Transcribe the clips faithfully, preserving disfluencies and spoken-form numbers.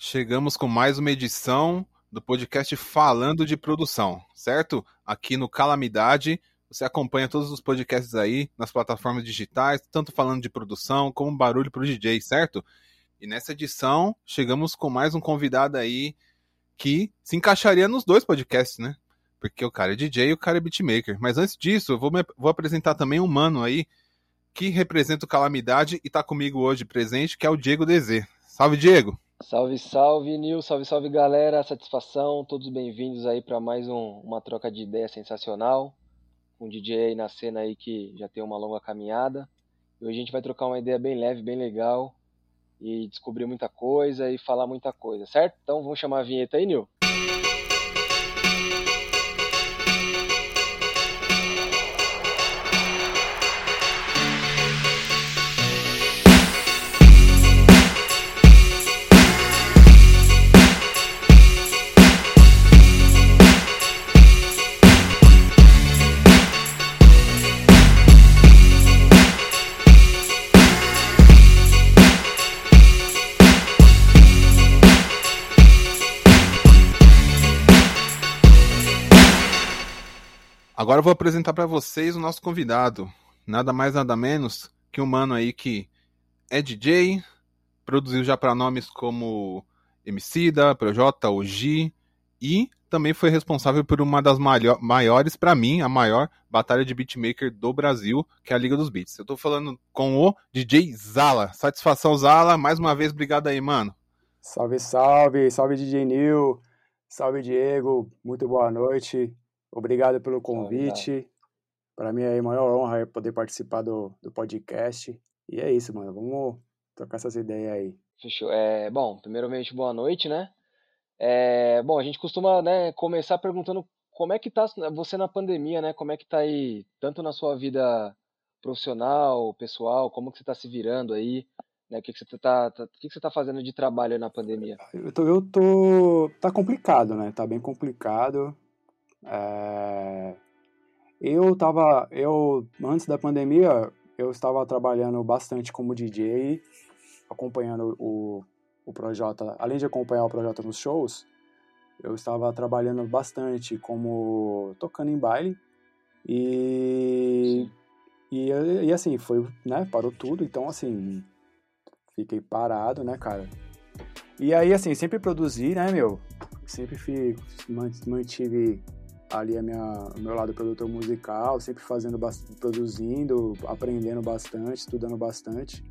Chegamos com mais uma edição do podcast Falando de Produção, certo? Aqui no Calamidade, você acompanha todos os podcasts aí nas plataformas digitais, tanto falando de produção como barulho pro D J, certo? E nessa edição, chegamos com mais um convidado aí que se encaixaria nos dois podcasts, né? Porque o cara é D J e o cara é beatmaker. Mas antes disso, eu vou, me, vou apresentar também um mano aí que representa o Calamidade e tá comigo hoje presente, que é o Diego D Z. Salve, Diego! Salve, salve, Nil, salve, salve, galera, satisfação, todos bem-vindos aí para mais um, uma troca de ideia sensacional, um D J aí na cena aí que já tem uma longa caminhada, e hoje a gente vai trocar uma ideia bem leve, bem legal, e descobrir muita coisa e falar muita coisa, certo? Então vamos chamar a vinheta aí, Nil? Agora eu vou apresentar para vocês o nosso convidado. Nada mais, nada menos que um mano aí que é D J, produziu já para nomes como Emicida, Projota, O G, e também foi responsável por uma das maiores, para mim, a maior batalha de beatmaker do Brasil, que é a Liga dos Beats. Eu tô falando com o D J Zala. Satisfação, Zala. Mais uma vez, obrigado aí, mano. Salve, salve. Salve, D J Nil. Salve, Diego. Muito boa noite. Obrigado pelo convite. Para mim é a maior honra poder participar do, do podcast. E é isso, mano. Vamos trocar essas ideias aí. Fechou. É, bom, primeiramente, boa noite, né? É, bom, a gente costuma, né, começar perguntando como é que tá você na pandemia, né? Como é que tá aí, tanto na sua vida profissional, pessoal, como que você tá se virando aí, né? O que, que você tá, tá, o que, que você tá fazendo de trabalho aí na pandemia? Eu tô, eu tô... Tá complicado, né? Tá bem complicado. É... Eu tava, eu antes da pandemia, eu estava trabalhando bastante como D J, acompanhando o, o Projota, além de acompanhar o Projota nos shows, eu estava trabalhando bastante como tocando em baile e, e, e assim, foi, né, parou tudo, então assim, fiquei parado, né, cara. E aí, assim, sempre produzi, né, meu, sempre fui, mantive ali a minha, o meu lado produtor musical, sempre fazendo, produzindo, aprendendo bastante, estudando bastante.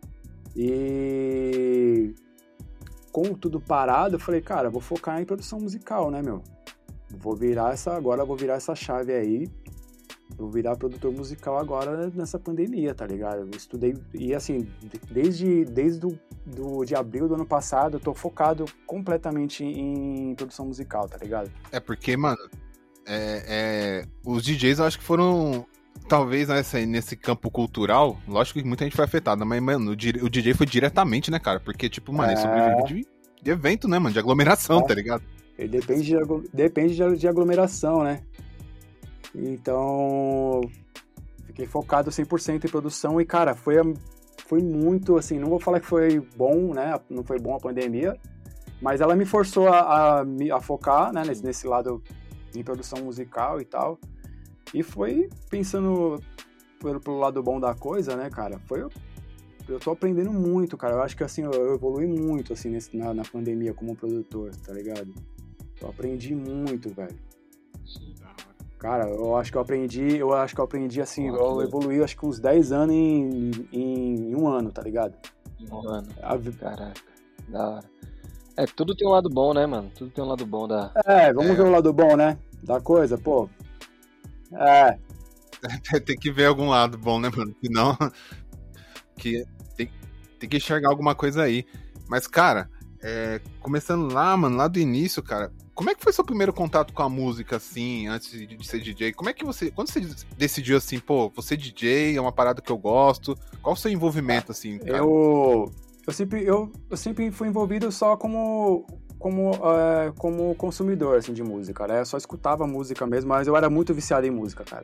E com tudo parado, eu falei, cara, vou focar em produção musical, né, meu? Vou virar essa, agora vou virar essa chave aí, vou virar produtor musical agora nessa pandemia, tá ligado? Eu estudei, e assim, desde, desde do, do, de abril do ano passado, eu tô focado completamente em produção musical, tá ligado? É porque, mano, É, é, os D Js eu acho que foram, talvez nessa, nesse campo cultural, lógico que muita gente foi afetada, mas, mano, o, o D J foi diretamente, né, cara? Porque, tipo, mano, é... ele sobrevive de, de evento, né, mano? De aglomeração, é. Tá ligado? Ele depende de, depende de, de aglomeração, né? Então, fiquei focado cem por cento em produção e, cara, foi, foi muito, assim, não vou falar que foi bom, né? Não foi bom a pandemia, mas ela me forçou a, a, a focar, né, nesse, nesse lado em produção musical e tal, e foi pensando pelo, pelo lado bom da coisa, né, cara, foi, eu tô aprendendo muito, cara, eu acho que, assim, eu, eu evolui muito, assim, nesse, na, na pandemia como produtor, tá ligado? Eu aprendi muito, velho. Cara, eu acho que eu aprendi, eu acho que eu aprendi, assim, eu evoluí, acho que uns dez anos em, em, em um ano, tá ligado? Em um ano, a... caraca, da hora. É, tudo tem um lado bom, né, mano? Tudo tem um lado bom da... É, vamos é. ver o lado bom, né? Da coisa, pô. É. Tem que ver algum lado bom, né, mano? Senão... que tem, tem que enxergar alguma coisa aí. Mas, cara, é, começando lá, mano, lá do início, cara, como é que foi seu primeiro contato com a música, assim, antes de ser D J? Como é que você... Quando você decidiu, assim, pô, você D J, é uma parada que eu gosto, qual o seu envolvimento, assim, cara? Eu... Eu sempre, eu, eu sempre fui envolvido só como, como, uh, como consumidor, assim, de música, né? Eu só escutava música mesmo, mas eu era muito viciado em música, cara.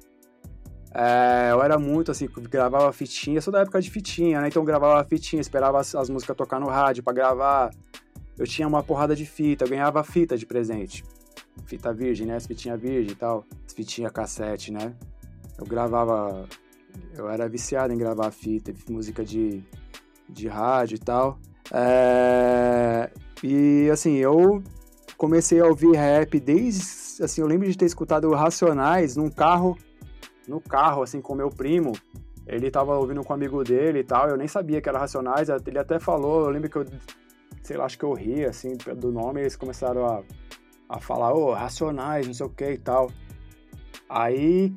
É, eu era muito, assim, gravava fitinha, sou da época de fitinha, né? Então eu gravava fitinha, esperava as, as músicas tocar no rádio pra gravar. eu tinha uma porrada de fita, eu ganhava fita de presente. Fita virgem, né? As fitinhas virgem e tal. As fitinhas cassete, né? Eu gravava... Eu era viciado em gravar fita, música de, de rádio e tal. É... E, assim, eu comecei a ouvir rap desde... Assim, eu lembro de ter escutado Racionais num carro... No carro, assim, com meu primo. Ele tava ouvindo com um amigo dele e tal. Eu nem sabia que era Racionais. Ele até falou... Eu lembro que eu... Sei lá, acho que eu ri, assim, do nome. E eles começaram a... a falar, ô, oh, Racionais, não sei o que e tal. Aí,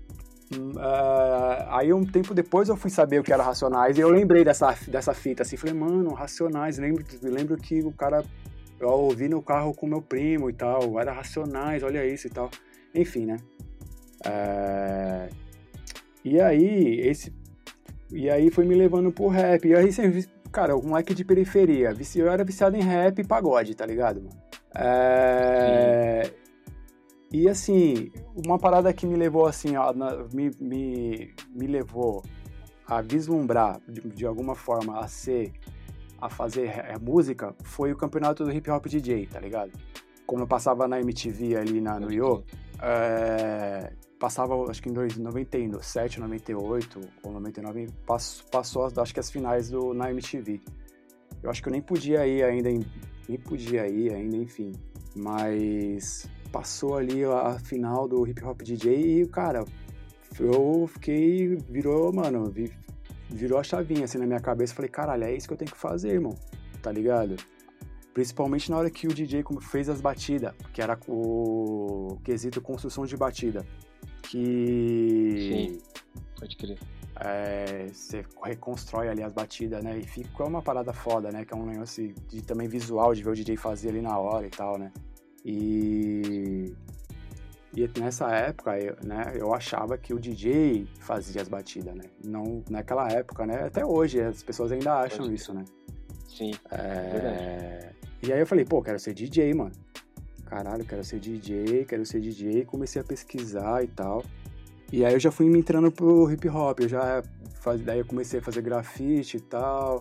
uh, aí um tempo depois eu fui saber o que era Racionais e eu lembrei dessa, dessa fita, assim, falei, mano, Racionais, lembro, lembro que o cara, eu ouvi no carro com meu primo e tal, era Racionais, olha isso e tal. Enfim, né? Uh, e aí, esse, e aí foi me levando pro rap, e aí, cara, um moleque de periferia, eu era viciado em rap e pagode, tá ligado, mano? É... E assim, uma parada que me levou assim, ó, na, me, me, me levou a vislumbrar de, de alguma forma a ser, a fazer é, música, foi o campeonato do Hip Hop D J, tá ligado? Quando eu passava na M T V ali na, no I O, é, passava acho que em noventa e sete, noventa e oito ou noventa e nove, passou, passou acho que as finais do, na M T V. Eu acho que eu nem podia ir ainda em nem podia ir ainda, enfim, mas passou ali a final do Hip Hop D J e, cara, eu fiquei, virou, mano, virou a chavinha assim na minha cabeça, falei, caralho, é isso que eu tenho que fazer, irmão, tá ligado? Principalmente na hora que o D J fez as batidas, que era o quesito construção de batida, que... Sim, pode crer. É, você reconstrói ali as batidas, né, e fica uma parada foda, né, que é um negócio de, também visual, de ver o D J fazer ali na hora e tal, né, e, e nessa época, eu, né, eu achava que o D J fazia as batidas, né, não naquela época, né, até hoje as pessoas ainda acham Pode isso, né. Sim, é, é verdade. E aí eu falei, pô, quero ser D J, mano, caralho, quero ser D J, quero ser D J, comecei a pesquisar e tal. E aí eu já fui me entrando pro hip hop, eu já faz... daí eu comecei a fazer grafite e tal,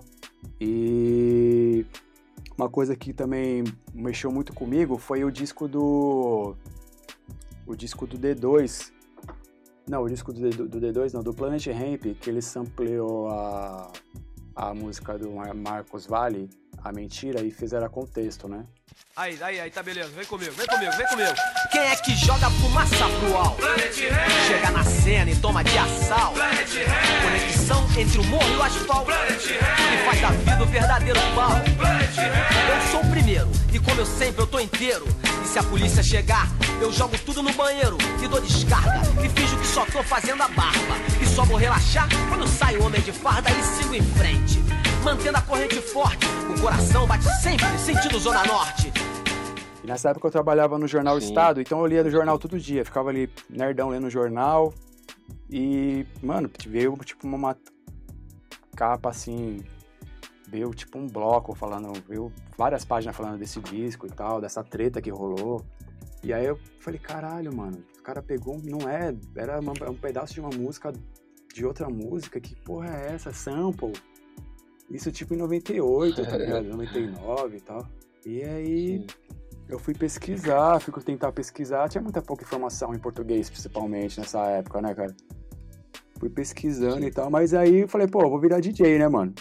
e uma coisa que também mexeu muito comigo foi o disco do, o disco do D dois, não, o disco do, do D dois não, do Planet Hemp, que ele sampleou a, a música do Marcos Valle, A Mentira, e fizeram a contexto, né? Aí, aí, aí, tá beleza, vem comigo, vem comigo, vem comigo. Quem é que joga fumaça pro alto? Chega na cena e toma de assalto. Conexão entre o morro e o asfalto, que faz da vida o verdadeiro pau. Eu sou o primeiro, e como eu sempre, eu tô inteiro. E se a polícia chegar, eu jogo tudo no banheiro e dou descarga, e finjo que só tô fazendo a barba. E só vou relaxar quando sai o homem de farda e sigo em frente, mantendo a corrente forte. O coração bate sempre, sentido Zona Norte. E nessa época eu trabalhava no Jornal Sim. Estado, então eu lia no jornal todo dia. Ficava ali, nerdão, lendo o jornal. E, mano, veio tipo uma capa assim... Veio tipo um bloco falando... Veio várias páginas falando desse disco e tal, dessa treta que rolou. E aí eu falei, caralho, mano. O cara pegou... Não é... Era uma, um pedaço de uma música... De outra música. Que porra é essa? Sample. Isso tipo em noventa e oito, tá ligado? noventa e nove e tal. E aí... Sim. Eu fui pesquisar, fui tentar pesquisar, tinha muita pouca informação em português, principalmente, nessa época, né, cara? Fui pesquisando Sim. e tal, mas aí eu falei, pô, vou virar D J, né, mano?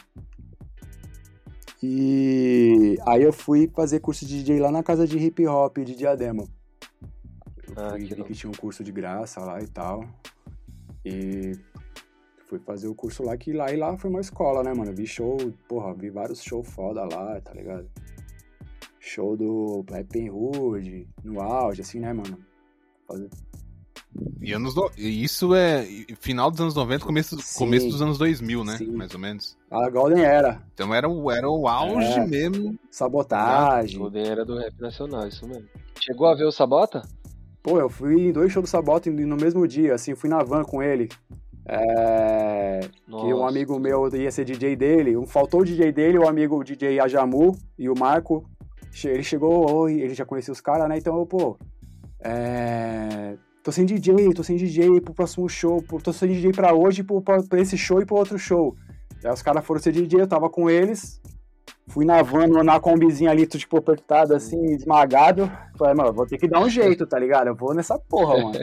E aí eu fui fazer curso de D J lá na casa de hip hop de Diadema. Eu ah, fui, que vi que tinha um curso de graça lá e tal. E fui fazer o curso lá, que lá e lá foi uma escola, né, mano? Vi show, porra, vi vários shows foda lá, tá ligado? Show do Black Hood, no auge, assim, né, mano? Fazer... E anos do... isso é final dos anos noventa, começo, começo dos anos dois mil, né? Sim. Mais ou menos. A Golden Era. Então era o, era o auge é. mesmo. Sabotagem. A Golden Era do rap nacional, isso mesmo. Chegou a ver o Sabota? Pô, eu fui em dois shows do Sabota no mesmo dia, assim, fui na van com ele. É... Que um amigo meu ia ser D J dele, um, faltou o D J dele, o amigo o D J Ajamu e o Marco. Ele chegou, ele já conhecia os caras, né? Então eu, pô, é... tô sem D J, tô sem D J pro próximo show, tô sem D J pra hoje, pro, pra esse show e pro outro show. Aí os caras foram ser D J, eu tava com eles, Fui na van, na combizinha ali, tu, tipo, apertado, assim, esmagado. Falei, mano, vou ter que dar um jeito, tá ligado? Eu vou nessa porra, mano.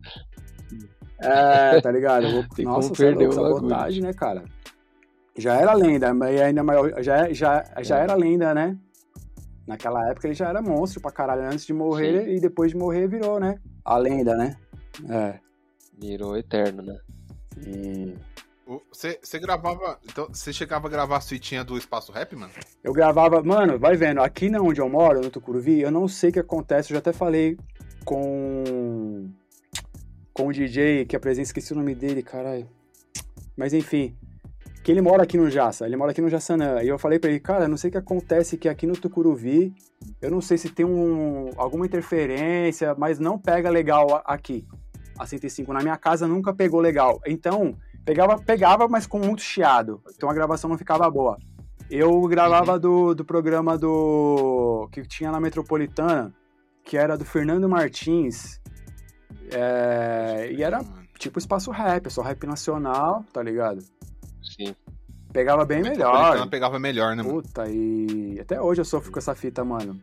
É, tá ligado? Eu vou... Tem Nossa, como você é perder louco, o sabotagem, né, cara? Já era lenda, mas ainda maior, já, já, já É. era lenda, né? Naquela época ele já era monstro pra caralho, antes de morrer, Sim. e depois de morrer virou, né? A lenda, né? É. Virou eterno, né? E O- Você você gravava. Então, você chegava a gravar a suitinha do Espaço Rap, mano? eu gravava, mano, vai vendo, aqui na onde eu moro, no Tucuruvi, eu não sei o que acontece, eu já até falei com com o D J que apresenta, esqueci o nome dele, caralho. Mas enfim, que ele mora aqui no Jaça, ele mora aqui no Jaçanã, e eu falei pra ele, cara, não sei o que acontece que aqui no Tucuruvi, eu não sei se tem um, alguma interferência, mas não pega legal a- aqui, a cento e cinco, na minha casa nunca pegou legal, então, pegava, pegava, mas com muito chiado, então a gravação não ficava boa. Eu gravava do, do programa do que tinha na Metropolitana, que era do Fernando Martins, é, e era Mano. tipo espaço rap, só rap nacional, tá ligado? Sim. Pegava bem Metropolitana melhor. pegava melhor, né, mano? Puta, e até hoje eu sofro com essa fita, mano.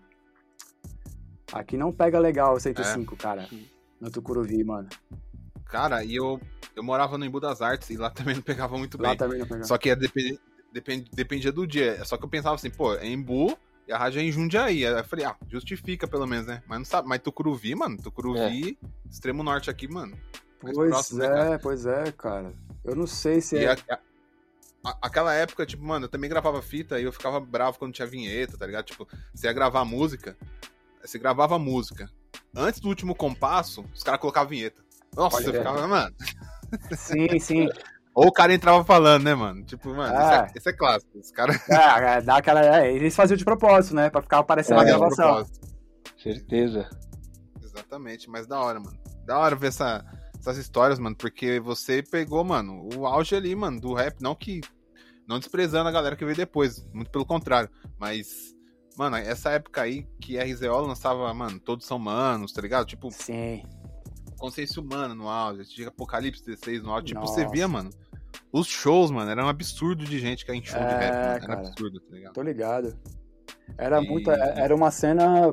Aqui não pega legal o cento e cinco, cara. No Tucuruvi, mano. Cara, e eu, eu morava no Embu das Artes e lá também não pegava muito Lá bem. também não pega. Só que é depend, depend, dependia do dia. Só que eu pensava assim, pô, é Embu e a rádio é em Jundiaí. Aí eu falei, ah, justifica pelo menos, né? Mas não sabe, mas Tucuruvi, mano, Tucuruvi, extremo norte aqui, mano. Mais Pois próximo, né, é, cara? pois é, cara. Eu não sei se E é... a- a- a- aquela época, tipo, mano, eu também gravava fita e eu ficava bravo quando tinha vinheta, tá ligado? Tipo, você ia gravar música, você gravava a música. Antes do último compasso, os caras colocavam vinheta. Nossa, Pode você ver. ficava, mano. Sim, sim. Ou o cara entrava falando, né, mano? Tipo, mano, isso, Ah. é, isso é clássico. Os caras É, é, dá aquela... é, eles faziam de propósito, né? Pra ficar aparecendo É, na faziam de gravação. propósito. Certeza. Exatamente, mas da hora, mano. Da hora ver essa, essas histórias, mano, porque você pegou, mano, o auge ali, mano, do rap, não que... Não desprezando a galera que veio depois, muito pelo contrário, mas... Mano, essa época aí que a R Z O lançava, mano, Todos São Manos, tá ligado? Tipo, Sim. Consciência Humana no áudio, tinha Apocalipse dezesseis no áudio. Tipo, Nossa. você via, mano, os shows, mano, era um absurdo de gente que ia em show de É, rap, mano. Era cara. absurdo, tá ligado? Tô ligado. Era E- muita... Era uma cena...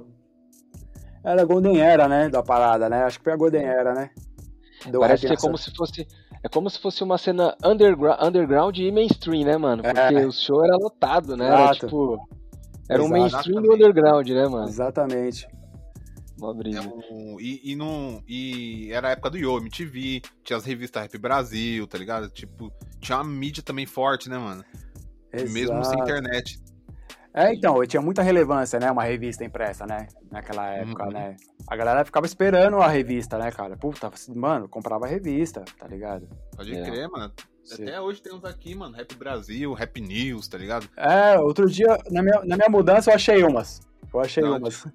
Era a Golden Era, né? Da parada, né? Acho que foi a Golden Era, né? Do Parece rap que é nacional. como se fosse. É como se fosse uma cena underground, underground e mainstream, né, mano? Porque É. o show era lotado, né? Era Exato. tipo. Era um Exato. mainstream do underground, né, mano? Exatamente. Uma É brisa. um- e, e, não, e era a época do Yo, M T V, tinha as revistas Rap Brasil, tá ligado? Tipo, tinha uma mídia também forte, né, mano? Mesmo sem Exato. internet. É, então, eu tinha muita relevância, né? Uma revista impressa, né? Naquela época, Uhum. né? A galera ficava esperando a revista, né, cara? Puta, mano, comprava a revista, tá ligado? Pode É. crer, mano. Sim. Até hoje tem uns aqui, mano, Rap Brasil, Rap News, tá ligado? É, outro dia, na minha, na minha mudança, eu achei umas. Eu achei Não, umas.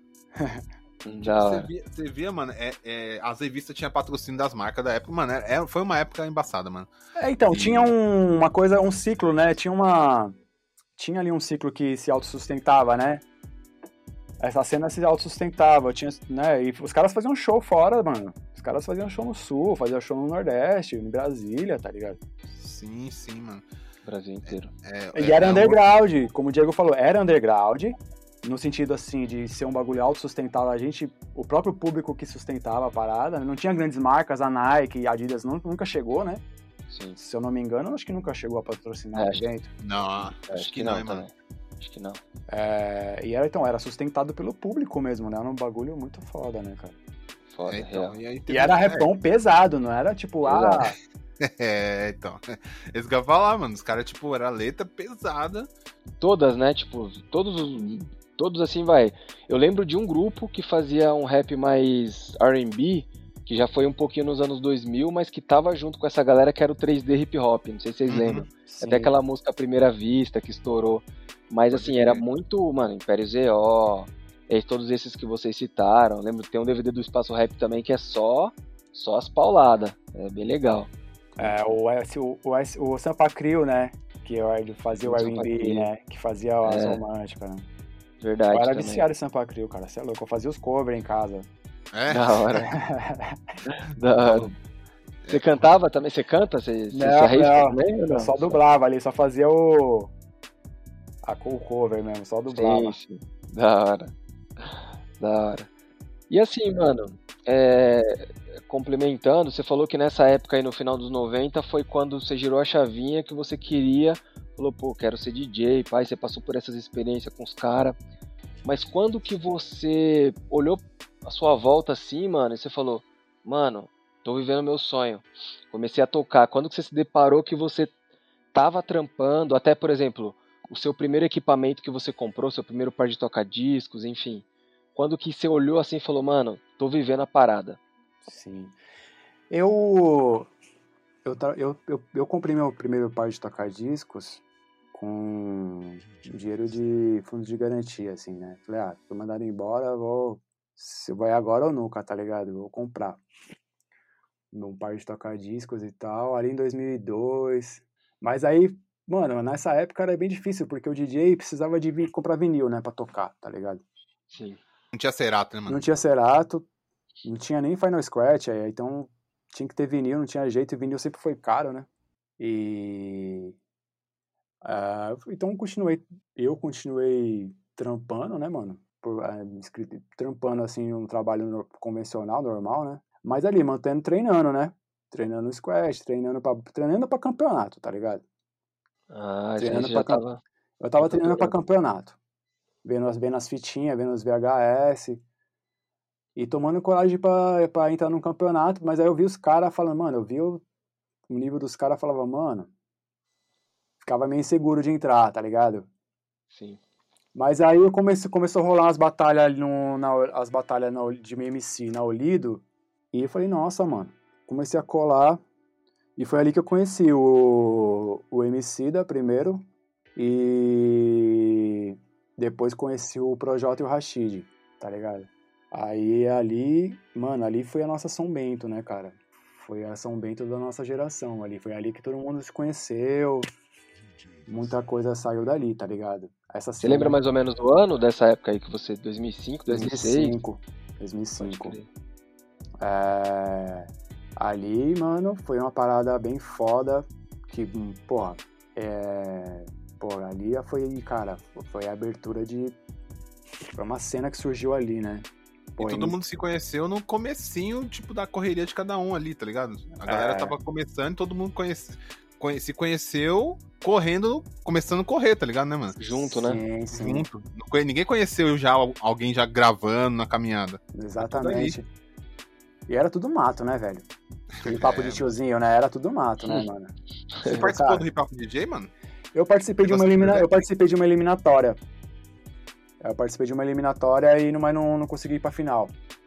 Da Você hora. via, você via, mano, é, é, as revistas tinham patrocínio das marcas da época, mano, é, foi uma época embaçada, mano. É, então, E- tinha um- uma coisa, um ciclo, né? Tinha uma... Tinha ali um ciclo que se autossustentava, né? Essa cena se autossustentava, tinha, né? E os caras faziam show fora, mano. Os caras faziam show no Sul, faziam show no Nordeste, em Brasília, tá ligado? Sim, sim, mano. Brasil inteiro. É, E é- era é um- underground, como o Diego falou, era underground, no sentido assim de ser um bagulho autossustentável. A gente, o próprio público que sustentava a parada, né? Não tinha grandes marcas, a Nike, a Adidas não- nunca chegou, né? Sim. Se eu não me engano, acho que nunca chegou a patrocinar É, o acho- evento. Não, acho, que não, hein, mano. também. Acho que não. É, e era, então, era sustentado pelo público mesmo, né? Era um bagulho muito foda, né, cara? Foda, É, então, real. e, aí E teve- era é, repão pesado, não era tipo, ah, É, então. Eles que eu ia falar, mano. Os caras, tipo, era letra pesada. Todas, né? Tipo, todos os. Todos assim, vai. Eu lembro de um grupo que fazia um rap mais R and B, que já foi um pouquinho nos anos dois mil, mas que tava junto com essa galera que era o três D hip hop. Não sei se vocês Uhum. lembram. sim. Até aquela música à Primeira Vista que estourou. Mas Pode assim, era crer. muito, mano, Império Z O, e todos esses que vocês citaram. Lembro que tem um D V D do Espaço Rap também que é só, só as pauladas. É bem legal. É, o, S- o, o, S- o Sampa Crio, né? Que ele fazia o O R Sampa and B, Crio. né? Que fazia as É. românticas, né? Verdade. Eu era também. viciado em Sampa Crio, cara. Você é louco. Eu fazia os covers em casa. É. Da hora. Da hora. Você cantava também? Você canta? Você, você Não, se arrisca não. também? ou Eu não? só dublava ali, só fazia o. A cool cover mesmo, só dublava. Sim, sim. Da hora. Da hora. E assim, mano, é... complementando, você falou que nessa época aí, no final dos noventa, foi quando você girou a chavinha que você queria, falou, pô, quero ser D J, pai, você passou por essas experiências com os caras. Mas quando que você olhou a sua volta assim, mano, e você falou, mano, tô vivendo meu sonho, comecei a tocar. Quando que você se deparou que você tava trampando, até, por exemplo, o seu primeiro equipamento que você comprou, seu primeiro par de toca-discos, enfim. Quando que você olhou assim e falou, mano, tô vivendo a parada? Sim. Eu... Eu, eu, eu, eu comprei meu primeiro par de toca-discos com dinheiro de fundo de garantia, assim, né? Falei, ah, tô mandado embora, vou... Se vai agora ou nunca, tá ligado? Vou comprar um par de toca-discos e tal, ali em dois mil e dois. Mas aí, mano, nessa época era bem difícil, porque o D J precisava de vir, comprar vinil, né, pra tocar, tá ligado? Sim. Não tinha Cerato, né, mano? Não tinha Cerato, não tinha nem Final Scratch, aí, então tinha que ter vinil, não tinha jeito, e vinil sempre foi caro, né? E... Uh, então continuei, eu continuei trampando, né, mano? Por, uh, trampando, assim, um trabalho no, convencional, normal, né? Mas ali, mantendo, treinando, né? Treinando squash, treinando pra, treinando pra campeonato, tá ligado? Ah, treinando você já pra, tava... Eu tava treinando pra campeonato. Vendo as, vendo as fitinhas, vendo os V H S. E tomando coragem pra, pra entrar num campeonato. Mas aí eu vi os caras falando, mano, eu vi o, o nível dos caras, falava, mano... Ficava meio inseguro de entrar, tá ligado? Sim. Mas aí eu comecei, começou a rolar umas batalhas, no, na, as batalhas na, de M C na Olido. E eu falei, nossa, mano. Comecei a colar. E foi ali que eu conheci o, o Emicida primeiro. E depois conheci o Projota e o Rashid, tá ligado? Aí ali, mano, ali foi a nossa São Bento, né, cara? Foi a São Bento da nossa geração ali. Foi ali que todo mundo se conheceu. Muita coisa saiu dali, tá ligado? Essa Você lembra mais ou menos do ano dessa época aí que você... dois mil e cinco, dois mil e seis? dois mil e cinco. É... Ali, mano, foi uma parada bem foda. Que, porra, é... Porra, ali foi, cara, foi a abertura de... Foi uma cena que surgiu ali, né? Pô, e todo mundo se conheceu no comecinho, tipo, da correria de cada um ali, tá ligado? A galera é... tava começando e todo mundo conhece... se conheceu correndo, começando a correr, tá ligado, né, mano? Junto, né? Sim, sim. Junto. Ninguém conheceu já alguém já gravando na caminhada. Exatamente. E era tudo mato, né, velho? Aquele papo é, de tiozinho, né? Era tudo mato, né, mano? Você participou cara, do Hip Hop D J, mano? Eu participei, de uma, elimina... eu participei de uma eliminatória. Eu participei de uma eliminatória e não, mas não, não consegui ir pra final.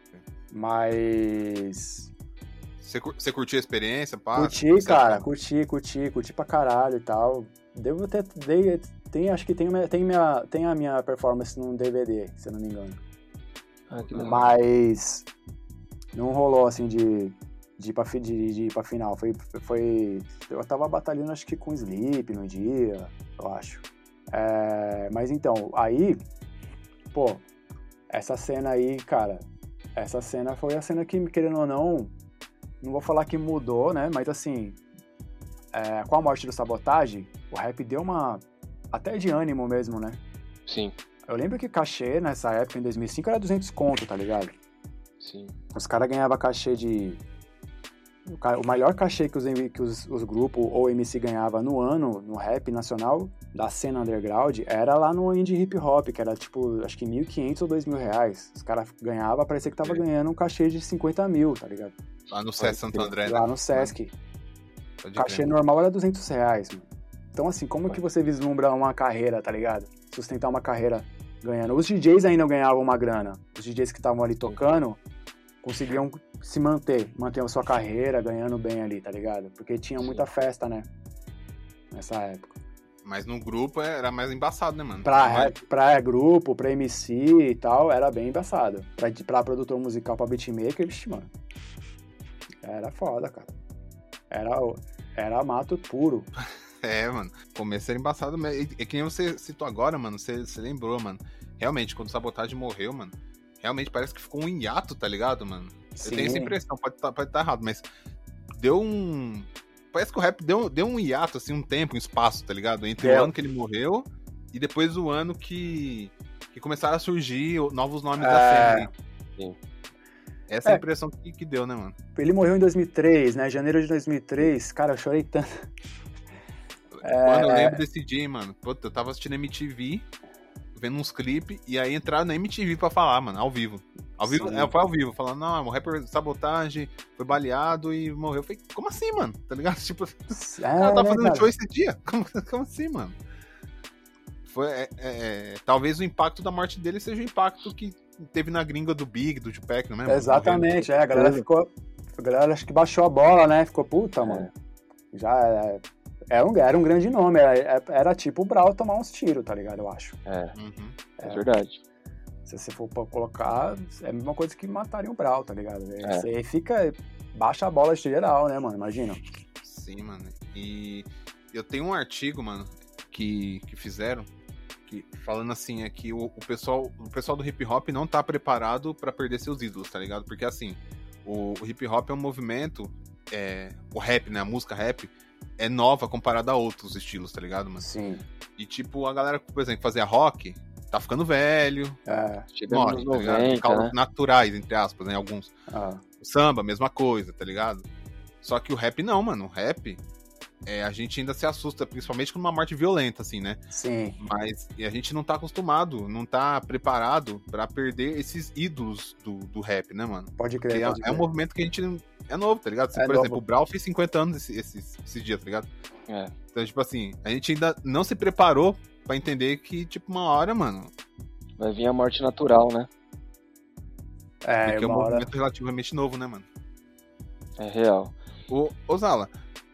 Mas... Você curtiu a experiência, pá? Curti, cara, curti, curti, curti pra caralho e tal. Devo ter, dei, tem, acho que tem, tem, minha, tem a minha performance num D V D, se eu não me engano. Ah, que legal. Mas não rolou, assim, de, de, ir pra, de, de ir pra final. Foi, foi, eu tava batalhando, acho que com o Sleep no dia, eu acho. É, mas então, aí, pô, essa cena aí, cara, essa cena foi a cena que, querendo ou não... Não vou falar que mudou, né? Mas assim, é, com a morte do Sabotagem, o rap deu uma... Até de ânimo mesmo, né? Sim. Eu lembro que cachê nessa época, em dois mil e cinco, era duzentos conto, tá ligado? Sim. Os caras ganhavam cachê de... O maior cachê que os, que os, os grupos ou M C ganhava no ano, no rap nacional, da cena underground, era lá no indie hip hop, que era tipo, acho que mil e quinhentos ou dois mil reais. Os caras ganhavam, parecia que tava ganhando um cachê de cinquenta mil, tá ligado? Lá no Sesc Santo André, Lá né? no Sesc. O cachê normal era duzentos reais, mano. Então, assim, como que você vislumbra uma carreira, tá ligado? Sustentar uma carreira ganhando. Os D Js ainda ganhavam uma grana. Os D Js que estavam ali tocando conseguiam se manter, manter a sua carreira ganhando bem ali, tá ligado? Porque tinha muita festa, né? Nessa época. Mas no grupo era mais embaçado, né, mano? Pra, rap, pra grupo, pra M C e tal, era bem embaçado. Pra, pra produtor musical, pra beatmaker, vixi, mano. Era foda, cara. Era, era mato puro. É, mano. Começo era embaçado mesmo. É que nem você citou agora, mano. Você, você lembrou, mano. Realmente, quando o Sabotagem morreu, mano, realmente parece que ficou um hiato, tá ligado, mano? Sim. Eu tenho essa impressão, pode estar pode tá errado, mas deu um... Parece que o rap deu, deu um hiato, assim, um tempo, um espaço, tá ligado? Entre é. o ano que ele morreu e depois o ano que, que começaram a surgir novos nomes É. da cena. aí. Sim. Essa é a É. impressão que, que deu, né, mano? Ele morreu em dois mil e três, né? Janeiro de dois mil e três. Cara, eu chorei tanto. Mano, eu lembro desse dia, hein, mano. Puta, eu tava assistindo M T V, vendo uns clipes, e aí entraram na M T V pra falar, mano, ao vivo. Ao vivo, Sim. é, foi ao vivo, falando, não, o rapper Sabotagem foi baleado e morreu. Eu falei, como assim, mano? Tá ligado? Tipo, o É, cara tá né, fazendo cara? show esse dia? Como, como assim, mano? Foi, é, é, é, talvez o impacto da morte dele seja o impacto que teve na gringa do Big, do Tupac, não é? mano? Exatamente, é, a galera ficou. A galera acho que baixou a bola, né? Ficou, puta, É. mano. Já é, era, um, era um grande nome, era, era tipo o Brau tomar uns tiros, tá ligado? Eu acho. É, Uhum. é verdade. Se você for pra colocar, é a mesma coisa que mataria o Brau, tá ligado? É. Você fica. Baixa a bola de geral, né, mano? Imagina. Sim, mano. E eu tenho um artigo, mano, que, que fizeram, que, falando assim, é que o, o, pessoal, o pessoal do hip hop não tá preparado pra perder seus ídolos, tá ligado? Porque assim, o, o hip hop é um movimento, é, o rap, né, a música rap, é nova comparada a outros estilos, tá ligado, mano? Sim. E tipo, a galera, por exemplo, fazia rock, tá ficando velho, É. Chegando morre, nos tá ligado? Por noventa, causas né? naturais, entre aspas, né, alguns. Ah, O samba, mesma coisa, tá ligado? Só que o rap não, mano. O rap, é, a gente ainda se assusta, principalmente com uma morte violenta, assim, né? sim. Mas e a gente não tá acostumado, não tá preparado pra perder esses ídolos do, do rap, né, mano? Pode Porque crer. é, Pode é crer. um movimento que a gente não- é novo, tá ligado? Assim, É por novo. exemplo, o Brau fez cinquenta anos esse, esse, esse dia, tá ligado? É. Então, tipo assim, a gente ainda não se preparou pra entender que, tipo, uma hora, mano, Vai vir a morte natural, né? É, porque é um uma hora. movimento relativamente novo, né, mano? É real. Ô, ô Zala,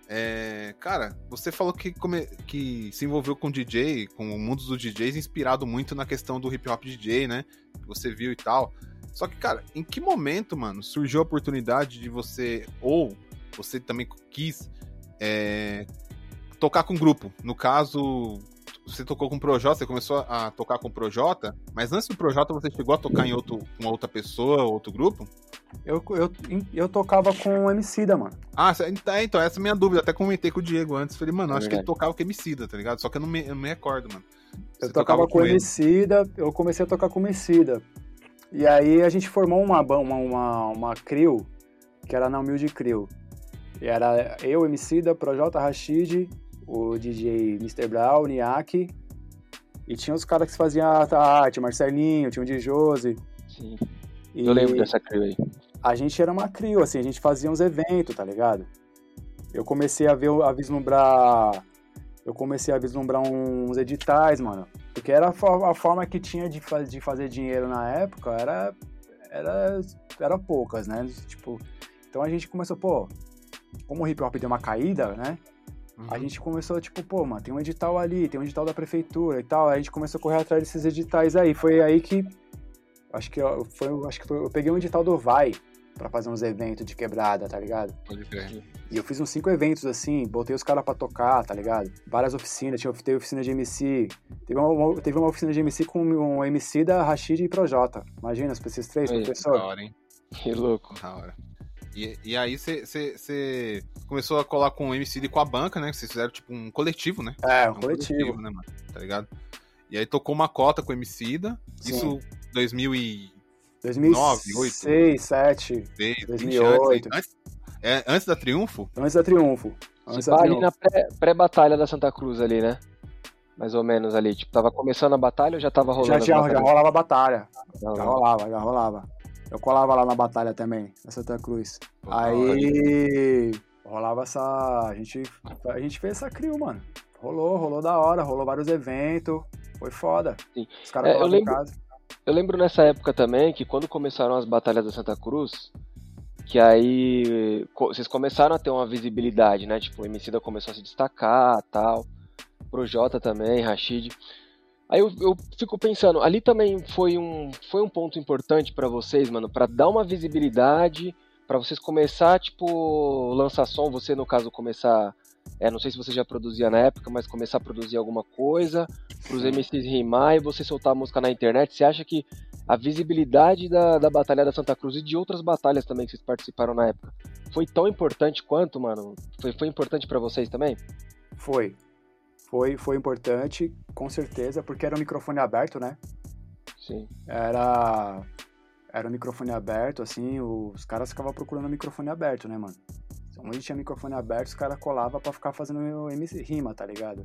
é, cara, você falou que, come- que se envolveu com D J, com o mundo dos D Js, inspirado muito na questão do hip hop D J, né? Que você viu e tal. Só que, cara, em que momento, mano, surgiu a oportunidade de você, ou você também quis, é, tocar com grupo? No caso, você tocou com o Projota, você começou a tocar com o Projota, mas antes do Projota você chegou a tocar em outro, com outra pessoa, outro grupo? Eu, eu, eu tocava com o Emicida, mano. Ah, cê- então, é, então, essa é a minha dúvida. Até comentei com o Diego antes. Falei, mano, É acho que ele verdade. tocava com Emicida, tá ligado? Só que eu não me, eu não me recordo, mano. Eu Você tocava com o ele. Emicida, eu comecei a tocar com o Emicida. E aí a gente formou uma, ban- uma, uma, uma crew, que era na Humilde Crew. E era eu, Emicida, Projota Rashid, o D J mister Brown, Niak. E tinha os caras que faziam a a arte, Marcelinho, tinha o D J. Sim. E Eu lembro dessa crew aí. a gente era uma crew, assim, a gente fazia uns eventos, tá ligado? Eu comecei a ver, a vislumbrar, eu comecei a vislumbrar uns editais, mano, porque era a, fo- a forma que tinha de, fa- de fazer dinheiro na época, era, era, era poucas, né? Tipo, então a gente começou, pô, como o hip hop deu uma caída, né? Uhum. A gente começou, tipo, pô, mano, tem um edital ali, tem um edital da prefeitura e tal. Aí a gente começou a correr atrás desses editais aí. Foi aí que. Acho que, eu- foi, acho que foi, eu peguei um edital do Vai pra fazer uns eventos de quebrada, tá ligado? Pode crer. E eu fiz uns cinco eventos assim, botei os caras pra tocar, tá ligado? Várias oficinas, tinha, teve oficina de M C. Teve uma, uma- teve uma oficina de M C com um M C da Rashid e Projota. Imagina, esses três, Aí, Da professor. hora, hein? Que louco. Da hora. E, e aí você começou a colar com o M C e com a banca, né? Vocês fizeram tipo um coletivo, né? É, um um coletivo. né, mano? Tá ligado? E aí tocou uma cota com o M C da. Sim. Isso dois mil e dois mil e oito. seis, dois mil e sete, dez, dois vinte mil e oito. Antes, é, antes da Triunfo? antes da Triunfo. Antes Você da tá ali Triunfo. na pré- pré-batalha da Santa Cruz ali, né? Mais ou menos ali. Tipo, tava começando a batalha ou já tava rolando Já, as já, já batalhas? rolava batalha. Não, Já não. rolava, já rolava. Eu colava lá na batalha também, na Santa Cruz. Pô, Aí rolava essa. A gente, a gente fez essa crew, mano. Rolou, rolou da hora, rolou vários eventos. Foi foda. Sim. Os caras É, eu colavam em lembro- casa. Eu lembro nessa época também que quando começaram as batalhas da Santa Cruz, que aí co- vocês começaram a ter uma visibilidade, né? Tipo, o Emicida começou a se destacar, tal. Projota também, Rashid. Aí eu, eu fico pensando, ali também foi um, foi um ponto importante pra vocês, mano, pra dar uma visibilidade, pra vocês começar, tipo, lançar som, você no caso começar, é, não sei se você já produzia na época, mas começar a produzir alguma coisa, pros M Cs rimar e você soltar a música na internet. Você acha que a visibilidade da, da Batalha da Santa Cruz e de outras batalhas também que vocês participaram na época foi tão importante quanto, mano? Foi, foi importante pra vocês também? Foi. Foi, foi importante, com certeza, porque era um microfone aberto, né? Sim. Era, era um microfone aberto, assim, os caras ficavam procurando microfone aberto, né, mano? Onde tinha microfone aberto, os caras colavam pra ficar fazendo M C, rima, tá ligado?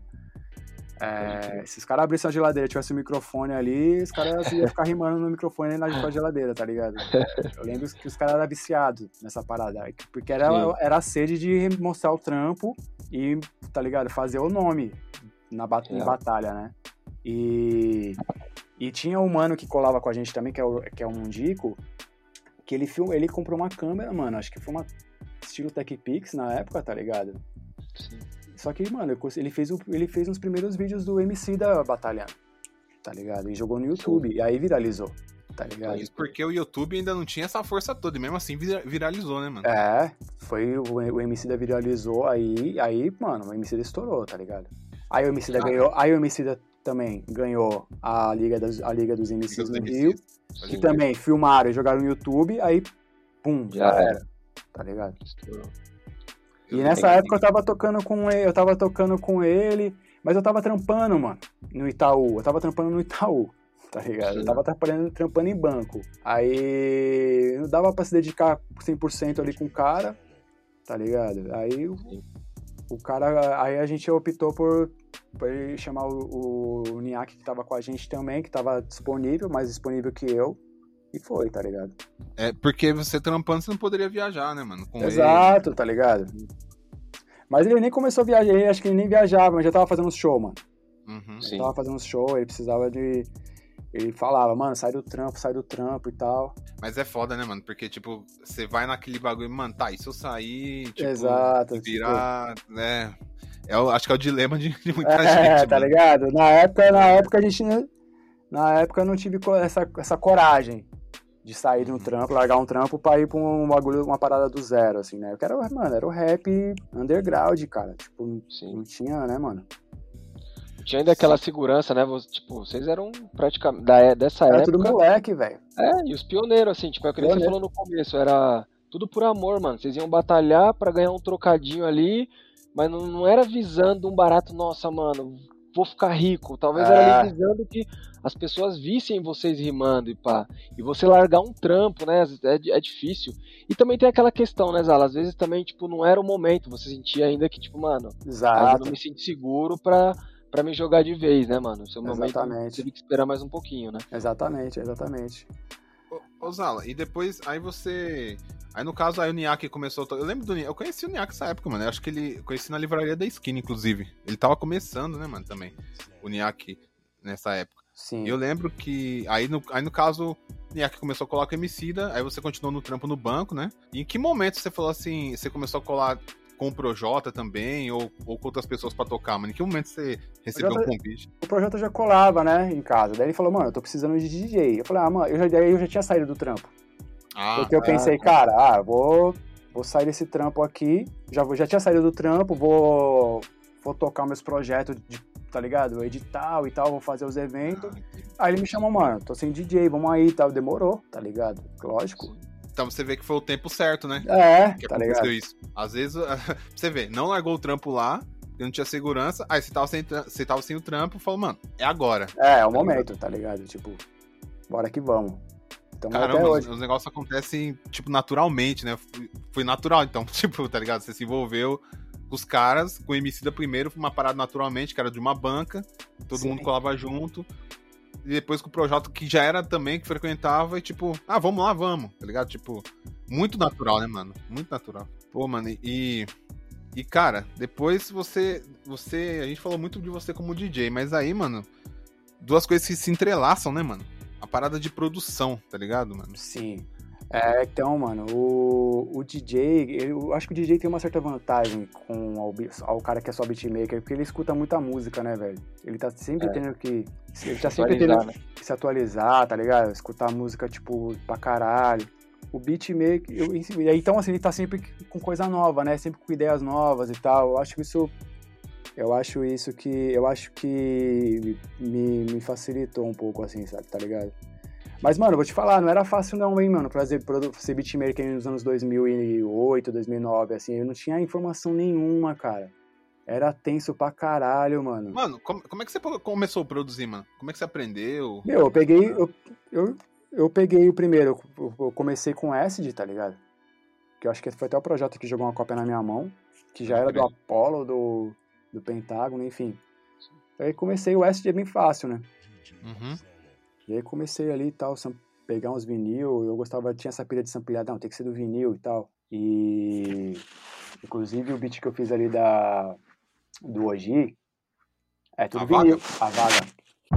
É, se os caras abrissem a geladeira e tivesse um microfone ali, os caras iam ficar rimando no microfone na com a geladeira, tá ligado? Eu lembro que os caras eram viciados nessa parada, porque era, era a sede de mostrar o trampo e, tá ligado? Fazer o nome na bat- em batalha, né? E, e tinha um mano que colava com a gente também, que é o, que é o Mundico, que ele, film, ele comprou uma câmera, mano, acho que foi uma estilo TechPix na época, tá ligado? Sim. Só que, mano, ele fez, o, ele fez uns primeiros vídeos do M C da batalha, tá ligado? E jogou no YouTube, Sim. e aí viralizou, tá ligado? Isso porque o YouTube ainda não tinha essa força toda, e mesmo assim viralizou, né, mano? É, foi, o, o M C da viralizou, aí, aí, mano, o M C da estourou, tá ligado? Aí o M C da ah, ganhou, aí o M C da também ganhou a Liga, das, a Liga dos M Cs no Rio, que também filmaram e jogaram no YouTube, aí, pum, já era, tá ligado? Estourou. E nessa época eu tava tocando com ele, eu tava tocando com ele, mas eu tava trampando, mano, no Itaú. Eu tava trampando no Itaú, tá ligado? Eu tava trampando, trampando em banco. Aí não dava pra se dedicar cem por cento ali com o cara, tá ligado? Aí o, o cara, aí a gente optou por, por ele chamar o, o Niak, que tava com a gente também, que tava disponível, mais disponível que eu. E foi, tá ligado? É, porque você trampando, você não poderia viajar, né, mano? Com Exato, ele. Tá ligado? Mas ele nem começou a viajar, ele, acho que ele nem viajava, mas já tava fazendo uns show, mano. Uhum. Ele tava fazendo uns show, ele precisava de... Ele falava, mano, sai do trampo, sai do trampo e tal. Mas é foda, né, mano? Porque, tipo, você vai naquele bagulho, mano, tá, e se eu sair, tipo, Exato, virar, tipo... né? É, eu acho que é o dilema de, de muita é, gente, É, tá mano. ligado? Na época, na época a gente... Na época eu não tive essa, essa coragem de sair de um trampo, largar um trampo pra ir pra um bagulho, uma parada do zero, assim, né? Eu quero, mano, era o rap underground, cara. Tipo, Sim. não tinha, né, mano? Tinha ainda aquela segurança, né? Tipo, vocês eram praticamente da, dessa era época. Era tudo moleque, velho. É, e os pioneiros, assim, tipo, é o que você falou no começo, era tudo por amor, mano. Vocês iam batalhar pra ganhar um trocadinho ali, mas não, não era visando um barato, nossa, mano, vou ficar rico. Talvez é. era ali visando que as pessoas vissem vocês rimando e pá. E você largar um trampo, né? É, é difícil. E também tem aquela questão, né, Zala? Às vezes também, tipo, não era o momento. Você sentia ainda que, tipo, mano, Exato. eu não me sinto seguro pra, pra me jogar de vez, né, mano? Seu Exatamente. momento teve que esperar mais um pouquinho, né? Exatamente, exatamente. Ô, ô Zala, e depois, aí você... Aí no caso, aí o Niak começou... Eu lembro do Niak, eu conheci o Niak nessa época, mano. Eu acho que ele... Eu conheci na livraria da Skin, inclusive. Ele tava começando, né, mano, também. O Niak nessa época. Sim. E eu lembro que... Aí no, aí no caso, o Niak começou a colar com o Emicida, aí você continuou no trampo no banco, né? E em que momento você falou assim... Você começou a colar com o Projota também, ou, ou com outras pessoas pra tocar, mano? Em que momento você recebeu o um convite? O Projota já colava, né, em casa. Daí ele falou, mano, eu tô precisando de D J. Eu falei, ah, mano, eu já, daí eu já tinha saído do trampo. Ah, Porque eu tá, pensei, tá. cara, ah, vou, vou sair desse trampo aqui, já, vou, já tinha saído do trampo, vou, vou tocar meus projetos, de, tá ligado? Edital e tal, vou fazer os eventos. Ah, aí ele me chamou, mano, tô sem D J, vamos aí e tal. Demorou, tá ligado? Lógico. Então você vê que foi o tempo certo, né? É, que tá ligado? Isso. Às vezes, você vê, não largou o trampo lá, não tinha segurança, aí você tava sem, você tava sem o trampo, falou, mano, é agora. É, é o tá momento, ligado? Tá ligado? Tipo, bora que vamos. Então, caramba, os, os negócios acontecem, tipo, naturalmente, né? Foi natural, então, tipo, tá ligado? Você se envolveu com os caras, com o Emicida primeiro, foi uma parada naturalmente, que era de uma banca, todo Sim. mundo colava junto, e depois com o Projota, que já era também, que frequentava, e tipo, ah, vamos lá, vamos, tá ligado? Tipo, muito natural, né, mano? Muito natural. Pô, mano, e... E, cara, depois você... você a gente falou muito de você como D J, mas aí, mano, duas coisas que se entrelaçam, né, mano? A parada de produção, tá ligado, mano? Sim. É, então, mano, o, o D J, eu acho que o D J tem uma certa vantagem com ao, ao cara que é só beatmaker, porque ele escuta muita música, né, velho? Ele tá sempre é. tendo que... Ele tá sempre tendo né? que se atualizar, tá ligado? Escutar música, tipo, pra caralho. O beatmaker... Eu, então, assim, ele tá sempre com coisa nova, né? Sempre com ideias novas e tal. Eu acho que isso... Eu acho isso que... Eu acho que me, me facilitou um pouco, assim, sabe? Tá ligado? Mas, mano, vou te falar, não era fácil não, hein, mano, pra ser, pra ser beatmaker nos anos dois mil e oito, dois mil e nove, assim, eu não tinha informação nenhuma, cara. Era tenso pra caralho, mano. Mano, como, como é que você começou a produzir, mano? Como é que você aprendeu? Meu, eu peguei. Eu, eu, eu peguei o primeiro. Eu, eu comecei com Acid, tá ligado? Que eu acho que foi até o projeto que jogou uma cópia na minha mão. Que já Pode era do crer. Apollo, do, do Pentágono, enfim. Aí comecei, o Acid é bem fácil, né? Uhum. E aí comecei ali e tal, sam- pegar uns vinil. Eu gostava, tinha essa pilha de samplear, não, tem que ser do vinil e tal. E. Inclusive o beat que eu fiz ali da. Do Oji. É tudo A vinil. Vaga? A vaga.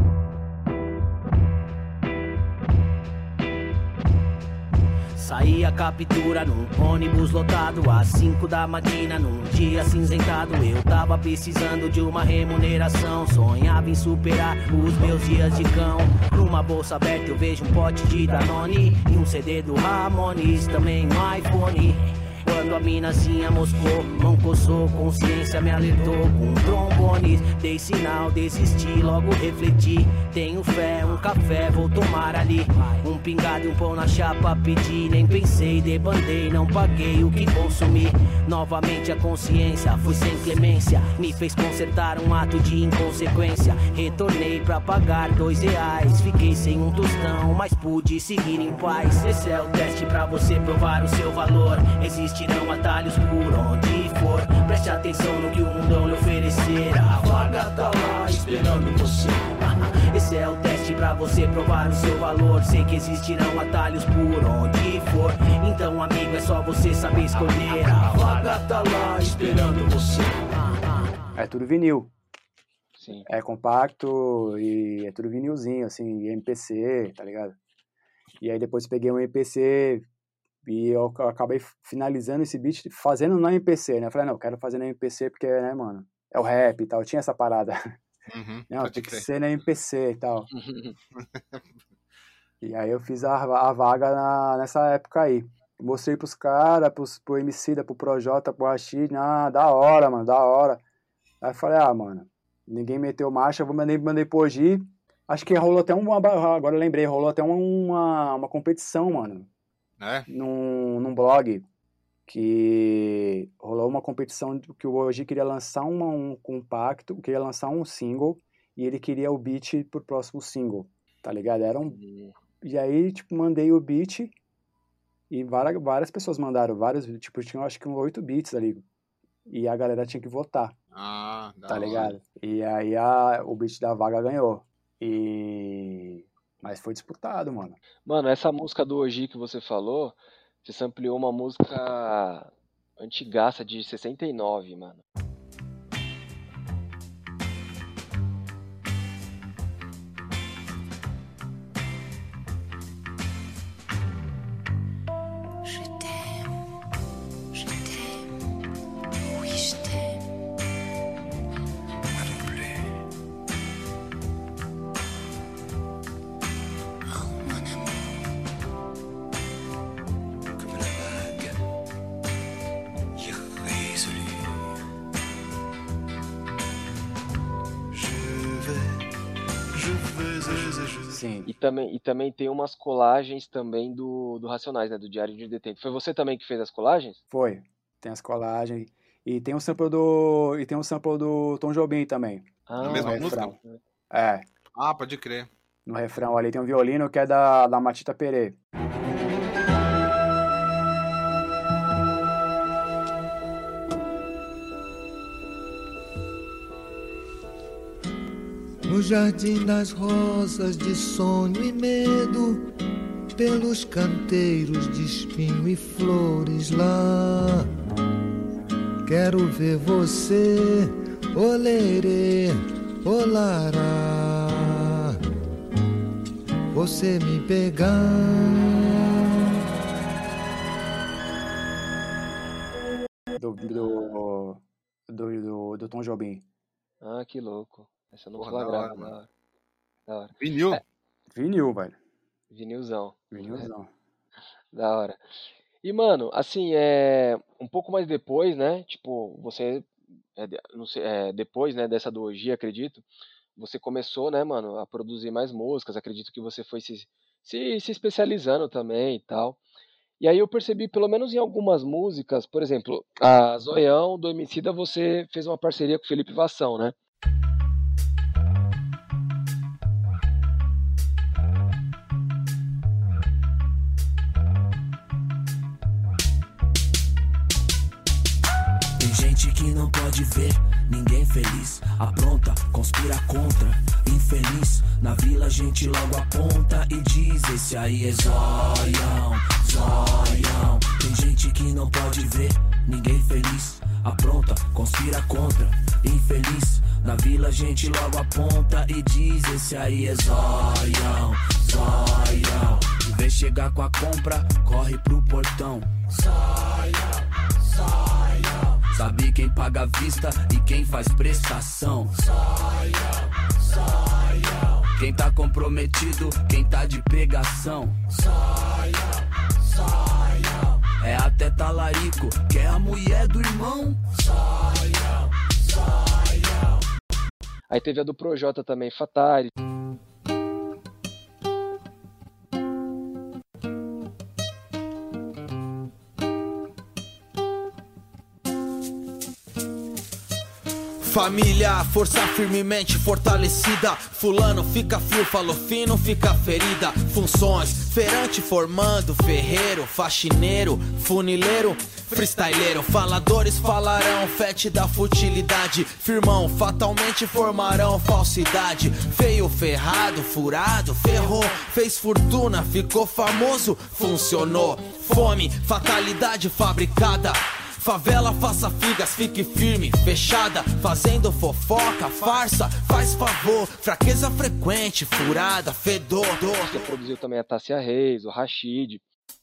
Saí a captura num ônibus lotado às cinco da matina, num dia cinzentado. Eu tava precisando de uma remuneração, sonhava em superar os meus dias de cão. Numa bolsa aberta eu vejo um pote de Danone e um C D do Ramones, também um iPhone. Quando a minazinha moscou, mão coçou, consciência me alertou com trombones. Dei sinal, desisti, logo refleti. Tenho fé, um café, vou tomar ali. Um pingado e um pão na chapa, pedi. Nem pensei, debandei, não paguei o que consumi. Novamente a consciência foi sem clemência, me fez consertar um ato de inconsequência. Retornei pra pagar dois reais, fiquei sem um tostão, mas pude seguir em paz. Esse é o teste pra você provar o seu valor. Existirão atalhos por onde for. Preste atenção no que o mundão lhe oferecer. A vaga tá lá esperando você. Esse é o teste pra você provar o seu valor. Sei que existirão atalhos por onde for. Então, amigo, é só você saber escolher. A vaga tá lá esperando você. É tudo vinil. Sim. É compacto e é tudo vinilzinho, assim, e M P C, tá ligado? E aí depois peguei um M P C e eu acabei finalizando esse beat fazendo no M P C, né? Eu falei, não, eu quero fazer no M P C porque, né, mano, é o rap e tal. Eu tinha essa parada. Uhum, Não, pode tem que crer. ser na M P C e tal. E aí eu fiz a, a vaga na, nessa época aí. Mostrei pros caras, pros, pro Emicida, pro Projota, pro Rashid, ah, da hora, mano, da hora. Aí eu falei, ah, mano, ninguém meteu marcha, eu vou mandei, mandei pro Oji. Acho que rolou até uma, agora eu lembrei, rolou até uma, uma, uma competição, mano, É? num, num blog, que rolou uma competição que o Oji queria lançar uma, um compacto, queria lançar um single, e ele queria o beat pro próximo single, tá ligado? Era um... E aí, tipo, mandei o beat e várias, várias pessoas mandaram, vários, tipo, tinha acho que uns oito beats ali. E a galera tinha que votar, Ah, da tá hora. ligado? E aí a, o beat da vaga ganhou. E... Mas foi disputado, mano. Mano, essa música do Oji que você falou, você sampleou uma música antigaça de sessenta e nove, mano. Je t'aime, je t'aime, oui je t'aime. Moi non plus. Oh mon amour, comme la vague irrésolue. Je vais, je vais, je vais, je Sim, E também, e também tem umas colagens também do, do Racionais, né? Do Diário de um Detento. Foi você também que fez as colagens? foi. Tem as colagens. E tem um sample do. E tem um sample do Tom Jobim também. Ah, Na mesma no refrão. música? É. Ah, pode crer. No refrão ali tem um violino que é da, da Matita Perê. No jardim das rosas de sonho e medo, pelos canteiros de espinho e flores lá. Quero ver você, olerê, olará. Você me pegar. Do, do, do, do, do Tom Jobim. Ah, que louco. Essa eu não Porra, flagrava. da hora, Da mano. hora. Da hora. Vinil? É. Vinil, velho. Vinilzão. Vinilzão. Da hora. E, mano, assim, é. Um pouco mais depois, né? Tipo, você. É, de- não sei, é, depois, né, dessa do Oji, acredito. Você começou, né, mano, a produzir mais músicas. Acredito que você foi se, se, se especializando também e tal. E aí eu percebi, pelo menos em algumas músicas, por exemplo, a Zoião do Emicida, você fez uma parceria com o Felipe Vassão, né? Tem gente que não pode ver ninguém feliz, apronta, conspira contra, infeliz. Na vila a gente logo aponta e diz: esse aí é zoião, zoião. Tem gente que não pode ver ninguém feliz, apronta, conspira contra, infeliz. Na vila a gente logo aponta e diz: esse aí é zoião, zoião. E vê chegar com a compra, corre pro portão. Zoião, zoião. Sabe quem paga à vista e quem faz prestação. Zoião, zoião. Quem tá comprometido, quem tá de pegação. Zoião, zoião. É até talarico, que é a mulher do irmão. Zoião, zoião. Aí teve a do Projota também, Fatale. Família, força firmemente fortalecida. Fulano fica frio, falou fino, fica ferida. Funções, feirante formando, ferreiro, faxineiro, funileiro, freestyleiro. Faladores falarão, fete da futilidade. Firmão, fatalmente formarão falsidade. Feio, ferrado, furado, ferrou. Fez fortuna, ficou famoso, funcionou. Fome, fatalidade fabricada. Favela, faça figas, fique firme, fechada. Fazendo fofoca, farsa, faz favor. Fraqueza frequente, furada, fedor. Você produziu também a Tássia Reis, o Rashid.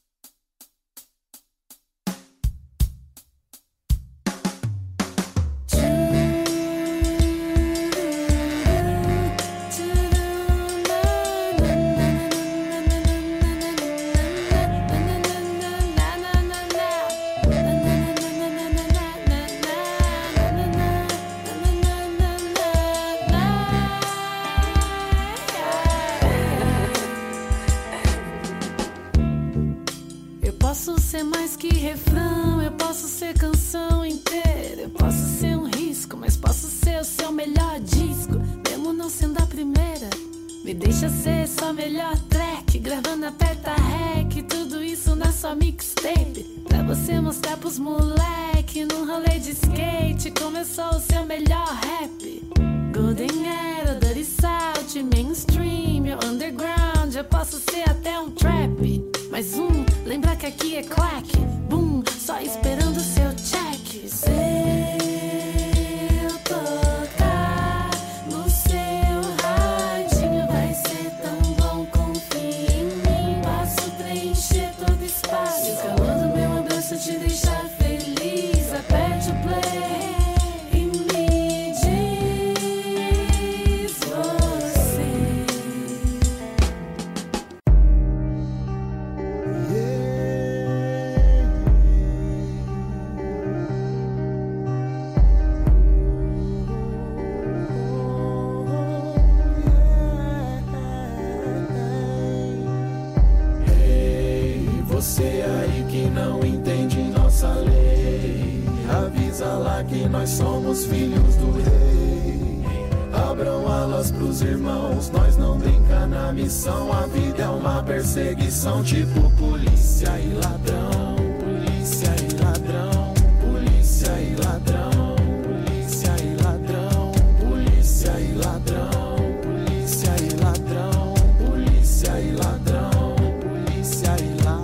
Ser mais que refrão, eu posso ser canção inteira. Eu posso ser um risco, mas posso ser o seu melhor disco, mesmo não sendo a primeira. Me deixa ser sua melhor track, gravando aperta rec, tudo isso na sua mixtape, pra você mostrar pros moleque num rolê de skate como eu sou o seu melhor rap. Golden Era, Dirty South, mainstream, meu underground, eu posso ser até um trap. Mais um, lembra que aqui é clack, boom, só esperando seu check. Se eu tocar no seu radinho vai ser tão bom, confia em mim. Posso preencher todo espaço. E o calor do meu abraço te deixar feliz. Aperte o play e me diz você. Você aí que não entende nossa lei, avisa lá que nós somos filhos do rei. Abram alas pros irmãos, nós não brinca na missão. A vida é uma perseguição, tipo polícia e ladrão. Polícia e ladrão, polícia e ladrão, polícia e ladrão, polícia e ladrão, polícia e ladrão, polícia e ladrão, polícia e ladrão.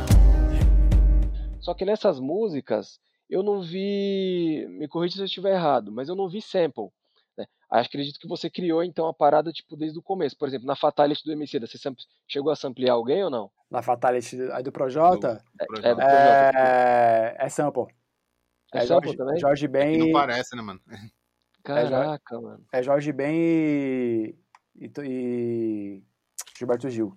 Só que nessas músicas eu não vi, me corrija se eu estiver errado, mas eu não vi sample, né? Acredito que você criou então a parada tipo desde o começo. Por exemplo, na Fatality do Emicida, você sam- chegou a samplear alguém ou não? Na Fatality aí do Projota, É, Projota. é do Projota. é, é sample. É É sample Jorge, também? Jorge E Ben, não parece, né, mano? Caraca, mano. é Jorge Ben e, e, e Gilberto Gil.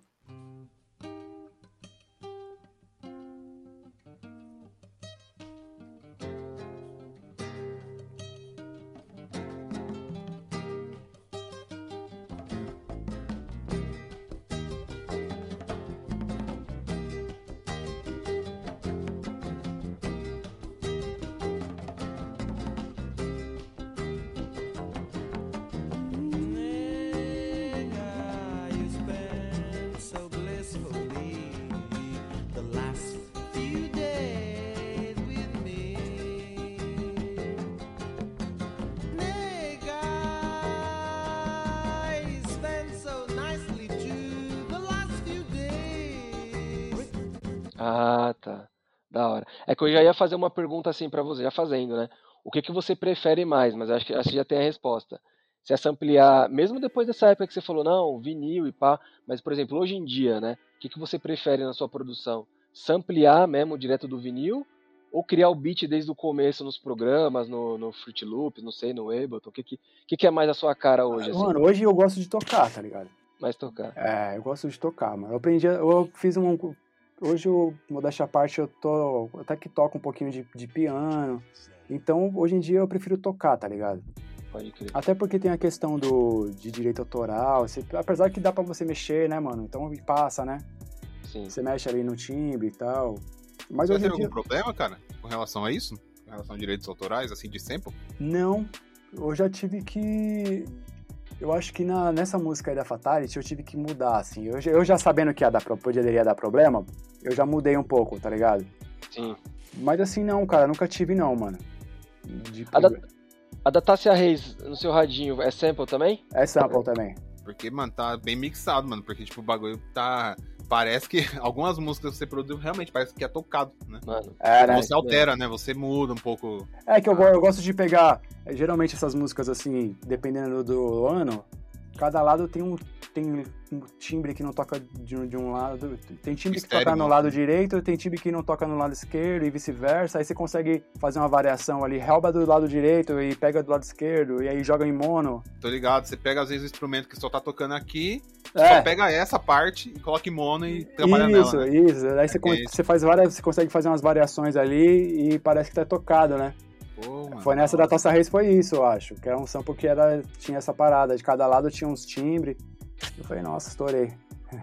Ah, tá. Da hora. É que eu já ia fazer uma pergunta assim pra você, já fazendo, né? O que que você prefere mais? Mas acho que, acho que já tem a resposta. Se é samplear, mesmo depois dessa época que você falou, não, vinil e pá, mas, por exemplo, hoje em dia, né? O que que você prefere na sua produção? Samplear mesmo direto do vinil? Ou criar o beat desde o começo nos programas, no, no Fruit Loops, não sei, no Ableton? O que que, que que é mais a sua cara hoje, assim? Mano, hoje eu gosto de tocar, tá ligado? Mais tocar. É, eu gosto de tocar, mano. Eu aprendi, eu fiz um... Hoje, eu, modéstia à parte, eu tô... Até que toco um pouquinho de, de piano. Então, hoje em dia, eu prefiro tocar, tá ligado? Pode crer. Até porque tem a questão do, de direito autoral. Você, apesar que dá pra você mexer, né, mano? Então, passa, né? Sim. Você mexe ali no timbre e tal. Mas Você hoje em teve dia... algum problema, cara, com relação a isso? Com relação a direitos autorais, assim, de sample? Não. Eu já tive que... Eu acho que na, nessa música aí da Fatality eu tive que mudar, assim. Eu, eu já sabendo que ia dar, poderia dar problema, eu já mudei um pouco, tá ligado? Sim. Mas assim, não, cara, nunca tive não, mano. De... A, da, a da Tássia Reis no seu radinho é sample também? É sample também. Porque, mano, tá bem mixado, mano. Porque, tipo, o bagulho tá... Parece que algumas músicas que você produziu realmente parece que é tocado, né? Mano, é, né? Você altera, né? Você muda um pouco. É que eu, eu gosto de pegar, geralmente essas músicas assim, dependendo do ano, cada lado tem um, tem um timbre que não toca de, de um lado, tem timbre que toca no lado direito, tem timbre que não toca no lado esquerdo e vice-versa, aí você consegue fazer uma variação ali, relba do lado direito e pega do lado esquerdo, e aí joga em mono. Tô ligado, você pega às vezes o instrumento que só tá tocando aqui, é. só pega essa parte e coloca em mono e trabalha isso, nela, né? Isso, aí é você, é você faz várias, você consegue fazer umas variações ali e parece que tá tocado, né? Pô, mano, foi nessa da Tássia Reis, foi isso, eu acho. Que era um sample que era, tinha essa parada. De cada lado tinha uns timbres. Eu falei, nossa, estourei.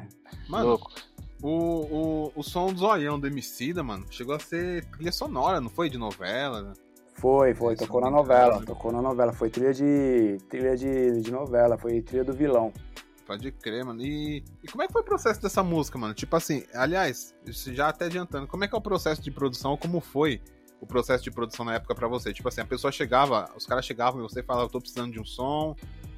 Mano, o, o, o som do Zoião do Emicida, mano, chegou a ser trilha sonora, não foi? De novela, né? Foi, foi. Tocou na novela. Tocou na novela. Foi trilha de trilha de, de novela. Foi trilha do vilão. Pode crer, mano. E, e como é que foi o processo dessa música, mano? Tipo assim, aliás, já até adiantando, como é que é o processo de produção? Como foi o processo de produção na época pra você? Tipo assim, a pessoa chegava, os caras chegavam e você falava, eu tô precisando de um som,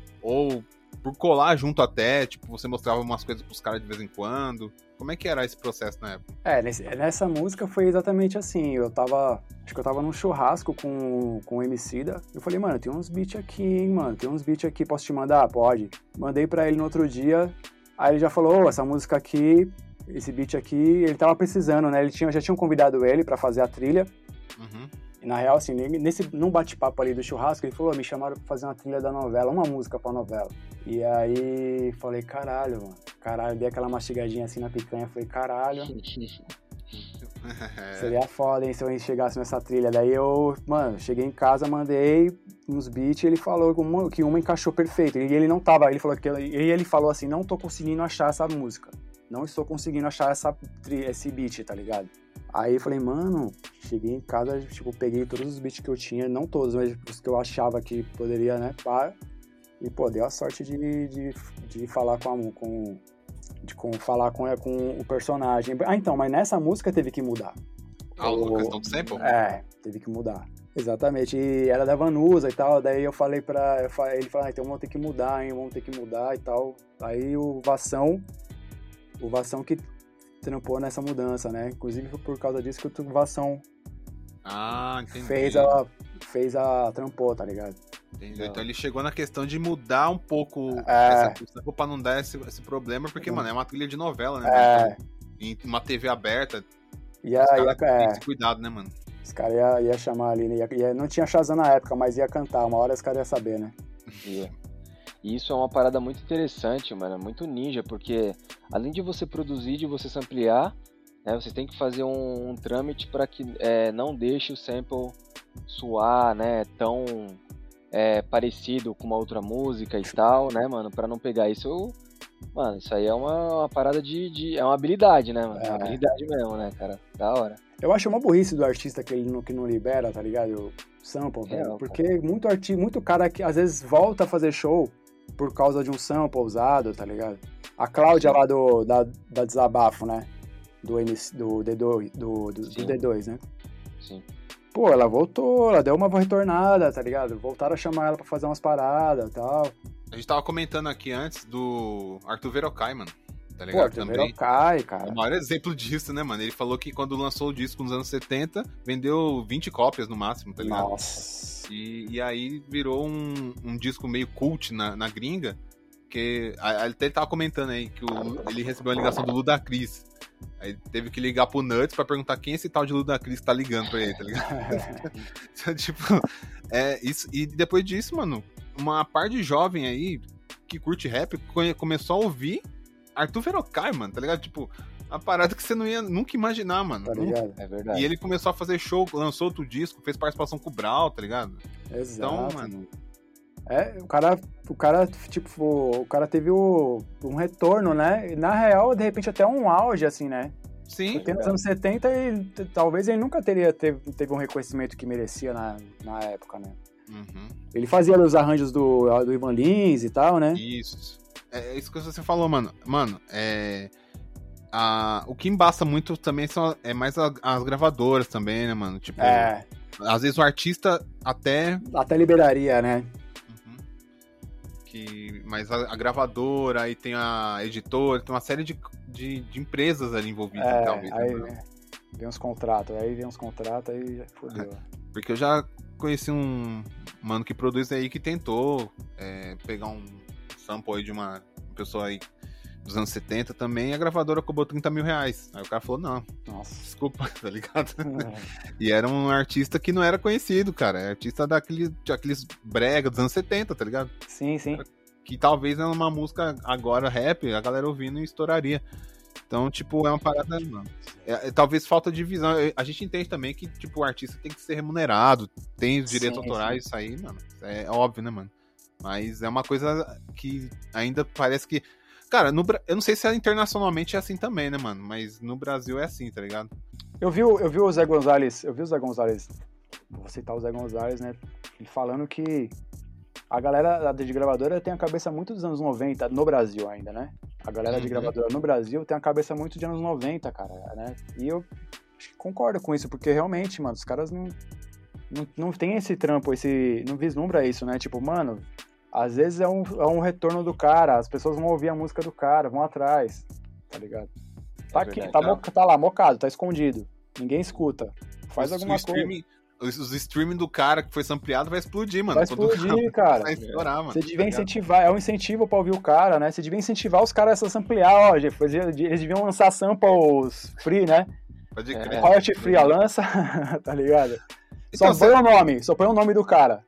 ou por colar junto até, tipo, você mostrava umas coisas pros caras de vez em quando. Como é que era esse processo na época? É, nesse, nessa música foi exatamente assim, eu tava, acho que eu tava num churrasco com, com o Emicida, eu falei, mano, tem uns beats aqui, hein, mano, tem uns beats aqui, posso te mandar? Pode. Mandei pra ele no outro dia, aí ele já falou, oh, essa música aqui, esse beat aqui, ele tava precisando, né, ele tinha, já tinham convidado ele pra fazer a trilha. Uhum. E na real, assim, nesse, num bate-papo ali do churrasco, ele falou, me chamaram pra fazer uma trilha da novela, uma música pra novela. E aí, falei, caralho, mano, caralho, dei aquela mastigadinha assim na picanha, falei, caralho, seria foda, hein, se eu chegasse nessa trilha. Daí eu, mano, cheguei em casa, mandei uns beats e ele falou que uma encaixou perfeito. E ele não tava, ele falou que, e ele falou assim, não tô conseguindo achar essa música, não estou conseguindo achar essa, esse beat, tá ligado? Aí eu falei, mano, cheguei em casa, tipo, peguei todos os beats que eu tinha, não todos, mas os que eu achava que poderia, né, pá, e, pô, deu a sorte de, de, de falar com a, com, de com, falar com, com o personagem. Ah, então, mas nessa música teve que mudar. Ah, a questão do sample? É, teve que mudar. Exatamente, e era da Vanusa e tal, daí eu falei pra, eu falei, ele falou, ah, então vamos ter que mudar, hein, vamos ter que mudar e tal. Aí o Vação, o Vação que trampou nessa mudança, né? Inclusive foi por causa disso que o Vação ah, entendi. fez a fez a trampou, tá ligado? Entendi. Então ele chegou na questão de mudar um pouco é. essa questão pra não dar esse, esse problema, porque, uhum. mano, é uma trilha de novela, né? É. Em uma T V aberta, e a, os caras é. têm esse cuidado, né, mano? Os caras iam ia chamar ali, né? Ia, ia, não tinha Shazam na época, mas ia cantar, uma hora os caras iam saber, né? Yeah. E isso é uma parada muito interessante, mano, muito ninja, porque além de você produzir, de você samplear, né, você tem que fazer um, um trâmite para que é, não deixe o sample soar, né, tão é, parecido com uma outra música e tal, né, mano, para não pegar isso, mano, isso aí é uma, uma parada de, de, é uma habilidade, né, mano, é uma habilidade mesmo, né, cara, da hora. Eu acho uma burrice do artista que ele não, que não libera, tá ligado, o sample, é, velho, porque muito artista, muito cara que às vezes volta a fazer show por causa de um sample usado, tá ligado? A Cláudia lá do, da, da Desabafo, né? Do, M C, do, D dois, do, do, do D dois, né? Sim. Pô, ela voltou, ela deu uma retornada, tá ligado? Voltaram a chamar ela pra fazer umas paradas e tal. A gente tava comentando aqui antes do Arthur Verocai, mano. Tá Pô, ligado? Arthur Também. Verocai, cara. O maior exemplo disso, né, mano? Ele falou que quando lançou o disco nos anos setenta, vendeu vinte cópias no máximo, tá ligado? Nossa. E, e aí virou um, um disco meio cult na, na gringa, que a- até ele tava comentando aí que o- ele recebeu uma ligação do Ludacris. Aí teve que ligar pro Nuts pra perguntar quem é esse tal de Ludacris que tá ligando pra ele, tá ligado? Então, tipo, é isso. E depois disso, mano, uma par de jovem aí que curte rap conhe- começou a ouvir Arthur Verocai, mano, tá ligado? Tipo, uma parada que você não ia nunca imaginar, mano. Tá Nunca. ligado? É verdade. E ele começou a fazer show, lançou outro disco, fez participação com o Brau, tá ligado? Exato. Então, mano. É, o cara, o cara, tipo, o cara teve o, um retorno, né? E, na real, de repente, até um auge, assim, né? Sim. Porque nos anos setenta, ele, t- talvez ele nunca teria teve, teve um reconhecimento que merecia na, na época, né? Uhum. Ele fazia os arranjos do, do Ivan Lins e tal, né? Isso. É isso que você falou, mano. Mano, é. A, o que embaça muito também são é mais a- as gravadoras também, né, mano? Tipo, É, às vezes o artista até. até liberaria, né? Uhum. Que, mas a, a gravadora, aí tem a editora, tem uma série de, de, de empresas ali envolvidas, É, talvez. aí né? né, vem uns contratos, aí vem uns contratos, aí já fodeu. Porque eu já conheci um mano que produz aí que tentou é, pegar um sample aí de uma pessoa aí dos anos setenta também, e a gravadora cobrou trinta mil reais. Aí o cara falou, não, Nossa. desculpa, tá ligado? E era um artista que não era conhecido, cara. É artista daquele, daqueles brega dos anos setenta, tá ligado? Sim, sim. Que talvez é uma música agora rap, a galera ouvindo e estouraria. Então, tipo, é uma parada, mano. É, é, talvez falta de visão. A gente entende também que, tipo, o artista tem que ser remunerado, tem os direitos Sim, autorais, sim. isso aí, mano. É óbvio, né, mano? Mas é uma coisa que ainda parece que. Cara, no, Bra- eu não sei se internacionalmente é assim também, né, mano? Mas no Brasil é assim, tá ligado? Eu vi, o- eu vi o Zé Gonzalez, eu vi o Zé Gonzalez, vou citar o Zé Gonzalez, né? Ele falando que a galera de gravadora tem a cabeça muito dos anos noventa, no Brasil ainda, né? A galera de Uhum. gravadora no Brasil tem a cabeça muito de anos noventa, cara, né? E eu acho que concordo com isso, porque realmente, mano, os caras não, não, não tem esse trampo, esse, não vislumbra isso, né? Tipo, mano, às vezes é um, é um retorno do cara, as pessoas vão ouvir a música do cara, vão atrás, tá ligado? Tá, aqui, verdade. tá, mo- tá lá, mocado, tá escondido, ninguém escuta, faz O- alguma o streaming, Os, os streaming do cara que foi sampleado vai explodir, mano. Vai Quando- explodir, cara. Vai estourar, mano. Você devia Tá ligado? incentivar, é um incentivo pra ouvir o cara, né? Você devia incentivar os caras a se ampliar, ó, gente, fazia- eles deviam lançar samples free, né? Pode É. crer. Royalty free, a lança, tá ligado? Só Então, põe cê- o nome, só põe o nome do cara.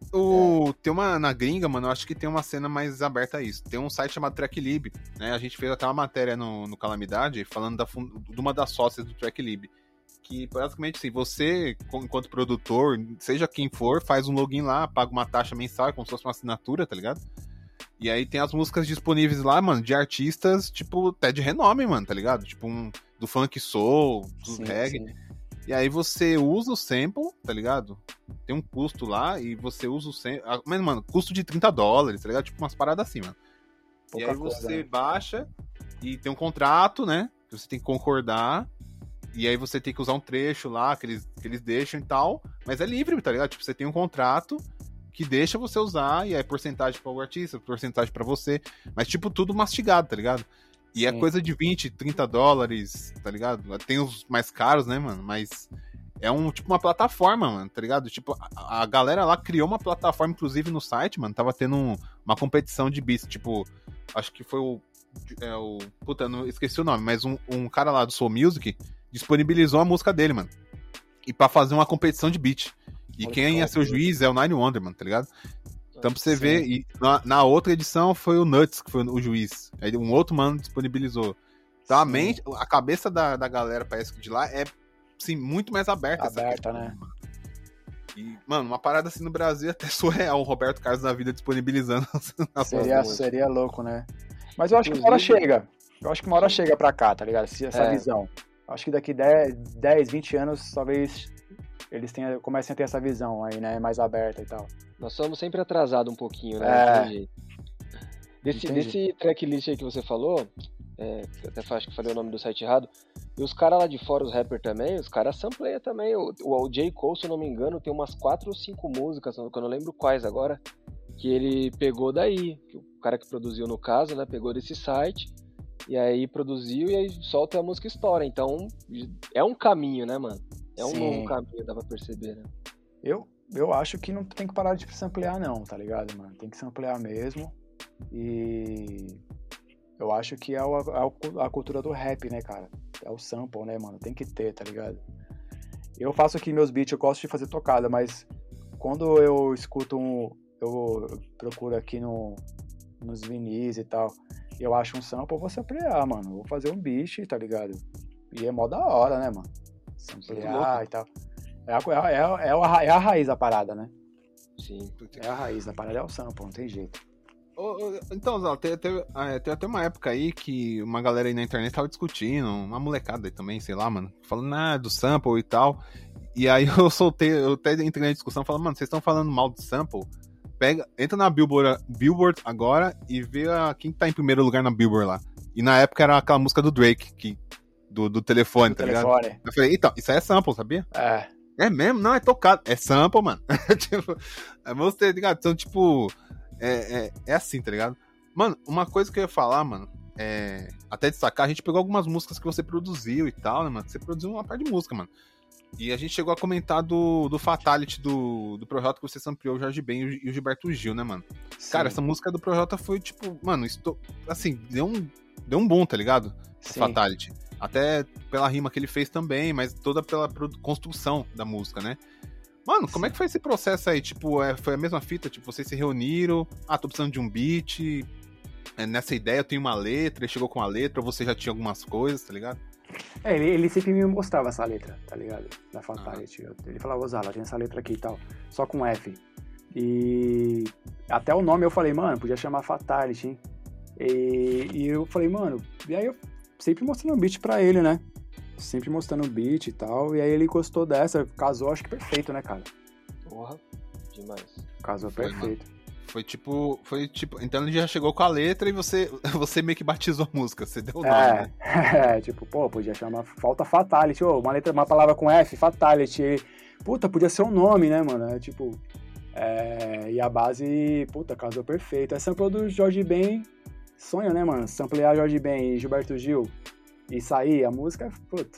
O, tem uma na gringa, mano, eu acho que tem uma cena mais aberta a isso. Tem um site chamado Tracklib, né? A gente fez até uma matéria no, no Calamidade falando da, fun- de uma das sócias do Tracklib. Que basicamente assim, você, co- enquanto produtor, seja quem for, faz um login lá, paga uma taxa mensal, como se fosse uma assinatura, tá ligado? E aí tem as músicas disponíveis lá, mano, de artistas, tipo, até de renome, mano, tá ligado? Tipo, um do funk soul, do Sim, reggae. sim. E aí você usa o sample, tá ligado? Tem um custo lá e você usa o sample. ah, Mas, mano, custo de trinta dólares, tá ligado? Tipo umas paradas assim, mano. Pouca e aí coisa, você né? baixa e tem um contrato, né? Que você tem que concordar. E aí você tem que usar um trecho lá que eles, que eles deixam e tal. Mas é livre, tá ligado? Tipo, você tem um contrato que deixa você usar. E aí porcentagem para o artista, porcentagem pra você. Mas, tipo, tudo mastigado, tá ligado? E é Sim. coisa de vinte, trinta dólares, tá ligado? Tem os mais caros, né, mano? Mas é um tipo uma plataforma, mano, tá ligado? Tipo, a, a galera lá criou uma plataforma, inclusive no site, mano. Tava tendo um- uma competição de beats, tipo, acho que foi o. É, o puta, não esqueci o nome, mas um, um cara lá do Soul Music disponibilizou a música dele, mano. E pra fazer uma competição de beat. E Olha quem que ia ser o loucura. juiz é o Nine Wonder, mano, tá ligado? Então pra você Sim. ver, e na, na outra edição foi o Nuts, que foi o juiz. Aí um outro mano disponibilizou. Então a Sim. mente, a cabeça da, da galera, parece que de lá, é, sim, muito mais aberta. essa Aberta, questão, né? mano. E, mano, uma parada assim no Brasil é até surreal, o Roberto Carlos da vida disponibilizando as Seria, músicas. seria louco, né? Mas eu acho que uma hora Inclusive- chega. Eu acho que uma hora chega pra cá, tá ligado? Essa essa É. visão. Eu acho que daqui dez, dez, vinte anos, talvez eles tenham, comecem a ter essa visão aí, né? Mais aberta e tal. Nós somos sempre atrasados um pouquinho, né? É. Não tem jeito. Desse, Entendi. desse tracklist aí que você falou, é, eu até acho que falei o nome do site errado, e os caras lá de fora, os rappers também, os caras sampleiam também. O, o, o J. Cole, se eu não me engano, tem umas quatro ou cinco músicas, que eu não lembro quais agora, que ele pegou daí. Que o cara que produziu no caso, né, pegou desse site e aí produziu e aí solta a música estoura. Então, é um caminho, né, mano? É um Sim. novo caminho, dá pra perceber, né? Eu, eu acho que não tem que parar de samplear, não, tá ligado, mano? Tem que samplear mesmo. E eu acho que é a, a, a cultura do rap, né, cara? É o sample, né, mano? Tem que ter, tá ligado? Eu faço aqui meus beats, eu gosto de fazer tocada, mas quando eu escuto um... Eu procuro aqui no, nos vinis e tal, e eu acho um sample, eu vou samplear, mano. Eu vou fazer um beat, tá ligado? E é mó da hora, né, mano? Samplear e tal. É a, é, a, é, a, é a raiz da parada, né? Sim. É a raiz da parada, é o sample, não tem jeito. Então, Zé, teve, teve, teve até uma época aí que uma galera aí na internet tava discutindo, uma molecada aí também, sei lá, mano, falando ah, do sample e tal. E aí eu soltei, eu até entrei na discussão falando, mano, vocês estão falando mal de sample? Pega, entra na Billboard, Billboard agora e vê a, quem tá em primeiro lugar na Billboard lá. E na época era aquela música do Drake, que, do, do telefone, do tá telefone. ligado? Eu falei, então, isso aí é sample, sabia? É. É mesmo? Não, é tocado. É sample, mano. Tipo, é você, tá ligado? Então, tipo, é, é, é assim, tá ligado? Mano, uma coisa que eu ia falar, mano, é... Até destacar, a gente pegou algumas músicas que você produziu e tal, né, mano? Você produziu uma parte de música, mano. E a gente chegou a comentar do, do Fatality do, do Projota, que você sampleou o Jorge Ben e o Gilberto Gil, né, mano? Sim. Cara, essa música do Projota foi, tipo, mano, estou, assim, deu um, deu um boom, tá ligado? O Fatality. Até pela rima que ele fez também, mas toda pela construção da música, né? Mano, como Sim. é que foi esse processo aí? Tipo, é, foi a mesma fita? Tipo, vocês se reuniram, ah, tô precisando de um beat, é, nessa ideia eu tenho uma letra, ele chegou com a letra, ou você já tinha algumas coisas, tá ligado? É, ele, ele sempre me mostrava essa letra, tá ligado? Da Fatality. Ah. Ele falava, ô Zala, tem essa letra aqui e tal, só com F. E até o nome eu falei, mano, podia chamar Fatality, hein? E, e eu falei, mano, e aí eu sempre mostrando o beat pra ele, né? Sempre mostrando o beat e tal, e aí ele gostou dessa, casou, acho que perfeito, né, cara? Porra, demais. Casou foi, perfeito. Mano. Foi tipo, foi tipo, então ele já chegou com a letra e você, você meio que batizou a música, você deu o nome, é, né? É, tipo, pô, podia chamar, falta Fatality, ô, uma letra, uma palavra com F, Fatality, e, puta, podia ser um nome, né, mano? É tipo, é, e a base, puta, casou perfeito. É sample do Jorge Ben, sonho, né, mano? Samplear Jorge Ben e Gilberto Gil e sair, a música, puta.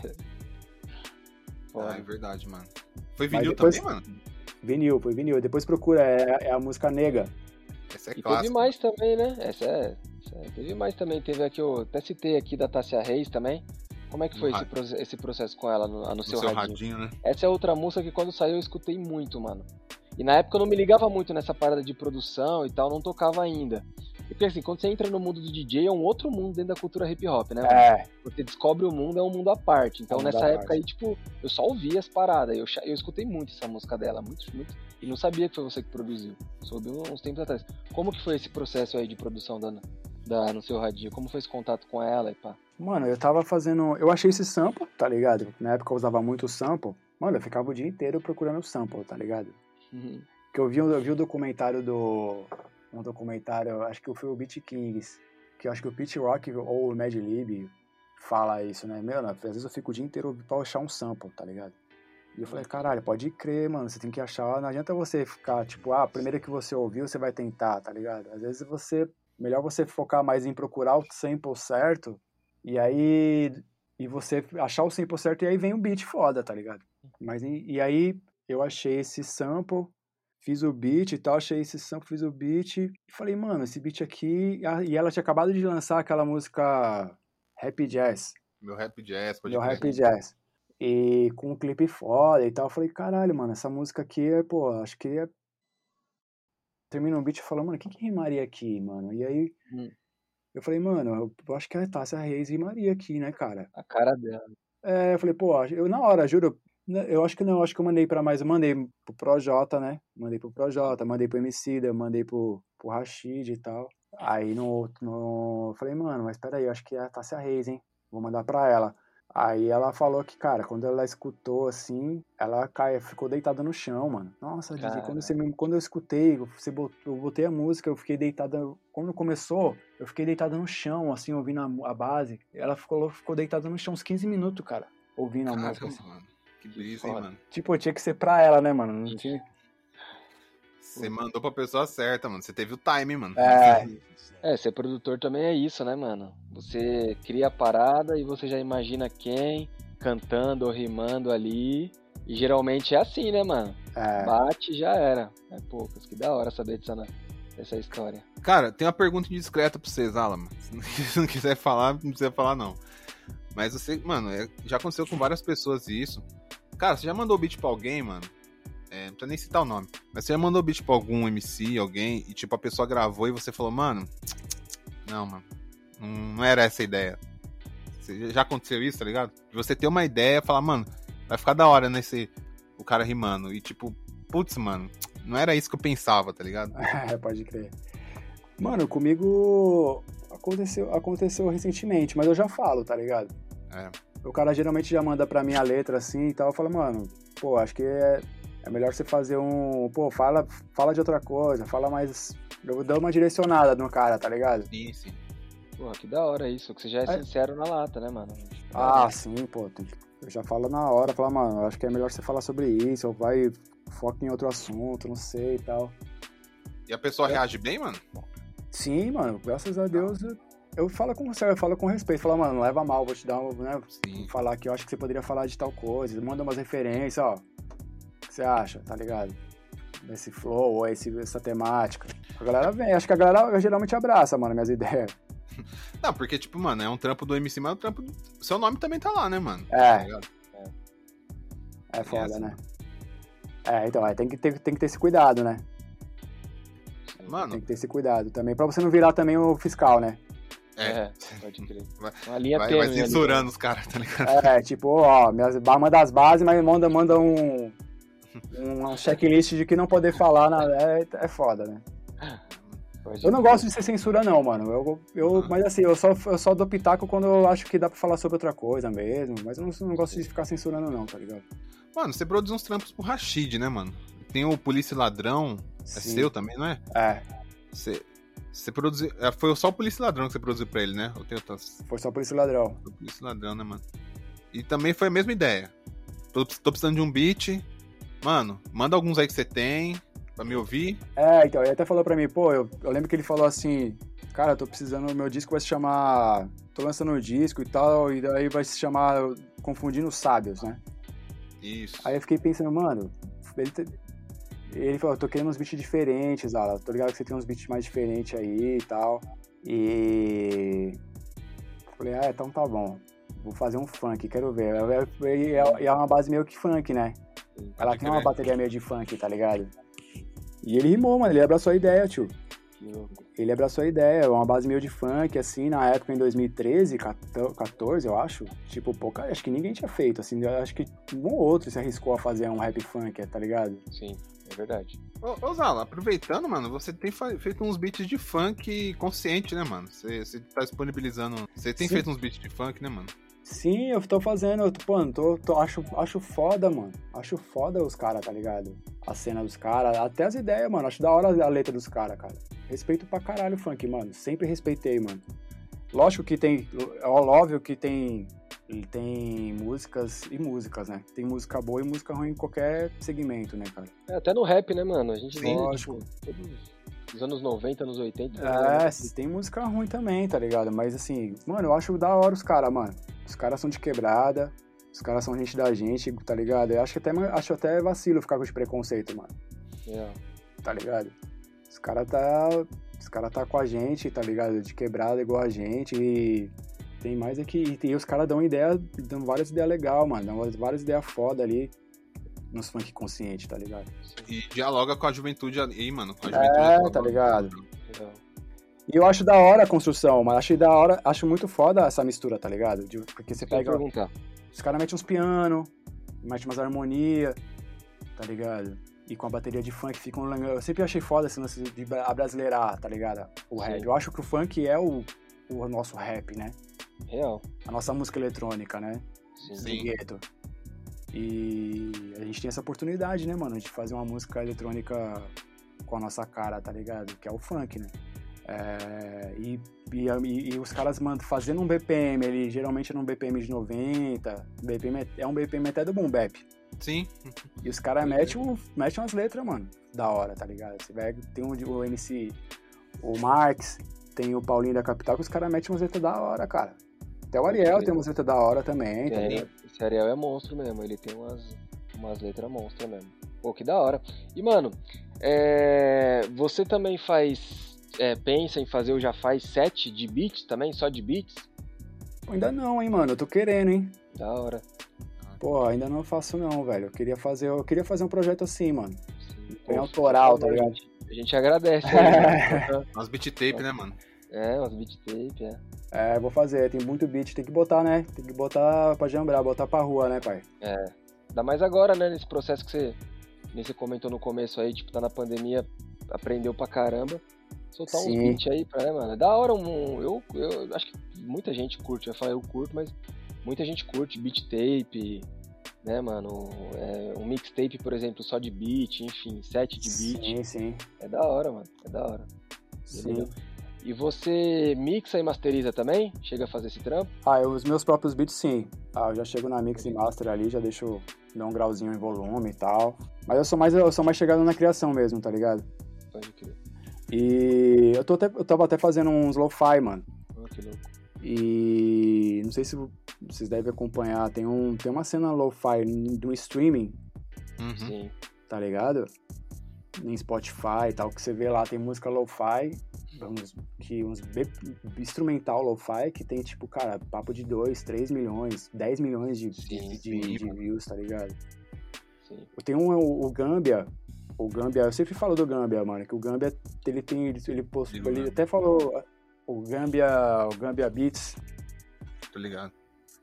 Ah, é verdade, mano. Foi vinil depois, também, mano? Vinil, foi vinil. Depois procura, é, é a música Nega. Essa é e clássica. Teve mais também, né? Essa é, essa é, teve mais também. Teve aqui, eu até citei aqui da Tássia Reis também. Como é que foi esse, esse processo com ela no, no, no seu, seu radinho? radinho né? Essa é outra música que quando saiu eu escutei muito, mano. E na época eu não me ligava muito nessa parada de produção e tal, não tocava ainda. Porque assim, quando você entra no mundo do D J, é um outro mundo dentro da cultura hip hop, né? É. Você descobre o mundo, é um mundo à parte. Então é um nessa época parte. aí, tipo, eu só ouvia as paradas. Eu, eu escutei muito essa música dela, muito, muito. E não sabia que foi você que produziu. Soube uns tempos atrás. Como que foi esse processo aí de produção da, da, no seu radinho? Como foi esse contato com ela e pá? Mano, eu tava fazendo... Eu achei esse sample, tá ligado? Na época eu usava muito sample. Mano, eu ficava o dia inteiro procurando o sample, tá ligado? Uhum. Porque eu vi, eu vi o documentário do... Um documentário, acho que foi o Beat Kings, que eu acho que o Pete Rock ou o Mad Lib fala isso, né? Meu, às vezes eu fico o dia inteiro pra achar um sample, tá ligado? E eu falei, caralho, pode crer, mano, você tem que achar, não adianta você ficar, tipo, ah, a primeira que você ouviu, você vai tentar, tá ligado? Às vezes você, melhor você focar mais em procurar o sample certo, e aí, e você achar o sample certo, e aí vem um beat foda, tá ligado? Mas, e, e aí, eu achei esse sample, fiz o beat e tal, achei esse sample, fiz o beat, e falei, mano, esse beat aqui, e ela tinha acabado de lançar aquela música Rap Jazz. Meu Rap Jazz, pode Meu crer. Rap Jazz. E com um clipe foda e tal, eu falei, caralho, mano, essa música aqui é, pô, acho que é... Termina um beat e fala, mano, o que que rimaria aqui, mano? E aí, hum. eu falei, mano, eu acho que a Tássia Reis rimaria aqui, né, cara? A cara dela. É, eu falei, pô, eu na hora, juro, eu acho que não, eu acho que eu mandei pra mais, eu mandei pro Projota, né? Mandei pro Projota, mandei pro Emicida, mandei pro, pro Rashid e tal. Aí no, no, eu falei, mano, mas peraí, eu acho que é a Tássia Reis, hein? Vou mandar pra ela. Aí ela falou que, cara, quando ela escutou, assim, ela cai, ficou deitada no chão, mano. Nossa, Didi, quando, você, quando eu escutei, você botou, eu botei a música, eu fiquei deitada... Quando começou, eu fiquei deitada no chão, assim, ouvindo a, a base. Ela ficou, ficou deitada no chão uns quinze minutos, cara, ouvindo a Caramba, música. Assim. Mano. Que brisa, hein, mano? Tipo, tinha que ser pra ela, né, mano? Não tinha... Você mandou pra pessoa certa, mano. Você teve o time, mano. É. É, ser produtor também é isso, né, mano? Você cria a parada e você já imagina quem cantando ou rimando ali. E geralmente é assim, né, mano? É. Bate e já era. É poucas. Que da hora saber dessa, dessa história. Cara, tem uma pergunta indiscreta pra vocês, Alan. Mano. Se não quiser falar, não precisa falar, não. Mas você, mano, é, já aconteceu com várias pessoas isso. Cara, você já mandou beat pra alguém, mano? É, não precisa nem citar o nome. Mas você já mandou beat pra algum M C, alguém, e tipo, a pessoa gravou e você falou, mano, não, mano, não, não era essa a ideia. Você, já aconteceu isso, tá ligado? De você ter uma ideia e falar, mano, vai ficar da hora nesse, o cara rimando. E tipo, putz, mano, não era isso que eu pensava, tá ligado? É, pode crer. Mano, comigo aconteceu, aconteceu recentemente, mas eu já falo, tá ligado? É. O cara geralmente já manda pra mim a letra assim e tal, eu falo, mano, pô, acho que é, é melhor você fazer um, pô, fala, fala de outra coisa, fala mais, eu dou uma direcionada no cara, tá ligado? Sim, sim. Pô, que da hora isso, que você já é, é. sincero na lata, né, mano? Ah, é. sim, pô, tem, eu já falo na hora, falo, mano, acho que é melhor você falar sobre isso, ou vai, foca em outro assunto, não sei e tal. E a pessoa é. reage bem, mano? Sim, mano, graças a Deus, eu, eu falo com você, eu falo com respeito, falo, mano, não leva mal, vou te dar um, né, Sim. falar que eu acho que você poderia falar de tal coisa, manda umas referências, ó, o que você acha, tá ligado? Esse flow, ou esse, essa temática. A galera vem, acho que a galera geralmente abraça, mano, minhas ideias. Não, porque, tipo, mano, é um trampo do M C, mas é um trampo do... Seu nome também tá lá, né, mano? É. Tá é. É foda, é assim. Né? É, então, é, tem, que ter, tem que ter esse cuidado, né? Mano... Tem que ter esse cuidado também, pra você não virar também o fiscal, né? É, é pode crer. Vai, uma linha vai, tênue vai censurando ali, os caras, tá ligado? É, tipo, ó, minhas, manda as bases, mas manda, manda um... uma checklist de que não poder falar, na, é, é foda, né? Pode eu não gosto de ser censura, não, mano. Eu, eu, uhum. Mas assim, eu só, eu só dou pitaco quando eu acho que dá pra falar sobre outra coisa mesmo. Mas eu não, não gosto de ficar censurando, não, tá ligado? Mano, você produz uns trampos pro Rashid, né, mano? Tem o Polícia e Ladrão. Sim. É seu também, não é? É. Você, você produziu... Foi só o Polícia e Ladrão que você produziu pra ele, né? Eu tenho outras... Foi só o Polícia e Ladrão. Foi o Polícia e Ladrão, né, mano? E também foi a mesma ideia. Tô, tô precisando de um beat. Mano, manda alguns aí que você tem... Pra me ouvir? É, então, ele até falou pra mim, pô, eu, eu lembro que ele falou assim, cara, eu tô precisando, meu disco vai se chamar, tô lançando um disco e tal, e daí vai se chamar Confundindo Sábios, né? Isso. Aí eu fiquei pensando, mano, ele, ele falou, eu tô querendo uns beats diferentes, Ala, tô ligado que você tem uns beats mais diferentes aí e tal, e... Falei, ah, então tá bom, vou fazer um funk, quero ver, e é, é uma base meio que funk, né? Ela tem uma bateria meio de funk, tá ligado? E ele rimou, mano, ele abraçou a ideia, tio. Ele abraçou a ideia, uma base meio de funk, assim, na época em dois mil e treze, quatorze, eu acho. Tipo, pouca, acho que ninguém tinha feito, assim, acho que um ou outro se arriscou a fazer um rap funk, tá ligado? Sim, é verdade. Ô, ô Zala, aproveitando, mano, você tem feito uns beats de funk consciente, né, mano? Você, você tá disponibilizando... Você tem Sim. feito uns beats de funk, né, mano? Sim, eu tô fazendo, eu tô, mano, tô, tô, acho, acho foda, mano. Acho foda os caras, tá ligado? A cena dos caras, até as ideias, mano. Acho da hora a letra dos caras, cara. Respeito pra caralho o funk, mano. Sempre respeitei, mano. Lógico que tem, é óbvio que tem, tem músicas e músicas, né? Tem música boa e música ruim em qualquer segmento, né, cara? É, até no rap, né, mano? A gente Sim, lógico. Tipo, todos... Nos anos noventa, anos oitenta... É, tem música ruim também, tá ligado? Mas assim, mano, eu acho da hora os caras, mano. Os caras são de quebrada, os caras são gente da gente, tá ligado? Eu acho até, acho até vacilo ficar com esse preconceito, mano. Yeah. Tá ligado? Os caras tá, os cara tá com a gente, tá ligado? De quebrada igual a gente e tem mais aqui. E os caras dão ideia, dão várias ideias legais, mano. Dão várias ideias foda ali. Nos funk consciente, tá ligado? E dialoga com a juventude aí, mano. Com a juventude é, atual, tá ligado? Legal. E eu acho da hora a construção, mas acho da hora, acho muito foda essa mistura, tá ligado? De, porque você pega. Perguntar. Os caras metem uns piano, metem umas harmonia, tá ligado? E com a bateria de funk fica um. Eu sempre achei foda esse lance de abrasileirar, tá ligado? O Sim. rap. Eu acho que o funk é o, o nosso rap, né? Real. A nossa música eletrônica, né? Sim. Gueto. E a gente tem essa oportunidade, né, mano? De fazer uma música eletrônica com a nossa cara, tá ligado? Que é o funk, né? É, e, e, e os caras mandam, fazendo um B P M, ele geralmente é num B P M de noventa, B P M é um B P M até do boom bap, Sim. E os caras metem um, mete umas letras, mano, da hora, tá ligado? Você vai, tem um, o M C, o Marx, tem o Paulinho da Capital, que os caras metem umas letras da hora, cara. Até o Ariel tem umas letras da hora também, tá ligado? Esse Ariel é monstro mesmo, ele tem umas, umas letras monstras mesmo. Pô, que da hora. E, mano, é... você também faz, é, pensa em fazer ou já faz set de beats também, só de beats? Ainda não, hein, mano, eu tô querendo, hein. Da hora. Pô, ainda não faço não, velho. Eu queria fazer, eu queria fazer um projeto assim, mano. Sim, bem pô, autoral, tá ligado? A gente agradece aí. Umas beat tape, né, mano? É, umas beat tape, é. É, vou fazer, tem muito beat, tem que botar, né? Tem que botar pra jambrar, botar pra rua, né, pai? É. Ainda mais agora, né, nesse processo que você, nem você comentou no começo aí, tipo, tá na pandemia, aprendeu pra caramba. Soltar Sim. uns beats aí pra, né, mano? É da hora um. Eu, eu acho que muita gente curte, eu falo eu curto, mas muita gente curte beat tape, né, mano? É, um mixtape, por exemplo, só de beat, enfim, set de beat. Sim, sim. É da hora, mano. É da hora. Sim. Entendeu? E você mixa e masteriza também? Chega a fazer esse trampo? Ah, eu, os meus próprios beats, sim. Ah, eu já chego na mix e master ali, já deixo dar um grauzinho em volume e tal. Mas eu sou mais, eu sou mais chegado na criação mesmo, tá ligado? Pode crer. E eu, tô até, eu tava até fazendo uns lo-fi, mano. Oh, que louco. E não sei se vocês devem acompanhar, tem, um, tem uma cena lo-fi do streaming, Uhum. Sim. tá ligado? Em Spotify e tal, que você vê lá, tem música lo-fi, uns, que, uns be- instrumental lo-fi, que tem tipo, cara, papo de dois, três milhões, dez milhões de, Sim, de, sim, de, de mano. views, tá ligado? Sim. Tem um, o, o Gambia, o Gambia, eu sempre falo do Gambia, mano, que o Gambia, ele tem, ele, ele, post, Digo, ele né? até falou, o Gambia, o Gambia Beats, Tô ligado.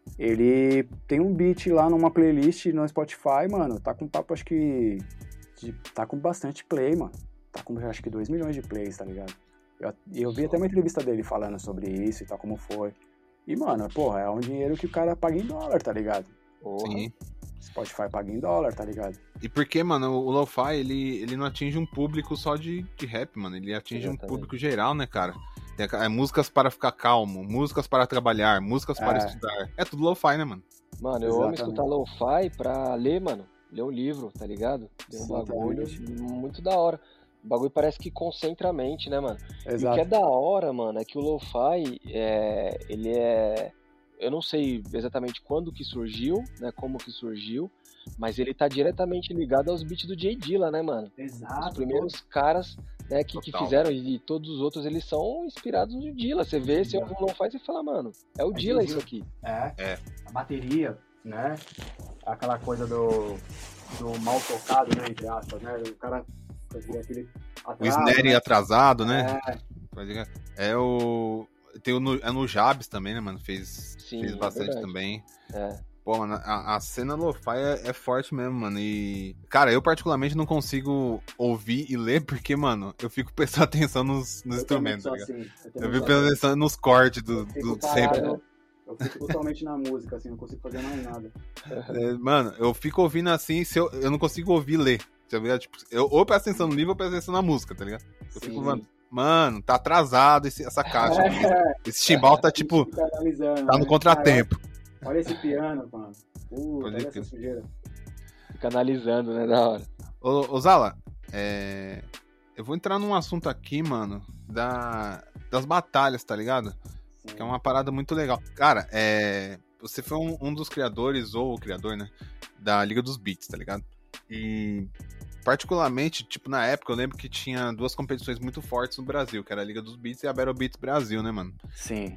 ele tem um beat lá numa playlist no Spotify, mano, tá com papo, acho que, de, tá com bastante play, mano, tá com, acho que dois milhões de plays, tá ligado? Eu, eu vi até uma entrevista dele falando sobre isso e tal, como foi. E, mano, porra, é um dinheiro que o cara paga em dólar, tá ligado? Porra. Sim. Spotify paga em dólar, tá ligado? E porque, mano, o lo-fi, ele, ele não atinge um público só de, de rap, mano. Ele atinge Exatamente. um público geral, né, cara? Tem a- é, músicas para ficar calmo, músicas para trabalhar, músicas para É. estudar. É tudo lo-fi, né, mano? Mano, eu amo Exatamente. escutar lo-fi pra ler, mano. Ler um livro, tá ligado? Ler um bagulho Exatamente. muito da hora. O bagulho parece que concentra a mente, né, mano? E o Exato. que é da hora, mano, é que o lo-fi, é, ele é... Eu não sei exatamente quando que surgiu, né, como que surgiu, mas ele tá diretamente ligado aos beats do J Dilla, né, mano? Exato. Os primeiros caras, né, que, que Total. fizeram, e todos os outros, eles são inspirados no Dilla. Você vê, você ouve um lo-fi e fala, mano, é o É Dilla Dilla. isso aqui. É, É. a bateria, né? Aquela coisa do, do mal tocado, né? Entre aspas, né? O cara fazia aquele O atraso, snare né? atrasado, né? É, Pode ligar. É o... Tem o... no- É no Jabs também, né, mano? Fez, Sim, fez é bastante verdade. também. É. Pô, mano, a, a cena lo-fi é, é forte mesmo, mano. E, cara, eu particularmente não consigo ouvir e ler porque, mano, eu fico prestando atenção nos, nos eu também instrumentos, sou tá ligado? assim, eu Eu também fico sou prestando assim. atenção nos cortes do, Eu fico do sempre. parado, eu fico totalmente na música, assim, não consigo fazer mais nada. É, mano, eu fico ouvindo assim, se eu, eu não consigo ouvir e ler. Tá ligado? Tipo, eu ou presto atenção no livro ou presto atenção na música, tá ligado? Eu fico, Sim. mano, mano, tá atrasado esse- essa caixa. É, Esse chimbal tá tipo, fica analisando, tá no né? contratempo. Cara, olha esse piano, mano. Uh, Pode olha crer. essa sujeira. Fica analisando, né, da hora. Ô, ô Zala, é... eu vou entrar num assunto aqui, mano, da... das batalhas, tá ligado? Sim. Que é uma parada muito legal. Cara, é... você foi um, um dos criadores, ou o criador, né, da Liga dos Beats, tá ligado? E, particularmente, tipo, na época, eu lembro que tinha duas competições muito fortes no Brasil, que era a Liga dos Beats e a Battle Beats Brasil, né, mano? Sim.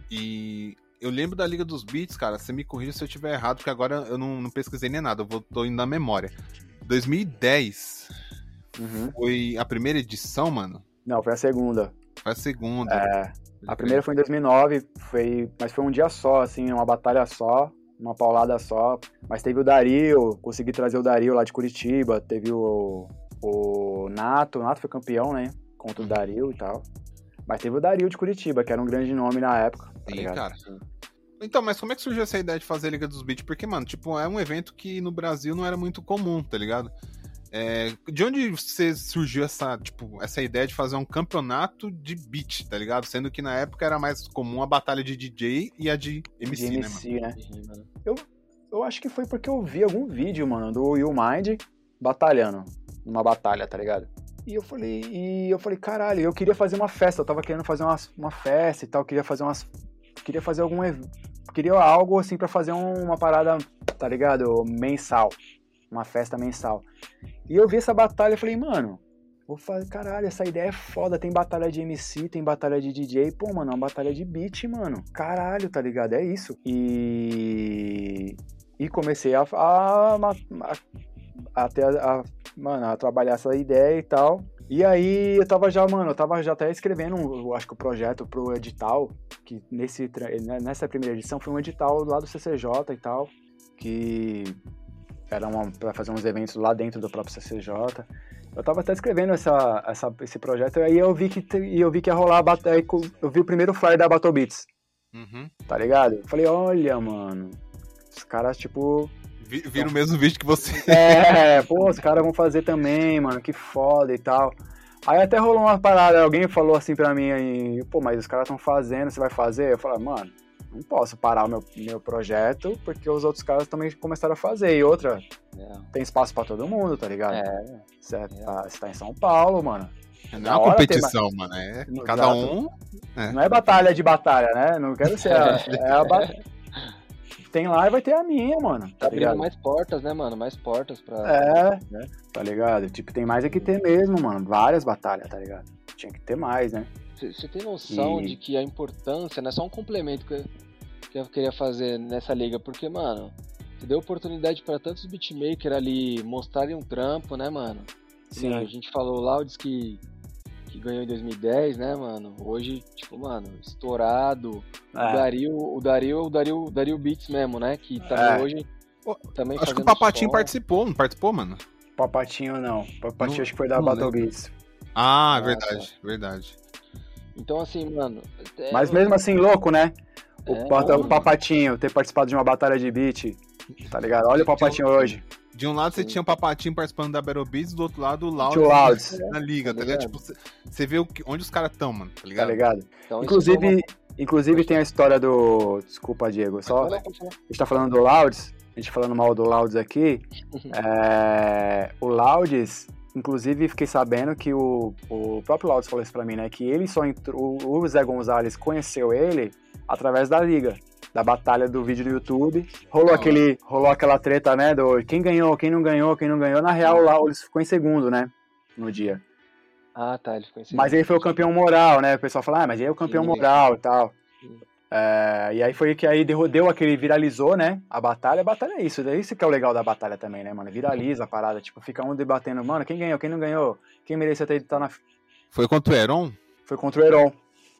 E eu lembro da Liga dos Beats, cara, você me corrija se eu estiver errado, porque agora eu não, não pesquisei nem nada, eu vou, tô indo na memória. dois mil e dez Uhum. foi a primeira edição, mano? Não, foi a segunda. Foi a segunda. É, a primeira foi em dois mil e nove, foi, mas foi um dia só, assim, uma batalha só, uma paulada só. Mas teve o Dario, consegui trazer o Dario lá de Curitiba, teve o, o Nato, o Nato foi campeão, né, contra o Dario e tal. Mas teve o Dario de Curitiba, que era um grande nome na época. Tá Sim, ligado? cara. Então, mas como é que surgiu essa ideia de fazer a Liga dos Beats? Porque, mano, tipo, é um evento que no Brasil não era muito comum, tá ligado? É, de onde você surgiu essa, tipo, essa ideia de fazer um campeonato de beat, tá ligado? Sendo que na época era mais comum a batalha de D J e a de M C, De né, mano? M C, né? Sim, mano. Eu eu acho que foi porque eu vi algum vídeo, mano, do Will Mind batalhando, numa batalha, tá ligado? E eu falei, e eu falei, caralho, eu queria fazer uma festa, eu tava querendo fazer uma, uma festa e tal, queria fazer umas, queria fazer algum, queria algo assim pra fazer um, uma parada, tá ligado, mensal, uma festa mensal. E eu vi essa batalha e falei, mano, vou fazer, caralho, essa ideia é foda, tem batalha de M C, tem batalha de D J, pô, mano, é uma batalha de beat, mano, caralho, tá ligado, é isso. E, e comecei a, a, a, a, ter a, a, mano, a trabalhar essa ideia e tal. E aí eu tava já, mano, eu tava já até escrevendo, eu acho que o projeto pro edital, que nesse, nessa primeira edição foi um edital lá do C C J e tal, que era uma, pra fazer uns eventos lá dentro do próprio C C J. Eu tava até escrevendo essa, essa, esse projeto, e aí eu vi que, eu vi que ia rolar, aí eu vi o primeiro flyer da Battle Beats, uhum. Tá ligado? Eu falei, olha, mano, os caras, tipo... Vi, viram o mesmo vídeo que você. É, pô, os caras vão fazer também, mano, que foda e tal. Aí até rolou uma parada, alguém falou assim pra mim, aí, pô, mas os caras estão fazendo, você vai fazer? Eu falei, mano, não posso parar o meu, meu projeto, porque os outros caras também começaram a fazer. E outra, é. Tem espaço pra todo mundo, tá ligado? É. Você, é. Tá, você tá em São Paulo, mano. Não é uma competição, tem... mano. É no, cada exato. um. É. Não é batalha de batalha, né? Não quero ser a. É a batalha. Tem lá e vai ter a minha, mano. Tá, tá ligado? Mais portas, né, mano? Mais portas pra. É, né? Tá ligado? Tipo, tem mais é que ter mesmo, mano. Várias batalhas, tá ligado? Tinha que ter mais, né? Você tem noção e... de que a importância não é só um complemento que eu, que eu queria fazer nessa liga, porque, mano, você deu oportunidade pra tantos beatmakers ali mostrarem um trampo, né, mano? Sim. A gente falou o Louds que, que ganhou em dois mil e dez, né, mano? Hoje, tipo, mano, estourado. É. O Dario, o Dario, o Dario, o Dario Beats mesmo, né? Que também é. hoje também acho que o Papatinho som. participou, não participou, mano? Papatinho não. Papatinho não, acho que foi da Battle lembro. Beats. Ah, verdade, ah, tá. verdade. Então, assim, mano... É... Mas mesmo assim, louco, né? O, é, bom, o Papatinho ter participado de uma batalha de beat, tá ligado? Olha o Papatinho um, hoje. De um lado você Sim. tinha o Papatinho participando da Battle Beats, do outro lado o Louds Louds na liga, tá ligado? Tipo, você vê o que, onde os caras estão, mano, tá ligado? Tá ligado? Então, inclusive, uma... inclusive tem a história do... Desculpa, Diego, só... A gente tá falando do Louds, a gente falando mal do Louds aqui. é... O Louds... Inclusive, fiquei sabendo que o, o próprio Louds falou isso pra mim, né? Que ele só entrou... O Zé Gonzalez conheceu ele através da liga. Da batalha do vídeo do YouTube. Rolou, ah, aquele, rolou aquela treta, né? Do quem ganhou, quem não ganhou, quem não ganhou. Na real, o Louds ficou em segundo, né? No dia. Ah, tá. Ele ficou em segundo. Mas ele foi o campeão moral, né? O pessoal fala, ah, mas ele é o campeão Sim, moral e tal. É, e aí foi que aí deu, deu aquele, viralizou, né? A batalha, a batalha é isso, é isso que é o legal da batalha também, né, mano? Viraliza a parada, tipo, fica um debatendo, mano, quem ganhou, quem não ganhou, quem merecia ter estar na... Foi contra o Heron? Foi contra o Heron.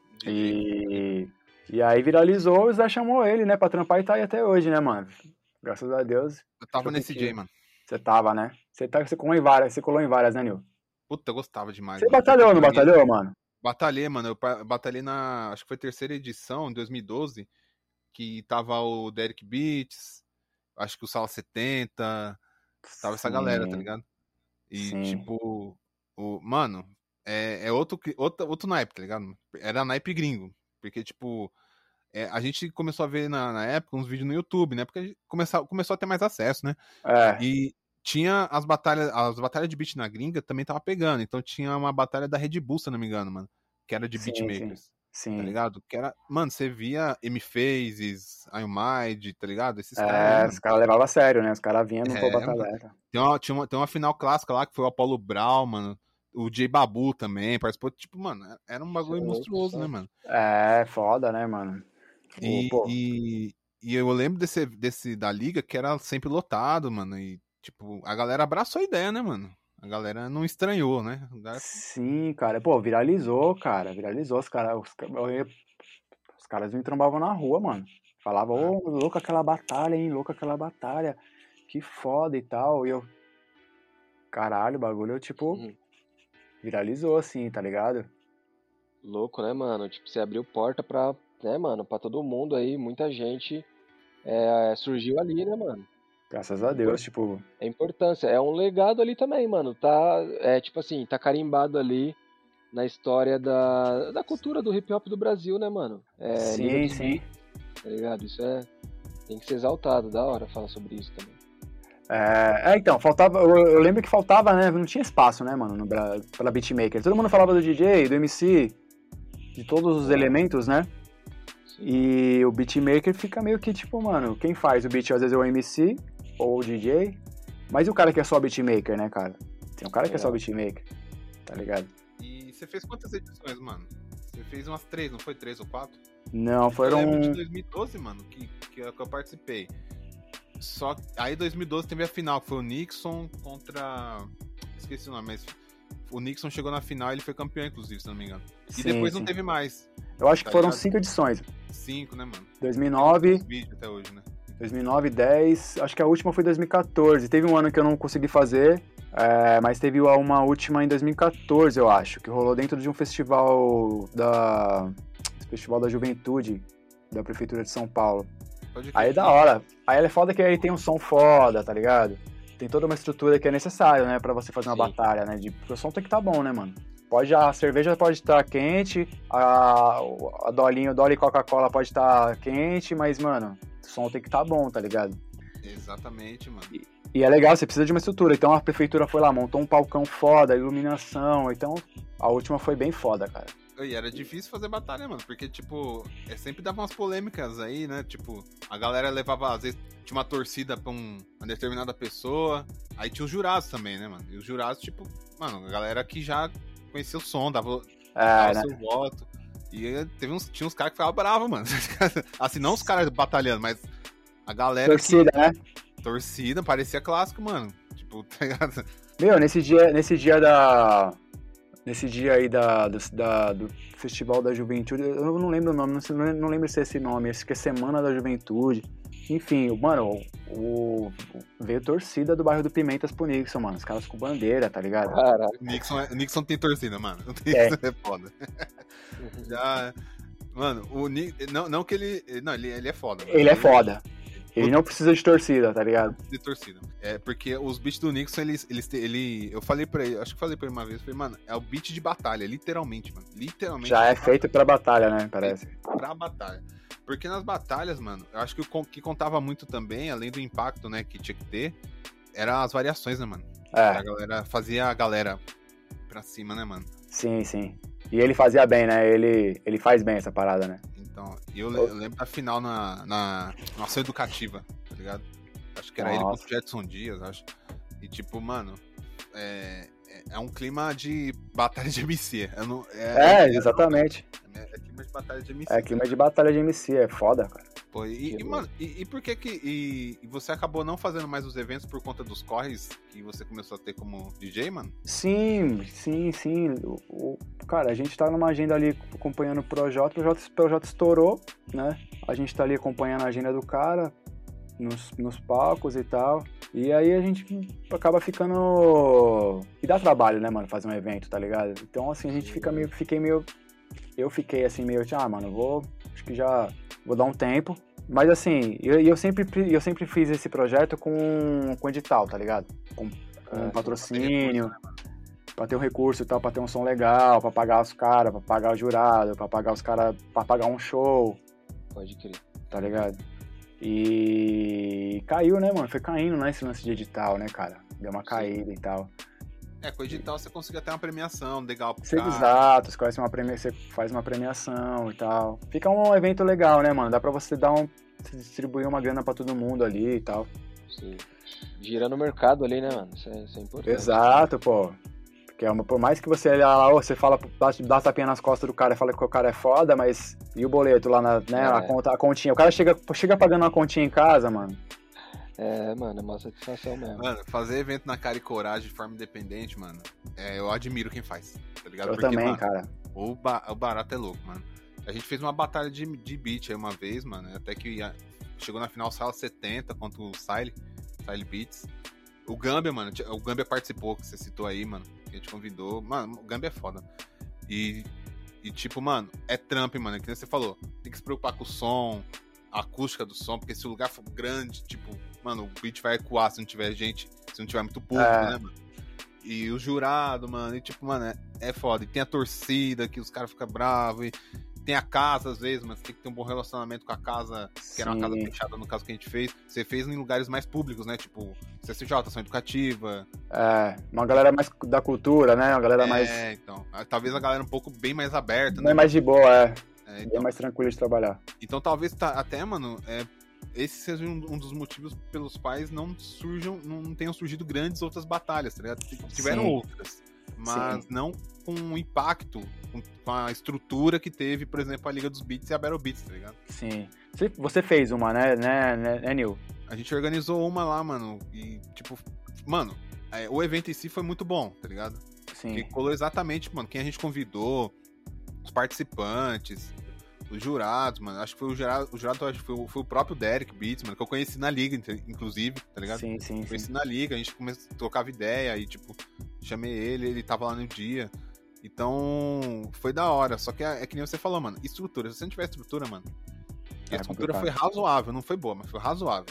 E, e aí viralizou, o Zé chamou ele, né, pra trampar e tá aí até hoje, né, mano? Graças a Deus. Eu tava nesse dia, mano. Você tava, né? Você, tá, você, colou em várias, você colou em várias, né, Nil? Puta, eu gostava demais. Você mano. batalhou, não batalhou, mano? Batalhei, mano, eu batalhei na, acho que foi a terceira edição, em dois mil e doze, que tava o Derek Beats, acho que o Sala setenta, tava Sim. essa galera, tá ligado? E, Sim. tipo, o, mano, é, é outro, outro, outro naipe, tá ligado? Era naipe gringo, porque, tipo, é, a gente começou a ver na, na época uns vídeos no YouTube, né? Porque a gente começou, começou a ter mais acesso, né? É. E tinha as batalhas, as batalhas de beat na gringa também tava pegando, então tinha uma batalha da Red Bull, se não me engano, mano, que era de sim, beatmakers, sim, sim. tá ligado? Que era, mano, você via M-Phases, Iomide, tá ligado? Esses é, caras. Os caras levavam a sério, né? Os caras vinham no é, batalha. Tem uma, tinha uma, tem uma final clássica lá que foi o Apollo Brown, mano, o J Babu também participou, tipo, mano, era um bagulho Sim, monstruoso, né, mano? É, foda, né, mano? E, e, e eu lembro desse, desse da liga que era sempre lotado, mano, e tipo, a galera abraçou a ideia, né, mano? A galera não estranhou, né? Galera... Sim, cara. Pô, viralizou, cara. Viralizou. Os caras os, os caras me trombavam na rua, mano. Falavam, ô, oh, louco aquela batalha, hein? Louco aquela batalha. Que foda e tal. E eu... Caralho, o bagulho, tipo... Sim. Viralizou, assim, tá ligado? Louco, né, mano? Tipo, você abriu porta pra... Né, mano? Pra todo mundo aí. Muita gente é, surgiu ali, né, mano? Graças a Deus, tipo... É importância, é um legado ali também, mano, tá, é tipo assim, tá carimbado ali na história da, da cultura do hip hop do Brasil, né, mano? É, sim, sim. Beat, tá ligado? Isso é, Tem que ser exaltado, da hora falar sobre isso também. É, é, então, faltava. Eu, eu lembro que faltava, né? Não tinha espaço, né, mano, no, pra, pra beatmaker. Todo mundo falava do D J, do M C, de todos os elementos, né? Sim. E o beatmaker fica meio que tipo, mano, quem faz o beat às vezes é o M C ou o D J, mas e o cara que é só beatmaker, né, cara? Tem um cara que é, é só beatmaker, tá ligado? E você fez quantas edições, mano? Você fez umas três, não foi? Três ou quatro? Não, foram... Eu lembro de dois mil e doze, mano, que, que eu participei. Só aí em dois mil e doze teve a final, que foi o Nixon contra... Esqueci o nome, mas o Nixon chegou na final e ele foi campeão, inclusive, se não me engano. E Sim, depois sim. não teve mais. Eu acho que Tá foram ligado? cinco edições. Cinco, né, mano? dois mil e nove, Vídeo até hoje, né? dois mil e nove, dez, acho que a última foi dois mil e quatorze. Teve um ano que eu não consegui fazer, é, mas teve uma última em dois mil e quatorze, eu acho, que rolou dentro de um festival da... Festival da Juventude, da Prefeitura de São Paulo. Aí é da hora. Aí é foda que aí tem um som foda, tá ligado? Tem toda uma estrutura que é necessária, né, pra você fazer uma Sim. batalha, né? De, porque o som tem que estar bom, né, mano? Pode, a cerveja pode estar quente, a, a dolinho, o Dolly Coca-Cola pode estar quente, mas, mano, o som tem que estar bom, tá ligado? Exatamente, mano. E, e é legal, você precisa de uma estrutura. Então a prefeitura foi lá, montou um palcão foda, iluminação. Então a última foi bem foda, cara. E era difícil fazer batalha, mano, porque, tipo, é, sempre dava umas polêmicas aí, né? Tipo, a galera levava, às vezes, tinha uma torcida pra um, uma determinada pessoa, aí tinha os jurados também, né, mano? E os jurados, tipo, mano, a galera que já conhecia o som, dava, É, dava né? seu voto. E teve uns, tinha uns caras que ficavam bravos, mano. Assim, não os caras batalhando, mas a galera Torcida, que... né? Torcida, parecia clássico, mano. Tipo, tá ligado? Meu, nesse dia, nesse dia da... Nesse dia aí da, do, da, do Festival da Juventude, eu não lembro o nome, não, sei, não lembro se é esse nome, acho que é Semana da Juventude. Enfim, mano, o, o, veio torcida do bairro do Pimentas pro Nixon, mano. Os caras com bandeira, tá ligado? Caraca. O Nixon, é- o Nixon tem torcida, mano. O Nixon É. é, foda. Já, mano, o Ni- não, não que ele... Não, ele, ele é foda. mano. Ele é foda. Ele não precisa de torcida, tá ligado? De torcida. É, porque os beats do Nixon, eles, eles, te- ele... Eu falei pra ele, acho que falei pra ele uma vez, falei, mano, é o beat de batalha, literalmente, mano. Literalmente. Já é feito pra batalha, né? Parece. Pra batalha. Porque nas batalhas, mano, eu acho que o con- que contava muito também, além do impacto, né, que tinha que ter, eram as variações, né, mano? A É, galera fazia a galera pra cima, né, mano? sim, sim. E ele fazia bem, né? Ele, ele faz bem essa parada, né? Então, eu, le- eu lembro da final na, na, na ação educativa, tá ligado? Acho que era ele Nossa. contra o Jetson Dias, acho. E tipo, mano, é, é- é um clima de batalha de M C. Eu não, É, exatamente. É, é clima de batalha de M C. É clima de batalha de M C, é foda, cara. Pô, e, e, mano, e, e por que que e, e você acabou não fazendo mais os eventos por conta dos corres que você começou a ter como D J, mano? Sim, sim, sim. O, o- cara, a gente tá numa agenda ali acompanhando o Projota, o Projota, o Projota estourou, né? A gente tá ali acompanhando a agenda do cara, nos, nos palcos e tal. E aí a gente acaba ficando... E dá trabalho, né, mano, fazer um evento, tá ligado? Então, assim, a gente fica meio... Fiquei meio... Eu fiquei assim meio... Ah, mano, vou... Acho que já... Vou dar um tempo. Mas assim, eu, eu, sempre, eu sempre fiz esse projeto com, com edital, tá ligado? Com, com É, patrocínio, pra ter um recurso e tal, pra ter um som legal, pra pagar os caras, pra pagar o jurado, pra pagar os caras, pra pagar um show, Pode crer. tá ligado? E caiu, né, mano? Foi caindo, né, esse lance de edital, né, cara? Deu uma caída e tal. É, com o edital você consegue até uma premiação legal pro Ser cara. exato, você faz uma premia- você faz uma premiação e tal. Fica um evento legal, né, mano? Dá pra você dar um. Você distribuir uma grana pra todo mundo ali e tal. Sim. Gira no mercado ali, né, mano? Isso é, isso é importante. Exato, pô. Porque é uma- por mais que você olhe lá, ô, você fala, dá, dá tapinha nas costas do cara e fala que o cara é foda, mas. E o boleto lá na, né, É. a, conta, a continha. O cara chega, chega pagando uma continha em casa, mano. É, mano, é uma satisfação mesmo. Mano, fazer evento na cara e coragem de forma independente, mano, é, eu admiro quem faz, tá ligado? Eu Porque, também, mano, cara. O, ba- o barato é louco, mano. A gente fez uma batalha de, de beat aí uma vez, mano. Até que a- chegou na final Sala setenta contra o Sile, Sile Beats. O Gambia, mano, t- o Gambia participou, que você citou aí, mano. Que a gente convidou. Mano, o Gambia é foda. E, e tipo, mano, é trampo, mano. Que nem você falou. Tem que se preocupar com o som, a acústica do som, porque se o lugar for grande, tipo, mano, o beat vai ecoar se não tiver gente, se não tiver muito público, É. né, mano? E o jurado, mano, e tipo, mano, é, é foda. E tem a torcida que os caras ficam bravos. E, tem a casa, às vezes, mas tem que ter um bom relacionamento com a casa, que Sim. era uma casa fechada, no caso que a gente fez. Você fez em lugares mais públicos, né? Tipo, C C J, ação educativa. É, uma galera mais da cultura, né? Uma galera é, mais... então. Talvez a galera um pouco bem mais aberta, Bem né? mais de boa, é. É, Bem então, mais tranquilo de trabalhar. então talvez tá, até, mano, é, esse seja um, um dos motivos pelos quais não surjam, não tenham surgido grandes outras batalhas, tá ligado? Tiveram Sim. outras, mas Sim. não com o impacto, com, com a estrutura que teve, por exemplo, a Liga dos Beats e a Battle Beats, tá ligado? Sim. Você, você fez uma, né, né, né, né, Nil? A gente organizou uma lá, mano, e tipo, mano, é, o evento em si foi muito bom, tá ligado? Sim. Que colou exatamente, mano, quem a gente convidou, os participantes, os jurados, mano. Acho que foi o jurado, o jurado acho que foi, o- foi o próprio Derek Beats, mano, que eu conheci na liga, inte- inclusive, tá ligado? Sim, sim, sim. Conheci na liga, a gente começou, trocava ideia e, tipo, chamei ele, ele tava lá no dia. Então, foi da hora. Só que é, é que nem você falou, mano, estrutura. Se você não tiver estrutura, mano, e a É estrutura complicado. foi razoável, não foi boa, mas foi razoável.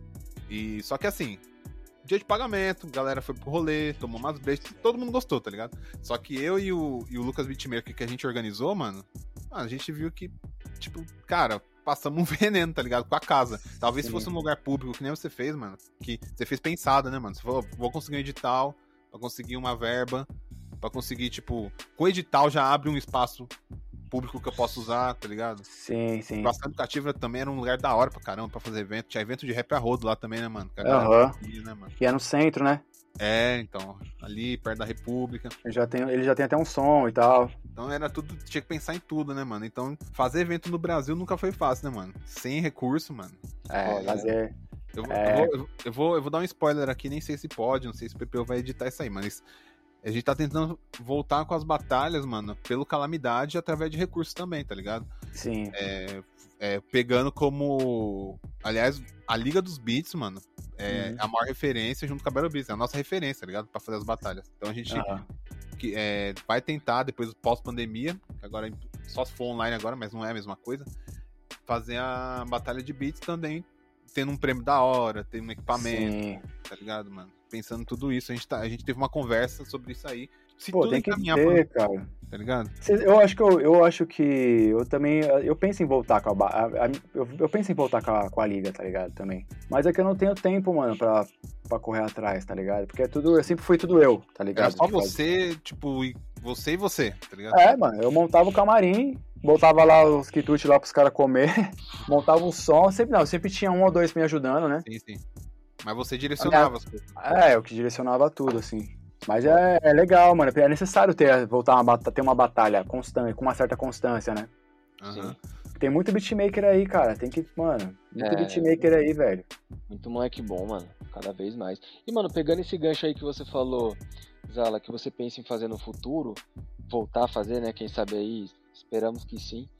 E só que assim, dia de pagamento, a galera foi pro rolê, tomou umas brejas, todo mundo gostou, tá ligado? Só que eu e o, e o Lucas Beatmaker que a gente organizou, mano, mano, a gente viu que, tipo, cara, passamos um veneno, tá ligado? Com a casa. Talvez Sim. se fosse um lugar público, que nem você fez, mano, que você fez pensado, né, mano? Você falou, vou conseguir um edital, pra conseguir uma verba, pra conseguir, tipo, com o edital já abre um espaço público que eu posso usar, tá ligado? Sim, sim. Praça Educativa também era um lugar da hora pra caramba pra fazer evento. Tinha evento de rap a rodo lá também, né, mano? Que a galera Aham. fazia, né, mano? E é no centro, né? É, então, ali perto da República. Ele já tem, ele já tem até um som e tal. Então era tudo, tinha que pensar em tudo, né, mano? Então, fazer evento no Brasil nunca foi fácil, né, mano? Sem recurso, mano. É, Olha. lazer. Eu, vou- É. eu vou, eu, vou, eu vou dar um spoiler aqui, nem sei se pode, não sei se o P P O vai editar isso aí, mas a gente tá tentando voltar com as batalhas, mano, pelo Calamidade através de recursos também, tá ligado? Sim. É, é, pegando como. Aliás, a Liga dos Beats, mano, é Uhum. a maior referência junto com a Battle Beats, é a nossa referência, tá ligado? Pra fazer as batalhas. Então a gente Aham. que, é, vai tentar, depois do pós-pandemia, que agora só se for online agora, mas não é a mesma coisa, fazer a batalha de beats também, tendo um prêmio da hora, tendo um equipamento, Sim. tá ligado, mano? Pensando em tudo isso, a gente, tá, a gente teve uma conversa sobre isso aí. Se Pô, tudo tem que encaminhar ter, pra- cara. tá ligado? Cê- Eu acho que eu, eu acho que eu também eu penso em voltar com a, ba- a- a- eu, eu penso em voltar com a, com a liga, tá ligado, também. Mas é que eu não tenho tempo, mano, pra, pra correr atrás, tá ligado? Porque é tudo, eu sempre fui tudo eu, tá ligado? Era só de fazer. você, tipo, e você e você, tá ligado? É, mano, eu montava o camarim, botava lá os quitutes lá pros caras comer, montava um som, sempre não, sempre tinha um ou dois me ajudando, né? Sim, sim. Mas você direcionava as coisas. É, eu que direcionava tudo, assim. Mas é, é legal, mano. É necessário ter, voltar uma, bata- ter uma batalha constante, com uma certa constância, né? Aham. Tem muito beatmaker aí, cara. Tem que, mano, muito É. beatmaker aí, velho. Muito moleque bom, mano. Cada vez mais. E, mano, pegando esse gancho aí que você falou, Zala, que você pensa em fazer no futuro, voltar a fazer, né? Quem sabe aí, esperamos que sim.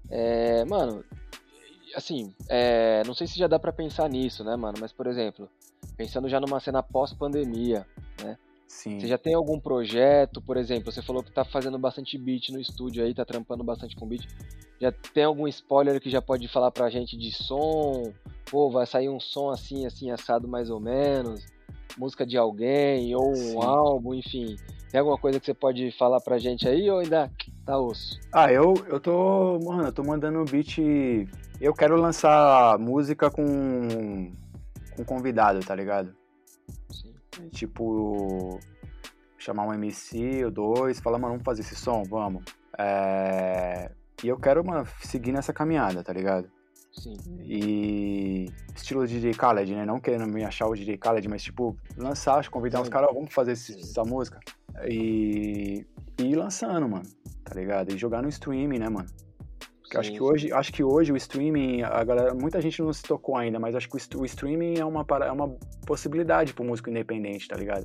É, mano, assim, é, não sei se já dá pra pensar nisso, né, mano? Mas, por exemplo, pensando já numa cena pós-pandemia, né? Sim. Você já tem algum projeto, por exemplo, você falou que tá fazendo bastante beat no estúdio aí, tá trampando bastante com beat. Já tem algum spoiler que já pode falar pra gente de som? Pô, vai sair um som assim, assim, assado mais ou menos? Música de alguém, ou um Sim. álbum, enfim. Tem alguma coisa que você pode falar pra gente aí ou ainda tá osso? Ah, eu, eu tô, mano, eu tô mandando um beat. Eu quero lançar música com, com convidado, tá ligado? Sim. Tipo, chamar um M C ou dois, falar, mano, vamos fazer esse som, vamos. É... E eu quero, mano, seguir nessa caminhada, tá ligado? Sim. E estilo de D J Khaled, né? Não querendo me achar o D J Khaled, mas tipo, lançar, convidar uns caras, ó, vamos fazer esse- essa música. E... e ir lançando, mano, tá ligado? E jogar no streaming, né, mano? Porque eu acho Sim, que hoje, acho que hoje o streaming, a galera, muita gente não se tocou ainda, mas acho que o, st- o streaming é uma, para- é uma possibilidade pro músico independente, tá ligado?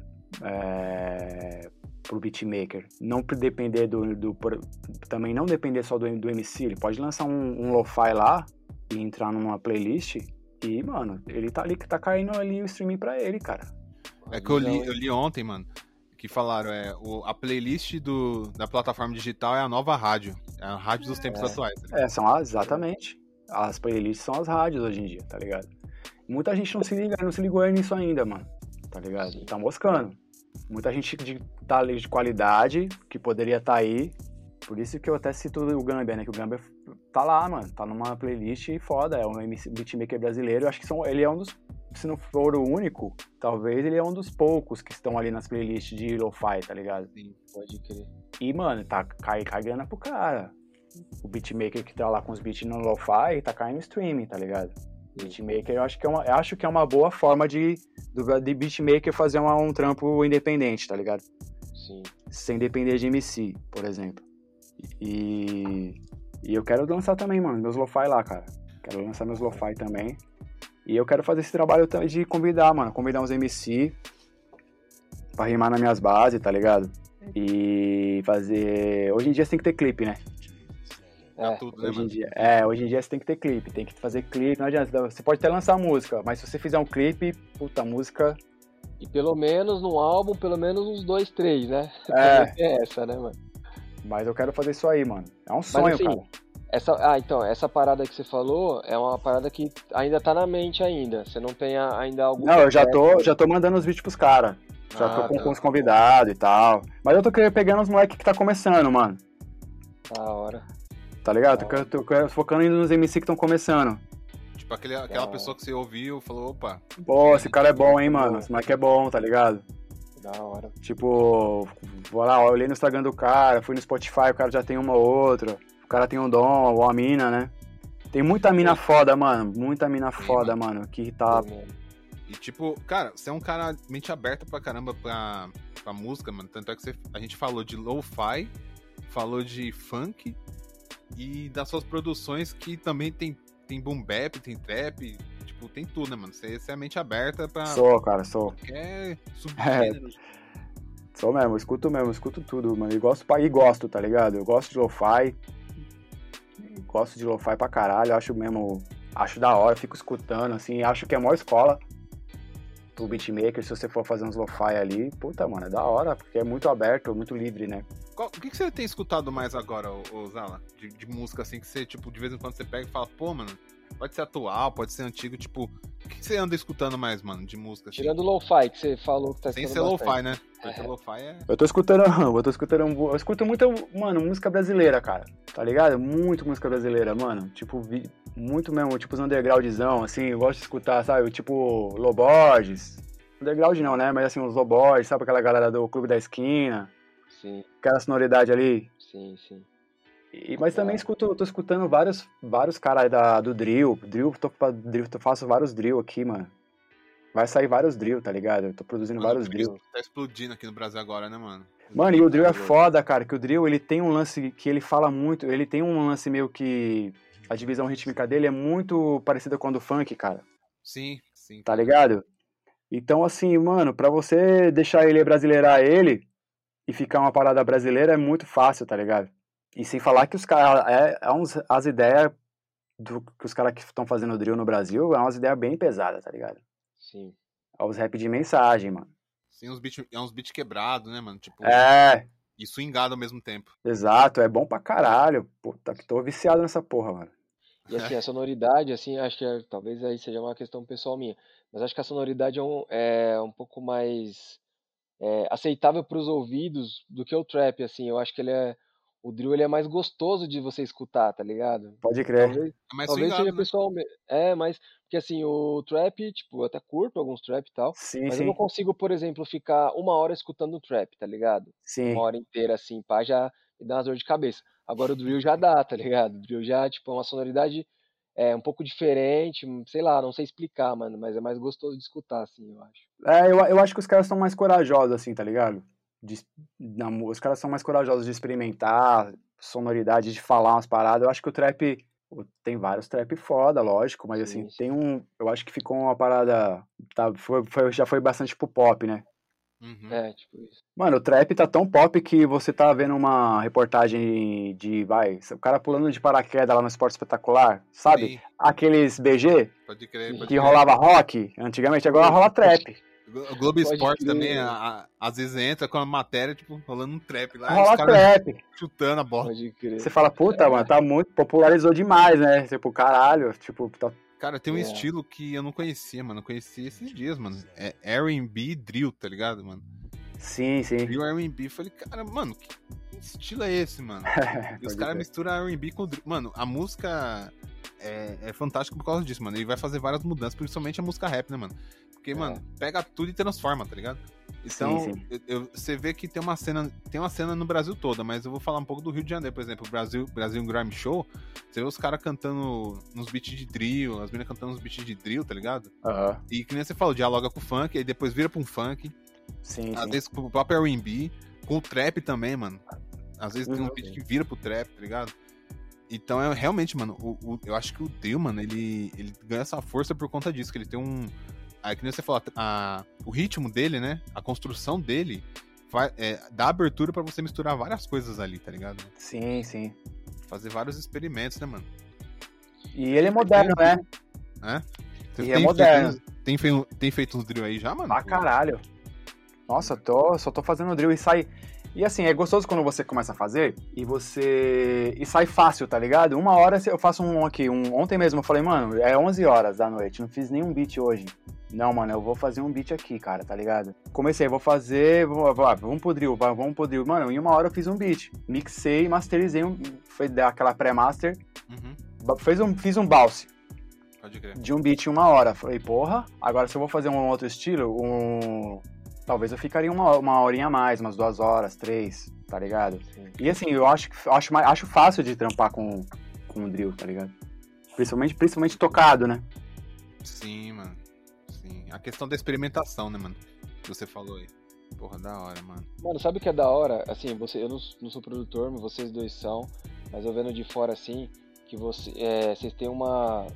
É, pro beatmaker. Não pre- depender do, do- por- também não depender só do, do M C, ele pode lançar um, um lo-fi lá e entrar numa playlist e, mano, ele tá ali, que tá caindo ali o streaming pra ele, cara. É que eu li, eu li ontem, mano, que falaram, é, o, a playlist do, da plataforma digital é a nova rádio. É a rádio dos tempos atuais. Tá ligado? É, são as, exatamente. As playlists são as rádios hoje em dia, tá ligado? Muita gente não se liga, não se ligou nisso ainda, mano. Tá ligado? Sim. Tá moscando. Muita gente de, tá ali de qualidade, que poderia estar aí, Por isso que eu até cito o Gambia, né? Que o Gambia tá lá, mano. Tá numa playlist foda. É um beatmaker brasileiro. Eu acho que são, ele é um dos... Se não for o único, talvez ele é um dos poucos que estão ali nas playlists de lo-fi, tá ligado? Sim, pode crer. E, mano, tá, cai, cai grana pro cara. O beatmaker que tá lá com os beats no lo-fi tá caindo no streaming, tá ligado? Beatmaker, eu acho que é uma, eu acho que é uma boa forma de, de beatmaker fazer uma, um trampo independente, tá ligado? Sim. Sem depender de M C, por exemplo. E, e eu quero lançar também, mano, meus lo-fi lá, cara. Quero lançar meus lo-fi também. E eu quero fazer esse trabalho também de convidar, mano. Convidar uns M C pra rimar nas minhas bases, tá ligado? E fazer... Hoje em dia você tem que ter clipe, né? É, tudo, né, Hoje em mano? dia, é, hoje em dia você tem que ter clipe. Tem que fazer clipe, não adianta. Você pode até lançar música, mas se você fizer um clipe, puta, a música... E pelo menos no álbum, pelo menos uns dois, três, né? É. Também é essa, né, mano? Mas eu quero fazer isso aí, mano. É um sonho, assim, cara. Essa, ah, então, essa parada que você falou é uma parada que ainda tá na mente ainda. Você não tem a- ainda algum... Não, eu já tô, projeto? já tô mandando os vídeos pros caras. Já Ah, tô com, tá. com os convidados e tal. Mas eu tô querendo pegando os moleques que tá começando, mano. Da hora. Tá ligado? Tô, querendo- tô querendo- focando nos M C que estão começando. Tipo, aquele, aquela Da pessoa que você ouviu falou, opa, Pô, esse cara é bom, hein, mano. Esse moleque é bom, tá ligado? Da hora. Tipo, vou lá, eu olhei no Instagram do cara, fui no Spotify, o cara já tem uma ou outra. O cara tem um dom, ou uma mina, né? Tem muita mina foda, mano. Muita mina Sim, foda, mano. Que tá. Sim, mano. e tipo, cara, você é um cara mente aberta pra caramba pra, pra música, mano. Tanto é que você, a gente falou de lo-fi, falou de funk e das suas produções que também tem, tem boom bap, tem trap, tipo, tem tudo, né, mano? Você, você é mente aberta pra Sou, cara, sou. qualquer subgênero. Sou mesmo, escuto mesmo, escuto tudo, mano. E gosto, pra- e gosto, tá ligado? Eu gosto de lo-fi. Gosto de lo-fi pra caralho, acho mesmo. Acho da hora, fico escutando, assim. Acho que é a maior escola pro beatmaker, se você for fazer uns lo-fi ali. Puta, mano, é da hora, porque é muito aberto, muito livre, né? Qual- o que, que você tem escutado mais agora, ô, ô Zala? De, de música assim que você, tipo, de vez em quando você pega e fala, pô, mano, pode ser atual, pode ser antigo, tipo, o que, que você anda escutando mais, mano, de música assim? Tirando o lo-fi, que você falou que tá Sem escutando ser bastante. lo-fi, né? Porque lo-fi é. Eu tô escutando, eu tô escutando, eu escuto muita, mano, música brasileira, cara, tá ligado? Muito música brasileira, mano, tipo, vi- muito mesmo, tipo os undergroundzão, assim, eu gosto de escutar, sabe, tipo, Loborges, underground não, né, mas assim, os Loborges, sabe aquela galera do Clube da Esquina, Sim, aquela sonoridade ali, sim, sim. e, mas também escuto, tô escutando vários, vários caras da, do drill, drill, tô, fa- drill, tô, faço vários drill aqui, mano, vai sair vários drill, tá ligado? Eu tô produzindo Mano, vários porque drill. Tá explodindo aqui no Brasil agora, né, mano? Mano, e o drill é foda, cara, que o drill, ele tem um lance que ele fala muito, ele tem um lance meio que a divisão rítmica dele é muito parecida com a do funk, cara, Sim, sim. tá ligado? Então, assim, mano, pra você deixar ele brasileirar ele e ficar uma parada brasileira é muito fácil, tá ligado? E sem falar que os caras, é, é uns, as ideias do, que os caras que estão fazendo drill no Brasil é umas ideias bem pesadas, tá ligado? Sim. É os rap de mensagem, mano. Sim, uns beat, é uns beats quebrados, né, mano? Tipo, É, e swingado ao mesmo tempo. exato, é bom pra caralho. Puta, que tô viciado nessa porra, mano. E assim, a sonoridade, assim, acho que é- talvez aí seja uma questão pessoal minha, mas acho que a sonoridade é um, é um pouco mais é, aceitável para os ouvidos do que o trap, assim. Eu acho que ele é, o drill ele é mais gostoso de você escutar, tá ligado? Pode crer. Talvez, É mais talvez swingado, seja né? pessoal, me- é, mas porque assim o trap, tipo, eu até curto alguns trap e tal, Sim, mas eu sim, não consigo, por exemplo, ficar uma hora escutando trap, tá ligado? sim. Uma hora inteira assim, pá, já me dá umas dor de cabeça. Agora o drill já dá, tá ligado? O drill já, tipo, é uma sonoridade é um pouco diferente, sei lá, não sei explicar, mano, mas é mais gostoso de escutar, assim, eu acho. É, eu, eu acho que os caras são mais corajosos, assim, tá ligado? De, na mu- os caras são mais corajosos de experimentar sonoridade, de falar umas paradas. Eu acho que o trap, o- tem vários trap foda, lógico, mas Sim, assim, sim. tem um, eu acho que ficou uma parada, tá, foi, foi- já foi bastante pro pop, né? Uhum. É, tipo isso. Mano, o trap tá tão pop que você tá vendo uma reportagem de, vai, o cara pulando de paraquedas lá no Esporte Espetacular, sabe? Sim, Aqueles B G pode crer, pode que crer. rolava rock antigamente, agora rola trap. O Globo Pode Esporte crer. também, a- a- às vezes entra com a matéria, tipo, rolando um trap lá, e Rola os caras trap. chutando a bola. Pode crer. Você fala, puta, mano, tá muito, popularizou demais, né? Tipo, caralho, tipo, tá... Cara, tem um É. estilo que eu não conhecia, mano. Eu conheci esses dias, mano. É R and B Drill, tá ligado, mano? Sim, sim. E o R and B, falei, cara, mano, que estilo é esse, mano? E os caras misturam R and B com drill. Mano, a música é, é fantástica por causa disso, mano. Ele vai fazer várias mudanças, principalmente a música rap, né, mano? Porque, é. mano, pega tudo e transforma, tá ligado? Então, sim, sim. Eu, eu, você vê que tem uma cena tem uma cena no Brasil toda, mas eu vou falar um pouco do Rio de Janeiro, por exemplo, o Brasil, Brasil Grime Show, você vê os caras cantando nos beats de drill, as meninas cantando nos beats de drill, tá ligado? Uhum. E que nem você falou, dialoga com o funk, aí depois vira pra um funk, sim, às sim. vezes com o próprio R and B, com o trap também, mano. Às vezes uhum. tem um beat que vira pro trap, tá ligado? Então, é realmente, mano, o, o, eu acho que o drill, mano, ele, ele ganha essa força por conta disso, que ele tem um... Aí, que nem você falou, a, a, o ritmo dele, né? A construção dele vai, é, dá abertura pra você misturar várias coisas ali, tá ligado? Sim, sim. Fazer vários experimentos, né, mano? E ele é moderno, né? É? Você e tem é moderno. Feito, tem, feito, tem feito uns drill aí já, mano? Pra caralho. Nossa, tô, só tô fazendo drill e sai... E assim, é gostoso quando você começa a fazer e você... E sai fácil, tá ligado? Uma hora eu faço um aqui, um... Ontem mesmo eu falei, mano, é onze horas da noite, não fiz nenhum beat hoje. Não, mano, eu vou fazer um beat aqui, cara, tá ligado? Comecei, vou fazer... Vou, vou, vamos pro drill, vamos pro drill. Mano, em uma hora eu fiz um beat. Mixei, masterizei, um, foi aquela pré-master. Uhum. Fez um, fiz um bounce. Pode crer. De um beat em uma hora. Falei, porra, agora se eu vou fazer um outro estilo, um... Talvez eu ficaria uma, uma horinha a mais, umas duas horas, três, tá ligado? Sim. E assim, eu acho, acho, acho fácil de trampar com, com o drill, tá ligado? Principalmente, principalmente tocado, né? Sim, mano. Sim. A questão da experimentação, né, mano? Que você falou aí. Porra, da hora, mano. Mano, sabe o que é da hora? Assim, você, eu não, não sou produtor, mas vocês dois são. Mas eu vendo de fora, assim, que você, é, vocês têm uma...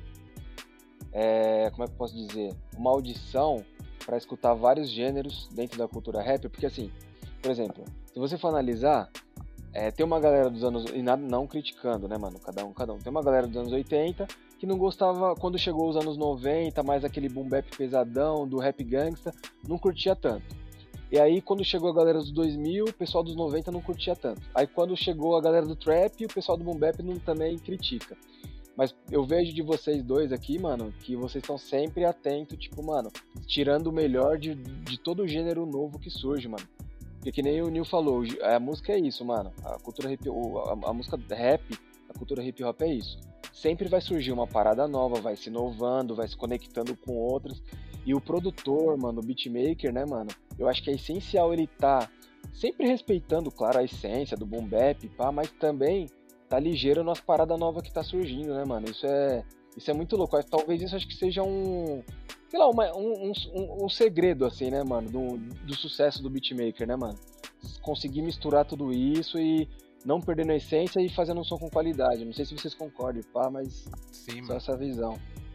É, como é que eu posso dizer? Uma audição para escutar vários gêneros dentro da cultura rap, porque assim, por exemplo, se você for analisar, é, tem uma galera dos anos, e nada, não criticando, né, mano, cada um, cada um, tem uma galera dos anos oitenta que não gostava, quando chegou os anos noventa, mais aquele boom bap pesadão, do rap gangsta, não curtia tanto. E aí, quando chegou a galera dos dois mil, o pessoal dos noventa não curtia tanto. Aí, quando chegou a galera do trap, o pessoal do boom bap não, também critica. Mas eu vejo de vocês dois aqui, mano, que vocês estão sempre atentos, tipo, mano, tirando o melhor de, de todo o gênero novo que surge, mano. Porque que nem o Nil falou, a música é isso, mano. A cultura hip, a, a música rap, a cultura hip hop é isso. Sempre vai surgir uma parada nova, vai se inovando, vai se conectando com outras. E o produtor, mano, o beatmaker, né, mano, eu acho que é essencial ele tá sempre respeitando, claro, a essência do boom bap, pá, mas também tá ligeiro nas paradas novas que tá surgindo, né, mano? Isso é, isso é muito louco. Talvez isso acho que seja um, sei lá, uma, um, um, um segredo, assim, né, mano, do, do sucesso do beatmaker, né, mano? Conseguir misturar tudo isso e não perdendo a essência e fazendo um som com qualidade. Não sei se vocês concordam, pá, mas sim, só mano. Essa visão.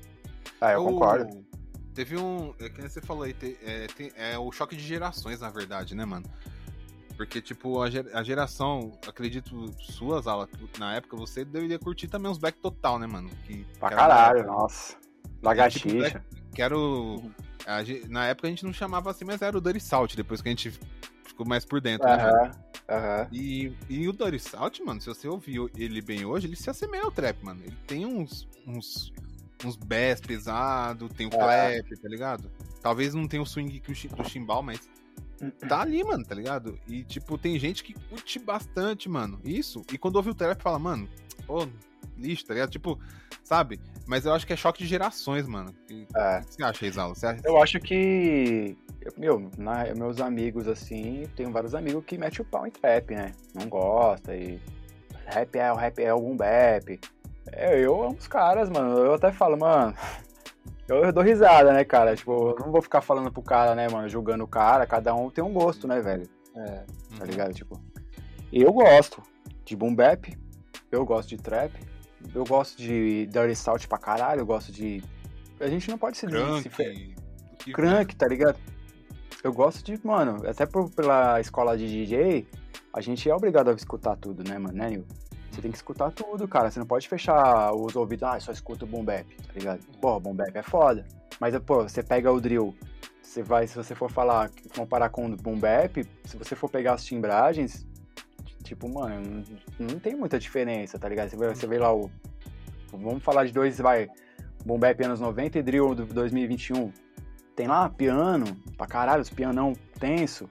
Ah, eu concordo. Teve um, é que você falou aí, te, é, tem, é o choque de gerações, na verdade, né, mano? Porque, tipo, a, a geração, acredito, suas aulas, na época, você deveria curtir também os Black Total, né, mano? Que, pra caralho, época, nossa. Lagartixa. Tipo, Black, que era o... A, na época a gente não chamava assim, mas era o Dirty South, depois que a gente ficou mais por dentro, uh-huh, né, mano? Uh-huh. E, e o Dirty South, mano, se você ouvir ele bem hoje, ele se assemelha ao trap, mano. Ele tem uns... uns uns bass pesados, tem o clap, tá ligado? Talvez não tenha o swing do chimbal, mas tá ali, mano, tá ligado? E, tipo, tem gente que curte bastante, mano, isso. E quando ouve o trap, fala, mano, pô, lixo, tá ligado? Tipo, sabe? Mas eu acho que é choque de gerações, mano. E, é. O que você acha, Isalo? Você acha... Eu acho que... Meu, na, meus amigos, assim, tenho vários amigos que metem o pau em trap, né? Não gosta e... Rap é o rap é algum bap. É, eu amo os caras, mano. Eu até falo, mano... Eu, eu dou risada, né, cara? Tipo, eu não vou ficar falando pro cara, né, mano, julgando o cara. Cada um tem um gosto, né, velho? É, tá ligado? Tipo... Eu gosto de boom bap. Eu gosto de trap. Eu gosto de Dirty South pra caralho. Eu gosto de... A gente não pode se... Crunk. Se... Crunk, tá ligado? Eu gosto de... Mano, até por, pela escola de D J, a gente é obrigado a escutar tudo, né, mano? Né, Nil? Você tem que escutar tudo, cara. Você não pode fechar os ouvidos, ah, só escuta o boom bap, tá ligado? Pô, boom bap é foda. Mas, pô, você pega o drill, você vai, se você for falar, comparar com o boom bap, se você for pegar as timbragens, tipo, mano, não, não tem muita diferença, tá ligado? Você vê, você vê lá o... Vamos falar de dois, vai, boom bap anos noventa e drill do dois mil e vinte e um. Tem lá piano, pra caralho, os pianão tenso,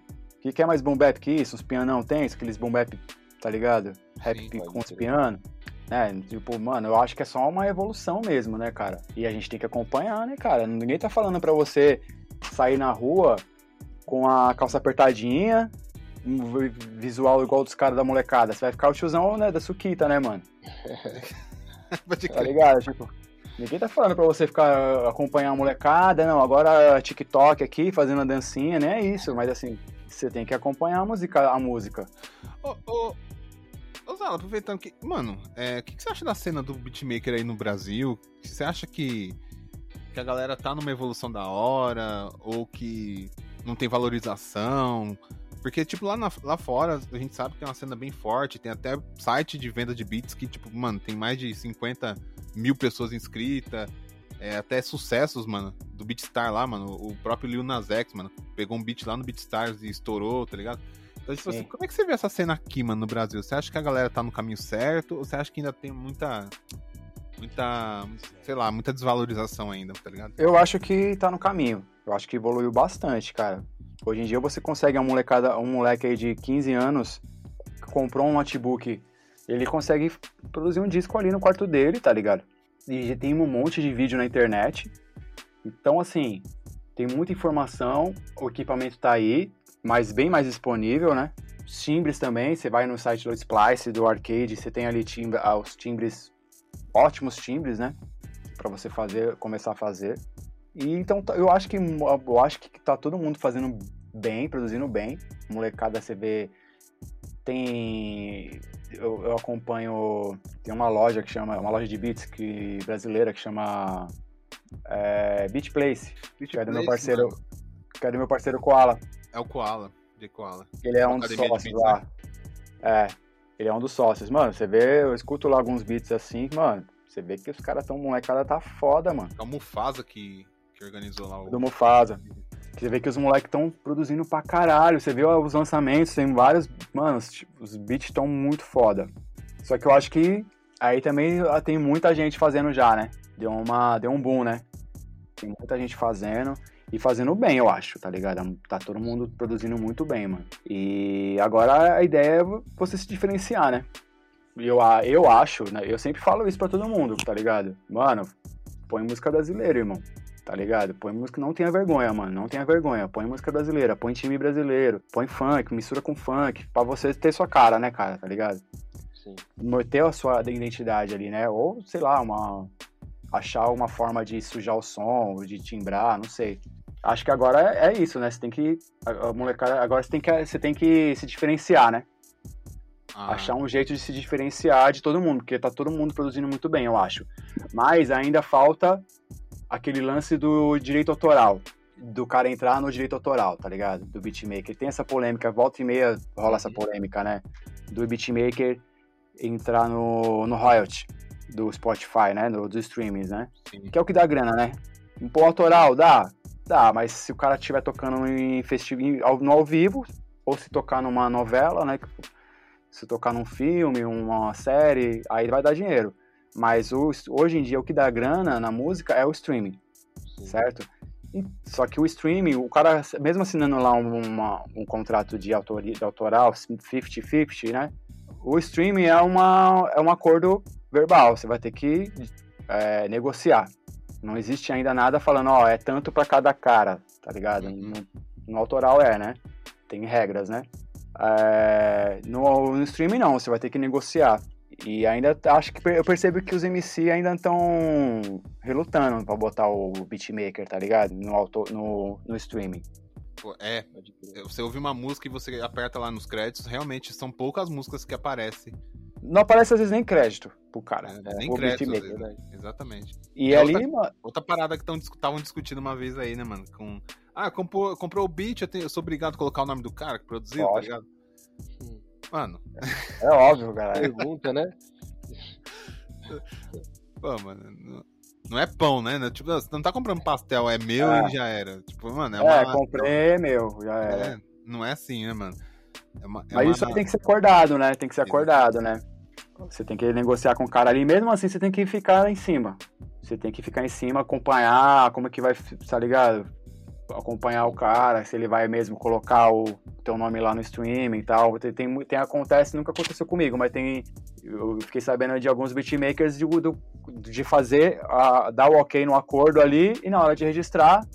que, que é mais boom bap que isso? Os pianão tem, aqueles boom bap, tá ligado? Rap Sim, com os ser. pianos. É, tipo, mano, eu acho que é só uma evolução mesmo, né, cara? E a gente tem que acompanhar, né, cara? Ninguém tá falando pra você sair na rua com a calça apertadinha, um visual igual dos caras da molecada. Você vai ficar o tiozão, né, da suquita, né, mano? Tá ligado? Tipo, ninguém tá falando pra você ficar acompanhar a molecada, não. Agora TikTok aqui, fazendo a dancinha, né? É isso, mas assim, você tem que acompanhar a música. A música. Ô, ô, ô Zala, aproveitando que. Mano, é, o que, que você acha da cena do beatmaker aí no Brasil? Você acha que, que a galera tá numa evolução da hora? Ou que não tem valorização? Porque, tipo, lá, na, lá fora, a gente sabe que é uma cena bem forte, tem até site de venda de beats que, tipo, mano, tem mais de cinquenta mil pessoas inscritas, é, até sucessos, mano, do Beatstar lá, mano, o próprio Lil Nas X, mano, pegou um beat lá no Beatstars e estourou, tá ligado? Então, tipo assim, como é que você vê essa cena aqui, mano, no Brasil? Você acha que a galera tá no caminho certo, ou você acha que ainda tem muita, muita, sei lá, muita desvalorização ainda, tá ligado? Eu acho que tá no caminho, eu acho que evoluiu bastante, cara. Hoje em dia você consegue uma molecada, um moleque aí de quinze anos que comprou um notebook, ele consegue produzir um disco ali no quarto dele, tá ligado? E tem um monte de vídeo na internet. Então, assim, tem muita informação, o equipamento tá aí, mas bem mais disponível, né? Os timbres também, você vai no site do Splice, do Arcade, você tem ali timbre, ah, os timbres, ótimos timbres, né? Pra você fazer, começar a fazer. E então eu acho que eu acho que tá todo mundo fazendo bem, produzindo bem. Molecada, você vê, tem eu, eu acompanho, tem uma loja que chama, uma loja de beats que brasileira que chama é, Beat Place, Beat que é do meu parceiro, mano. que é do meu parceiro Koala. É o Koala, de Koala. Ele é um dos sócios lá. Né? É, ele é um dos sócios, mano. Você vê, eu escuto lá alguns beats assim, mano. Você vê que os caras tão, molecada tá foda, mano. É o Mufasa que que organizou lá o... Do Mufasa. Você vê que os moleques estão produzindo pra caralho. Você vê os lançamentos, tem vários... Mano, os, os beats estão muito foda. Só que eu acho que aí também tem muita gente fazendo já, né? Deu, uma, deu um boom, né? Tem muita gente fazendo e fazendo bem, eu acho, tá ligado? Tá todo mundo produzindo muito bem, mano. E agora a ideia é você se diferenciar, né? Eu, eu acho, né? Eu sempre falo isso pra todo mundo, tá ligado? Mano, põe música brasileira, irmão. Tá ligado? Põe música, não tenha vergonha, mano, não tenha vergonha, põe música brasileira, põe time brasileiro, põe funk, mistura com funk, pra você ter sua cara, né, cara, tá ligado? Sim. Ter a sua identidade ali, né, ou, sei lá, uma, achar uma forma de sujar o som, de timbrar, não sei. Acho que agora é, é isso, né, você tem que, a, a molecada, agora você tem que, você tem que se diferenciar, né? Ah. Achar um jeito de se diferenciar de todo mundo, porque tá todo mundo produzindo muito bem, eu acho. Mas ainda falta aquele lance do direito autoral, do cara entrar no direito autoral, tá ligado? Do beatmaker. Tem essa polêmica, volta e meia rola essa polêmica, né? Do beatmaker entrar no, no royalty do Spotify, né? Do, dos streamings, né? Sim. Que é o que dá grana, né? Um pô autoral, dá? Dá, mas se o cara estiver tocando em festival, no ao vivo, ou se tocar numa novela, né? Se tocar num filme, uma série, aí vai dar dinheiro. Mas o, hoje em dia o que dá grana na música é o streaming, Sim. certo? E, só que o streaming, o cara, mesmo assinando lá um, uma, um contrato de, autoria, de autoral, cinquenta cinquenta, né? O streaming é, uma, é um acordo verbal, você vai ter que é, negociar. Não existe ainda nada falando, ó, é tanto pra cada cara, tá ligado? Uhum. No, no autoral é, né? Tem regras, né? É, no, no streaming não, você vai ter que negociar. E ainda acho que eu percebo que os M C ainda estão relutando pra botar o beatmaker, tá ligado? No, auto, no, no streaming. Pô, é, você ouve uma música e você aperta lá nos créditos, realmente são poucas músicas que aparecem. Não aparece às vezes nem crédito pro cara. É, nem crédito, vezes, né? Exatamente. E, e ali, outra, mano... outra parada que estavam discutindo uma vez aí, né, mano? Com... Ah, comprou, comprou o beat, eu, tenho, eu sou obrigado a colocar o nome do cara que produziu, Lógico. tá ligado? Mano... É óbvio, cara. Pergunta, né? Pô, mano, não é pão, né? Tipo, você não tá comprando pastel, é meu é. e já era. Tipo, mano, é uma... É, comprei, é meu, já era. É, não é assim, né, mano? É uma, é Mas uma... isso aí tem que ser acordado, né? Tem que ser acordado, né? Você tem que negociar com o cara ali, mesmo assim você tem que ficar em cima. Você tem que ficar em cima, acompanhar como é que vai, tá ligado? acompanhar o cara, se ele vai mesmo colocar o teu nome lá no streaming e tal. Tem, tem, tem, acontece, nunca aconteceu comigo, mas tem, eu fiquei sabendo de alguns beatmakers de, de, de fazer, a, dar o ok no acordo ali e na hora de registrar,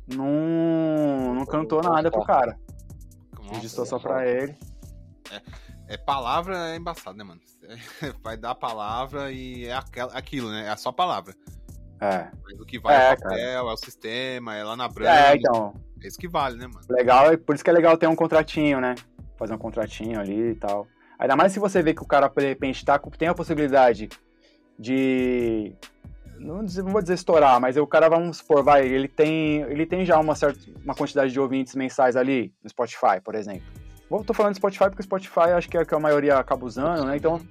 não, não cantou nada pro cara. Nossa, registrou só pra ele. É, é palavra é embaçado, né, mano? Vai dar a palavra e é aquilo, né? É só palavra. É. Mas o que vale é, é o papel, cara. É o sistema, é lá na branca. É, então. É isso que vale, né, mano? Legal, por isso que é legal ter um contratinho, né? Fazer um contratinho ali e tal. Ainda mais se você vê que o cara, de repente, tá, tem a possibilidade de... Não, dizer, não vou dizer estourar, mas o cara, vamos supor, vai, ele tem, ele tem já uma certa uma quantidade de ouvintes mensais ali no Spotify, por exemplo. Vou, tô falando do Spotify porque o Spotify acho que é que a maioria acaba usando, né? Então...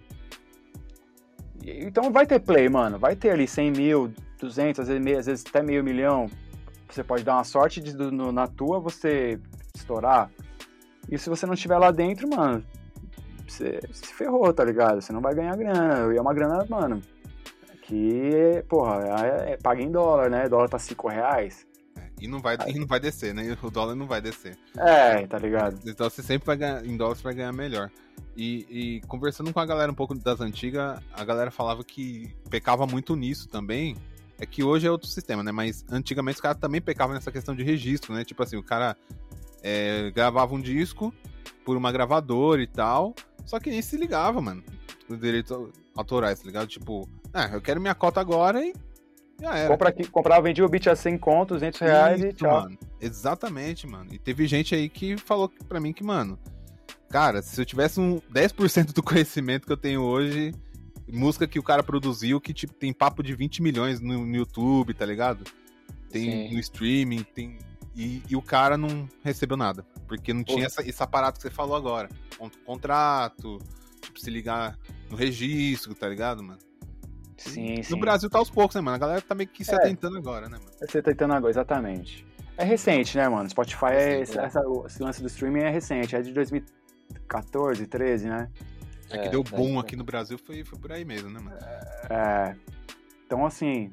Então vai ter play, mano. Vai ter ali cem mil, duzentos, às vezes, às vezes até meio milhão. Você pode dar uma sorte de no, na tua você estourar. E se você não estiver lá dentro, mano, você se ferrou, tá ligado? Você não vai ganhar grana. E é uma grana, mano, que, porra, é, é, paga em dólar, né? O dólar tá cinco reais. E não, vai, e não vai descer, né? O dólar não vai descer. É, tá ligado? Então você sempre vai ganhar, em dólar você vai ganhar melhor. E, e conversando com a galera um pouco das antigas, a galera falava que pecava muito nisso também. É que hoje é outro sistema, né? Mas antigamente os caras também pecavam nessa questão de registro, né? Tipo assim, o cara é, gravava um disco por uma gravadora e tal, só que nem se ligava, mano, os direitos autorais, tá ligado? Tipo, ah, eu quero minha cota agora e já era. Compra aqui, comprava, vendia o beat a cem contos, duzentos reais Isso, e tchau. Mano. Exatamente, mano. E teve gente aí que falou pra mim que, mano, cara, se eu tivesse um dez por cento do conhecimento que eu tenho hoje, música que o cara produziu, que tipo, tem papo de vinte milhões no, no YouTube, tá ligado? Tem Sim. no streaming, tem... E, e o cara não recebeu nada. Porque não tinha essa, esse aparato que você falou agora. Contrato, tipo, se ligar no registro, tá ligado, mano? Sim, no sim. No Brasil tá aos poucos, né, mano? A galera tá meio que se é. atentando agora, né, mano? Se atentando agora, exatamente. É recente, né, mano? Spotify, é, esse, é. Essa, esse lance do streaming é recente, é de dois mil e quatorze, treze, né? É que é, deu boom aqui no Brasil, foi, foi por aí mesmo, né, mano? É. Então, assim...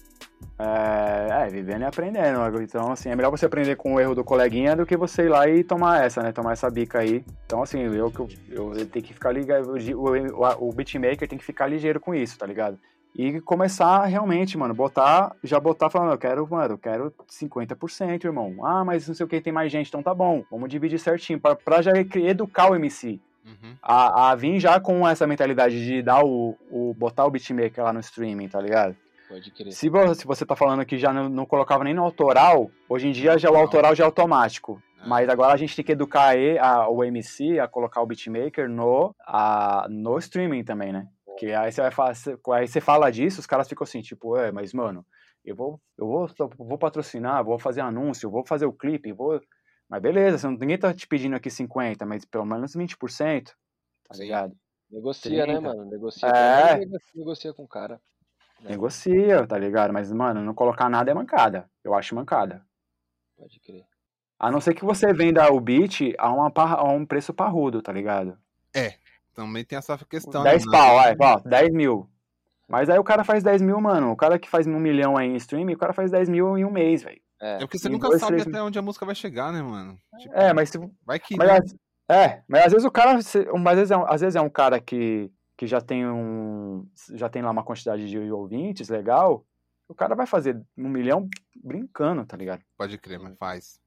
É, é, vivendo e aprendendo. Então, assim, é melhor você aprender com o erro do coleguinha do que você ir lá e tomar essa, né? Tomar essa bica aí. Então, assim, eu, eu, eu tenho que ficar ligado. O, o, o beatmaker tem que ficar ligeiro com isso, tá ligado? E começar realmente, mano, botar, já botar falando, eu quero, mano, eu quero cinquenta por cento, irmão. Ah, mas não sei o que, tem mais gente, então tá bom. Vamos dividir certinho, pra, pra já educar o M C. Uhum. A, a vir já com essa mentalidade de dar o, o, botar o beatmaker lá no streaming, tá ligado? Pode crer. Se você, se você tá falando que já não, não colocava nem no autoral, hoje em dia já o autoral já é automático. É. Mas agora a gente tem que educar a, a, o M C a colocar o beatmaker no, a, no streaming também, né? Porque aí você, vai falar, aí você fala disso, os caras ficam assim, tipo, é, mas mano, eu vou, eu vou, vou patrocinar, vou fazer anúncio, vou fazer o clipe, vou... Mas beleza, ninguém tá te pedindo aqui cinquenta, mas pelo menos vinte por cento, tá ligado? Negocia, trinta. Né, mano? Negocia. É. Negocia com o cara. Né? Negocia, tá ligado? Mas, mano, não colocar nada é mancada. Eu acho mancada. Pode crer. A não ser que você venda o beat a, uma, a um preço parrudo, tá ligado? É, também tem essa questão. dez né, pau, é, ó, dez mil. Mas aí o cara faz dez mil, mano. O cara que faz um milhão aí em streaming, o cara faz dez mil em um mês, velho. É. é porque você em nunca dois, sabe três... até onde a música vai chegar, né, mano? Tipo, é, mas... Se... Vai que... Mas, é, mas às vezes o cara... Mas às vezes é um, às vezes é um cara que, que já tem um... Já tem lá uma quantidade de ouvintes legal. O cara vai fazer um milhão brincando, tá ligado? Pode crer, mas faz.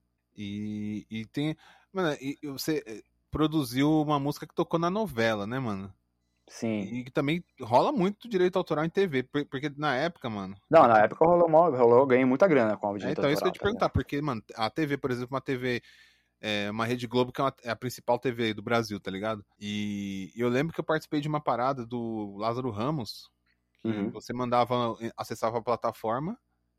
E, e tem... Mano, e você produziu uma música que tocou na novela, né, mano? Sim. E que também rola muito direito autoral em T V, porque na época, mano... Não, na época rolou, rolou eu ganhei muita grana com o direito é, então, autoral. Então, isso que eu ia te tá perguntar, porque, mano, a T V, por exemplo, uma T V, é, uma Rede Globo, que é, uma, é a principal T V do Brasil, tá ligado? E eu lembro que eu participei de uma parada do Lázaro Ramos, que uhum. você mandava, acessava a plataforma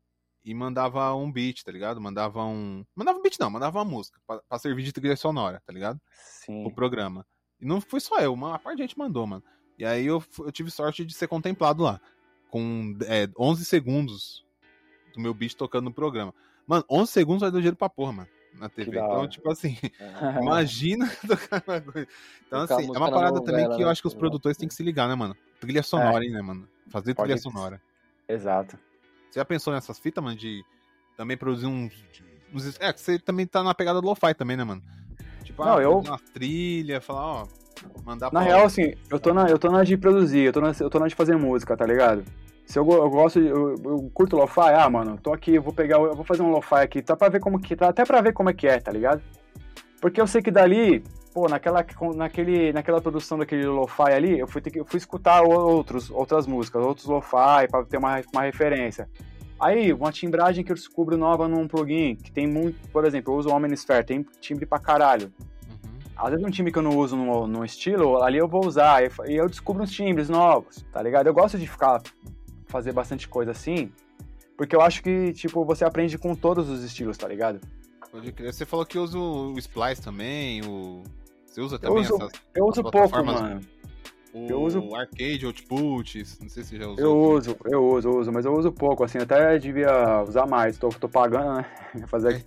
e mandava um beat, tá ligado? Mandava um... Mandava um beat não, mandava uma música, pra, pra servir de trilha sonora, tá ligado? Sim. O programa. E não foi só eu, uma parte de gente mandou, mano. E aí eu, eu tive sorte de ser contemplado lá, com é, onze segundos do meu beat tocando no programa. Mano, onze segundos vai dar dinheiro pra porra, mano, na T V. Então, tipo assim, é. imagina tocar uma coisa. Então, tocar assim, é uma parada novela, também que eu acho que os produtores têm que se ligar, né, mano? Trilha sonora, é. hein, né, mano? Fazer Pode trilha sonora. Exato. Você já pensou nessas fitas, mano, de também produzir um, uns- É, que você também tá na pegada do lo-fi também, né, mano? Tipo, Não, ah, eu- fazer uma trilha, falar, ó, mandar Na pra real, assim, eu tô na, eu tô na de produzir, eu tô na, eu tô na de fazer música, tá ligado? Se eu, go- eu gosto, de- eu, eu curto lo-fi, ah, mano, tô aqui, eu vou pegar, eu vou fazer um lo-fi aqui, tá pra ver como que tá, até pra ver como é que é, tá ligado? Porque eu sei que dali, pô, naquela, naquele, naquela produção daquele lo-fi ali, eu fui, ter que, eu fui escutar outros, outras músicas, outros lo-fi, pra ter uma, uma referência. Aí, uma timbragem que eu descubro nova num plugin, que tem muito, por exemplo, eu uso o Omnisphere, tem timbre pra caralho. Uhum. Às vezes um time que eu não uso no, no estilo, ali eu vou usar, e e eu descubro uns timbres novos, tá ligado? Eu gosto de ficar, fazer bastante coisa assim, porque eu acho que, tipo, você aprende com todos os estilos, tá ligado? Pode crer. Você falou que usa o Splice também, o... Você usa Eu também uso, essas, eu as uso pouco, plataformas? mano. O eu uso- Arcade, Output, não sei se você já usou. Eu uso, eu uso, eu uso, mas eu uso pouco, assim, até devia usar mais, tô, tô pagando, né? Fazer...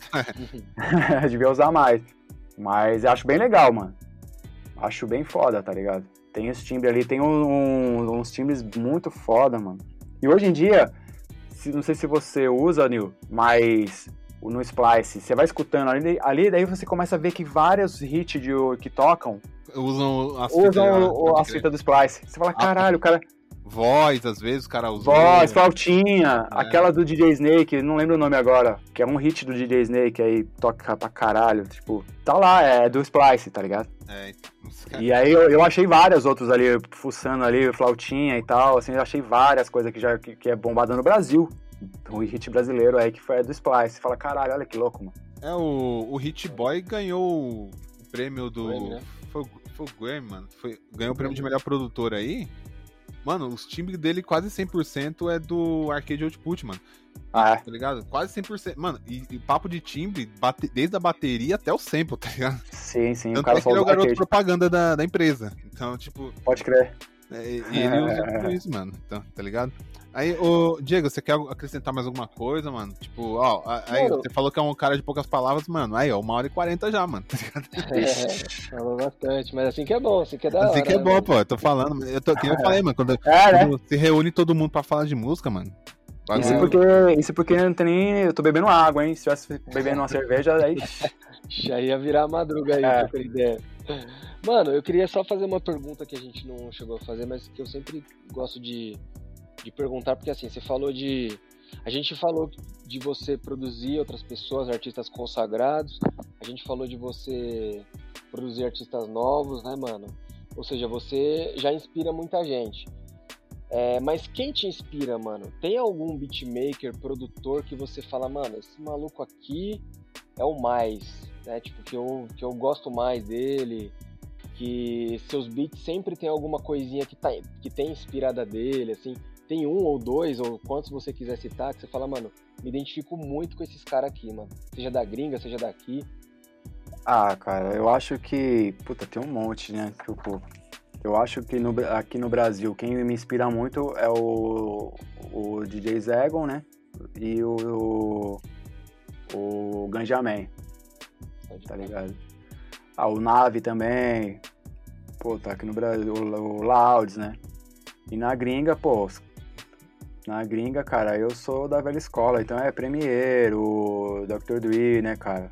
devia usar mais. Mas eu acho bem legal, mano. Acho bem foda, tá ligado? Tem esse timbre ali, tem um- um- uns timbres muito foda, mano. E hoje em dia, se- não sei se você usa, Nil, mas o- no Splice, você vai escutando ali, ali, daí você começa a ver que vários hits de, que tocam Usam as fitas, usam o- pode a crer. fita do Splice. Você fala, Ah, caralho, o cara... Voz, às vezes, o cara usou. Voz, flautinha, É. aquela do D J Snake, não lembro o nome agora, que é um hit do D J Snake aí, toca pra caralho, tipo, tá lá, é do Splice, tá ligado? É, os caras- E aí eu, eu achei vários outros ali, fuçando ali, flautinha e tal, assim, eu achei várias coisas que já que, que é bombada no Brasil, o hit brasileiro aí que foi do Splice, você fala, caralho, olha que louco, mano. É, o, o Hit Boy ganhou o prêmio do. Grammy, né? Foi, foi o Grammy, mano. Foi, ganhou o prêmio de melhor produtor aí. Mano, os timbres dele quase cem por cento é do Arcade Output, mano. Ah, é. Tá ligado? Quase cem por cento. Mano, e, e papo de timbre, bate- desde a bateria até o sample, tá ligado? Sim, sim, o Tanto cara é que ele é falou o do garoto arcade. propaganda da, da empresa. Então, tipo, Pode crer. é, e ele usa tudo isso, mano. Então, tá ligado? Aí, ô, Diego, você quer acrescentar mais alguma coisa, mano? Tipo, ó, a- aí Mano. você falou que é um cara de poucas palavras, mano. Aí, ó, uma hora e quarenta já, mano. Tá ligado? É, falou bastante, mas assim que é bom, assim que é da hora. Assim que é né, bom, mano? pô. Eu tô falando. Eu tô, que eu falei, mano. Quando, É, né? quando se reúne todo mundo pra falar de música, mano. Isso bagulho- porque, isso porque não tem nem. Eu tô bebendo água, hein? Se tivesse bebendo uma cerveja, aí. Já ia virar a madruga aí, É. trocando ideia. Mano, eu queria só fazer uma pergunta que a gente não chegou a fazer, mas que eu sempre gosto de, de perguntar, porque assim, você falou de... A gente falou de você produzir outras pessoas, artistas consagrados, a gente falou de você produzir artistas novos, né, mano? Ou seja, você já inspira muita gente. É, mas quem te inspira, mano? Tem algum beatmaker, produtor que você fala, mano, esse maluco aqui é o mais, né? Tipo, que eu, que eu gosto mais dele, que seus beats sempre tem alguma coisinha que, tá, que tem inspirada dele, assim. Tem um ou dois, ou quantos você quiser citar, que você fala, mano, me identifico muito com esses caras aqui, mano. Seja da gringa, seja daqui. Ah, cara, eu acho que. Puta, tem um monte, né? Tipo, eu acho que no, aqui no Brasil, quem me inspira muito é o, o D J Zegon, né? E o, o, o Ganjamin, tá ligado? Ah, o Nave também. Pô, tá aqui no Brasil, o, o Louds, né? E na gringa, pô, na gringa, cara, eu sou da velha escola, então é Premier, o doutor Dre, né, cara?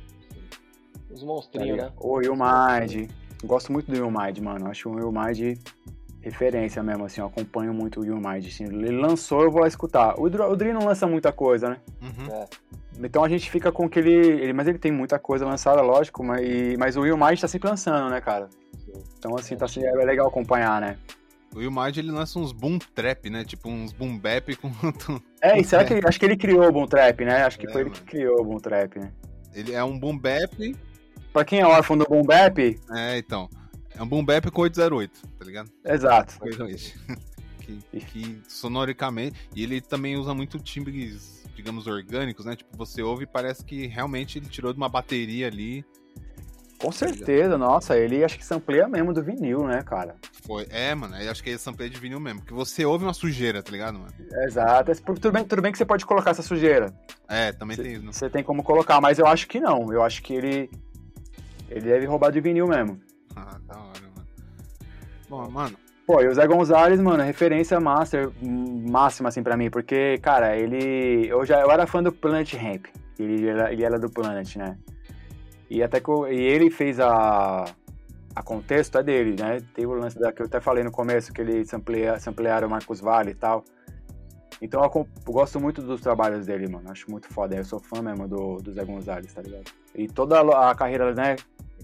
Os monstrinhos, né? O Will Mind. Eu gosto muito do Will Mind, mano. Eu acho o Will Mind referência mesmo, assim. Eu acompanho muito o Will Mind. Assim, ele lançou, eu vou lá escutar. O Dre, o Dre não lança muita coisa, né? Uhum. É. Então a gente fica com aquele... Ele, mas ele tem muita coisa lançada, lógico. Mas, e- mas o Will Mind tá sempre lançando, né, cara? Então, assim, tá, assim, é legal acompanhar, né? O Will Mind, ele lança uns boom trap, né? Tipo, uns boom bap com... É, e será que ele, acho que ele criou o Boom Trap, né? Acho que É, foi ele mano. que criou o Boom Trap, né? Ele é um boom bap... Pra quem é órfão do Boom Bap, É, então. É um boom bap com oito zero oito, tá ligado? exato. oito zero oito. que, que sonoricamente... E ele também usa muito timbres, digamos, orgânicos, né? Tipo, você ouve e parece que realmente ele tirou de uma bateria ali. Com certeza, nossa, ele acho que sampleia mesmo do vinil, né, cara? Foi... É, mano, eu acho que é sampleio de vinil mesmo. Porque você ouve uma sujeira, tá ligado, mano? Exato. Esse- Tudo bem, tudo bem que você pode colocar essa sujeira. É, também tem isso, né? Você tem como colocar, mas eu acho que não. Eu acho que ele. Ele deve roubar de vinil mesmo. Ah, da hora, mano. Bom, mano... Pô, e o Zé Gonzalez, mano, é referência master, máxima, assim, pra mim. Porque, cara, ele. Eu já eu era fã do Planet Hemp. Ele era, ele era do Planet, né? E até que eu, e ele fez a, a contexto é dele, né? Tem o lance da, que eu até falei no começo, que ele samplea, samplearam o Marcos Valle e tal. Então eu, eu gosto muito dos trabalhos dele, mano. Acho muito foda. Eu sou fã mesmo do, do Zé Gonzalez, tá ligado? E toda a, a carreira, né,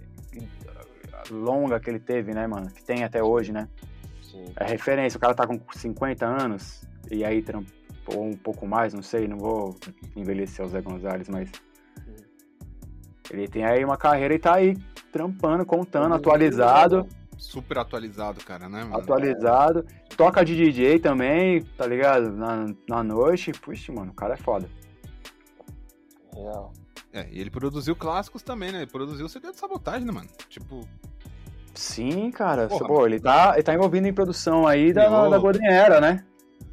longa que ele teve, né, mano? Que tem até hoje, né? Sim. É referência. O cara tá com cinquenta anos e aí trampou um pouco mais, não sei, não vou envelhecer o Zé Gonzalez, mas ele tem aí uma carreira e tá aí trampando, contando, atualizado. Super atualizado, cara, né, mano? Atualizado. Toca de D J também, tá ligado? Na, na noite. Puxa, mano, o cara é foda. Real. É, e ele produziu clássicos também, né? Ele produziu o C D de Sabotagem, né, mano? Tipo... Sim, cara. Porra, Pô, ele tá, ele tá envolvido em produção aí da, da Golden Era, né?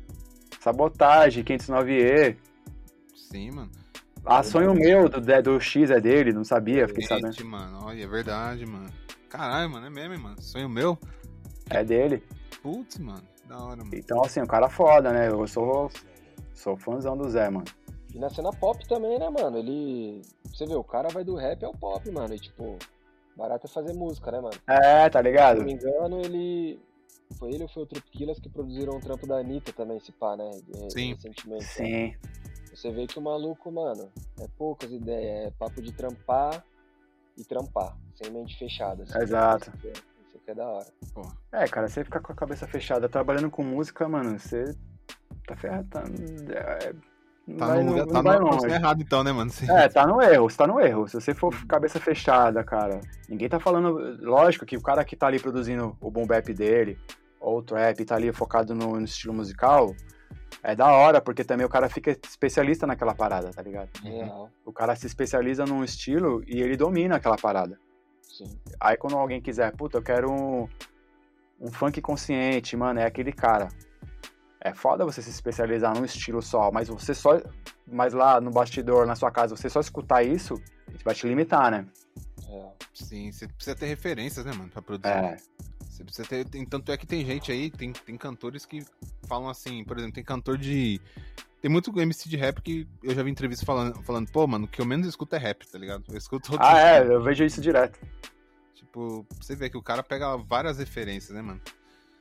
Sabotagem, quinhentos e nove E. Sim, mano. Ah, Sonho Meu, do, do X é dele, não sabia, fiquei Gente, sabendo. mano, olha, é verdade, mano. Caralho, mano, é mesmo, mano. Sonho Meu. É dele. Putz, mano, da hora, mano. Então, assim, o cara foda, né? Eu sou, sou fãzão do Zé, mano. E na cena pop também, né, mano? Ele... Você vê, o cara vai do rap ao pop, mano. E, tipo, barato é fazer música, né, mano? É, tá ligado? Se não me engano, ele... Foi ele ou foi o Troop Killers que produziram um trampo da Anitta também, se pá, né? Sim. Recentemente. Sim. Né? Você vê que o maluco, mano, é poucas ideias. É papo de trampar e trampar. Sem mente fechada. Assim. Exato. Isso aqui, é, isso aqui é da hora. Pô. É, cara, você ficar com a cabeça fechada trabalhando com música, mano, você tá ferrado. Tá, é, Tá vai, no lugar, não, tá não vai no longe. curso errado então, né, mano? Você... É, tá no erro, você tá no erro. Se você for cabeça fechada, cara, ninguém tá falando... Lógico que o cara que tá ali produzindo o boom bap dele, ou o trap, tá ali focado no, no estilo musical, é da hora, porque também o cara fica especialista naquela parada, tá ligado? Real. O cara se especializa num estilo e ele domina aquela parada. Sim. Aí quando alguém quiser, puta, eu quero um, um funk consciente, mano, é aquele cara. É foda você se especializar num estilo só, mas você só, mas lá no bastidor, na sua casa, você só escutar isso, vai te limitar, né? Real. Sim, você precisa ter referências, né, mano, pra produzir. É. Você precisa ter... Tem, tanto é que tem gente aí, tem, tem cantores que falam assim, por exemplo, tem cantor de... Tem muito M C de rap que eu já vi entrevista falando, falando, pô, mano, o que eu menos escuto é rap, tá ligado? Eu escuto outro Ah, é, estilo. eu vejo isso direto. Tipo, você vê que o cara pega várias referências, né, mano?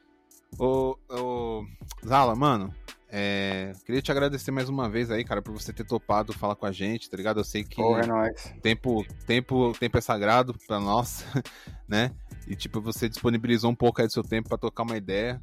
Ô, ô, Zala, mano, é, queria te agradecer mais uma vez aí, cara, por você ter topado falar com a gente, tá ligado? Eu sei que Porra, é nóis. tempo, tempo, tempo é sagrado pra nós, né? E, tipo, você disponibilizou um pouco aí do seu tempo pra tocar uma ideia.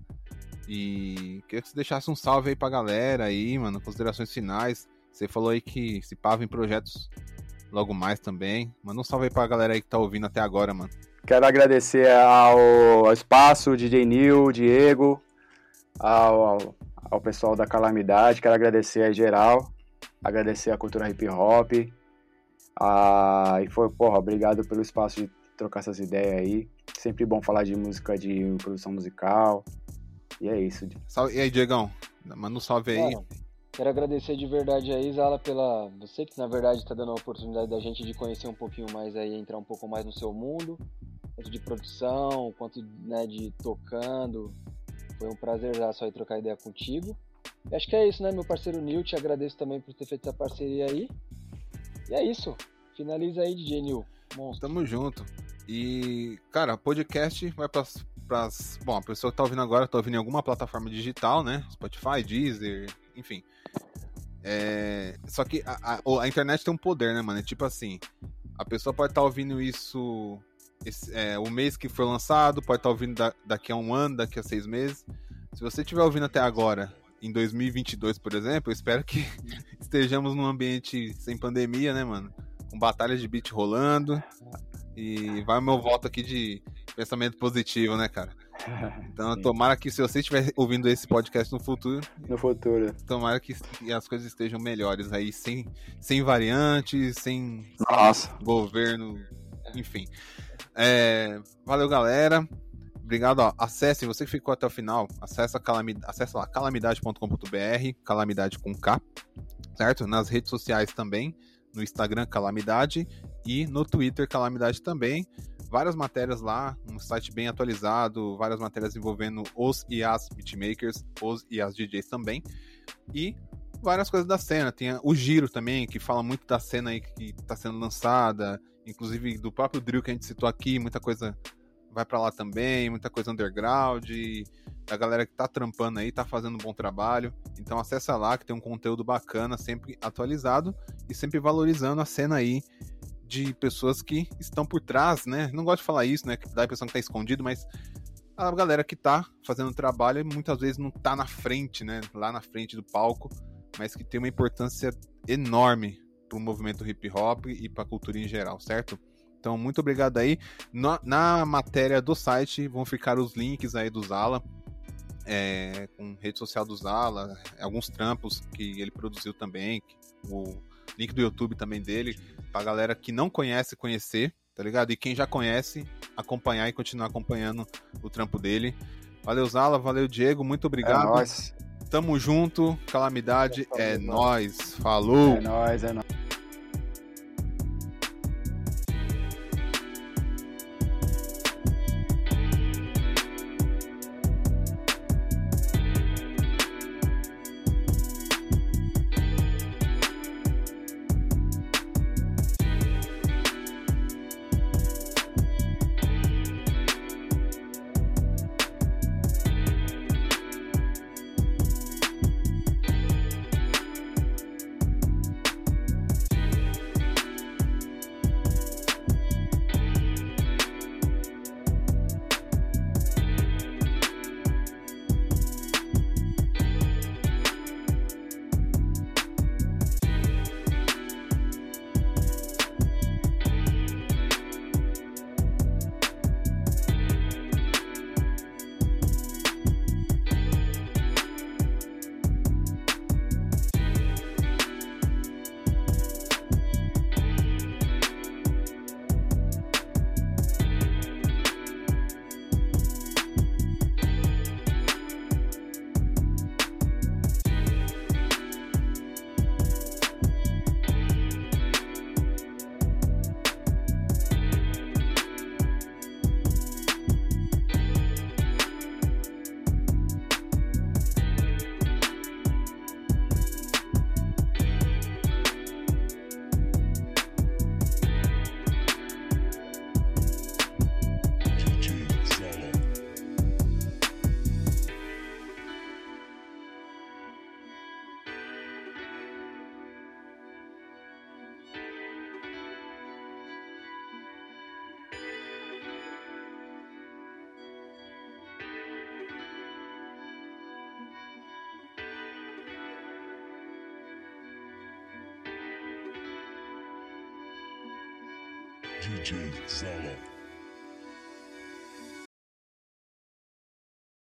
E queria que você deixasse um salve aí pra galera aí, mano, considerações finais. Você falou aí que se pava em projetos logo mais também. Manda um salve aí pra galera aí que tá ouvindo até agora, mano. Quero agradecer ao, ao espaço, D J Nil, Diego, ao, ao, ao pessoal da Calamidade. Quero agradecer a geral, agradecer a cultura hip hop. Ah, e foi, porra, obrigado pelo espaço de trocar essas ideias aí. Sempre bom falar de música, de produção musical. E é isso. Salve, e aí, Diegão? Manda um salve aí. Mano, quero agradecer de verdade aí, Zala, pela... Você que, na verdade, tá dando a oportunidade da gente de conhecer um pouquinho mais aí, entrar um pouco mais no seu mundo. Tanto de produção, quanto, né, de tocando. Foi um prazerzaço aí trocar ideia contigo. E acho que é isso, né, meu parceiro Nil? Te agradeço também por ter feito essa parceria aí. E é isso. Finaliza aí, D J Nil. Monstro. Tamo junto. E, cara, podcast vai pras, pras... Bom, a pessoa que tá ouvindo agora tá ouvindo em alguma plataforma digital, né? Spotify, Deezer, enfim. É... Só que a, a, a internet tem um poder, né, mano? É tipo assim, a pessoa pode estar tá ouvindo isso esse, é, o mês que foi lançado, pode estar tá ouvindo da, daqui a um ano, daqui a seis meses. Se você estiver ouvindo até agora, em dois mil e vinte e dois, por exemplo, eu espero que estejamos num ambiente sem pandemia, né, mano? Com batalhas de beat rolando. E vai o meu voto aqui de pensamento positivo, né, cara? Então, tomara que se você estiver ouvindo esse podcast no futuro... No futuro. Tomara que as coisas estejam melhores aí, sem, sem variantes, sem, Nossa. sem governo, enfim. É, valeu, galera. Obrigado, ó. Acesse, você que ficou até o final, acessa, calamid... acessa lá, calamidade ponto com ponto b r, calamidade com K, certo? Nas redes sociais também, no Instagram, Calamidade, e no Twitter, Calamidade também. Várias matérias lá, um site bem atualizado, várias matérias envolvendo os e as beatmakers, os e as D Js também. E várias coisas da cena. Tem o Giro também, que fala muito da cena aí que tá sendo lançada, inclusive do próprio Drill que a gente citou aqui, muita coisa vai pra lá também, muita coisa underground, e a galera que tá trampando aí, tá fazendo um bom trabalho. Então acessa lá, que tem um conteúdo bacana, sempre atualizado e sempre valorizando a cena aí de pessoas que estão por trás, né? Não gosto de falar isso, né? Que dá a impressão que tá escondido, mas a galera que tá fazendo trabalho muitas vezes não tá na frente, né? Lá na frente do palco, mas que tem uma importância enorme pro movimento hip hop e pra cultura em geral, certo? Então, muito obrigado aí. Na, na matéria do site vão ficar os links aí do Zala, é, com rede social do Zala, alguns trampos que ele produziu também, o link do YouTube também dele, pra galera que não conhece conhecer, tá ligado? E quem já conhece, acompanhar e continuar acompanhando o trampo dele. Valeu, Zala, valeu, Diego, muito obrigado. É nóis. Tamo junto, Calamidade, é, é nóis. Falou! É nóis, é nóis. D J Zala.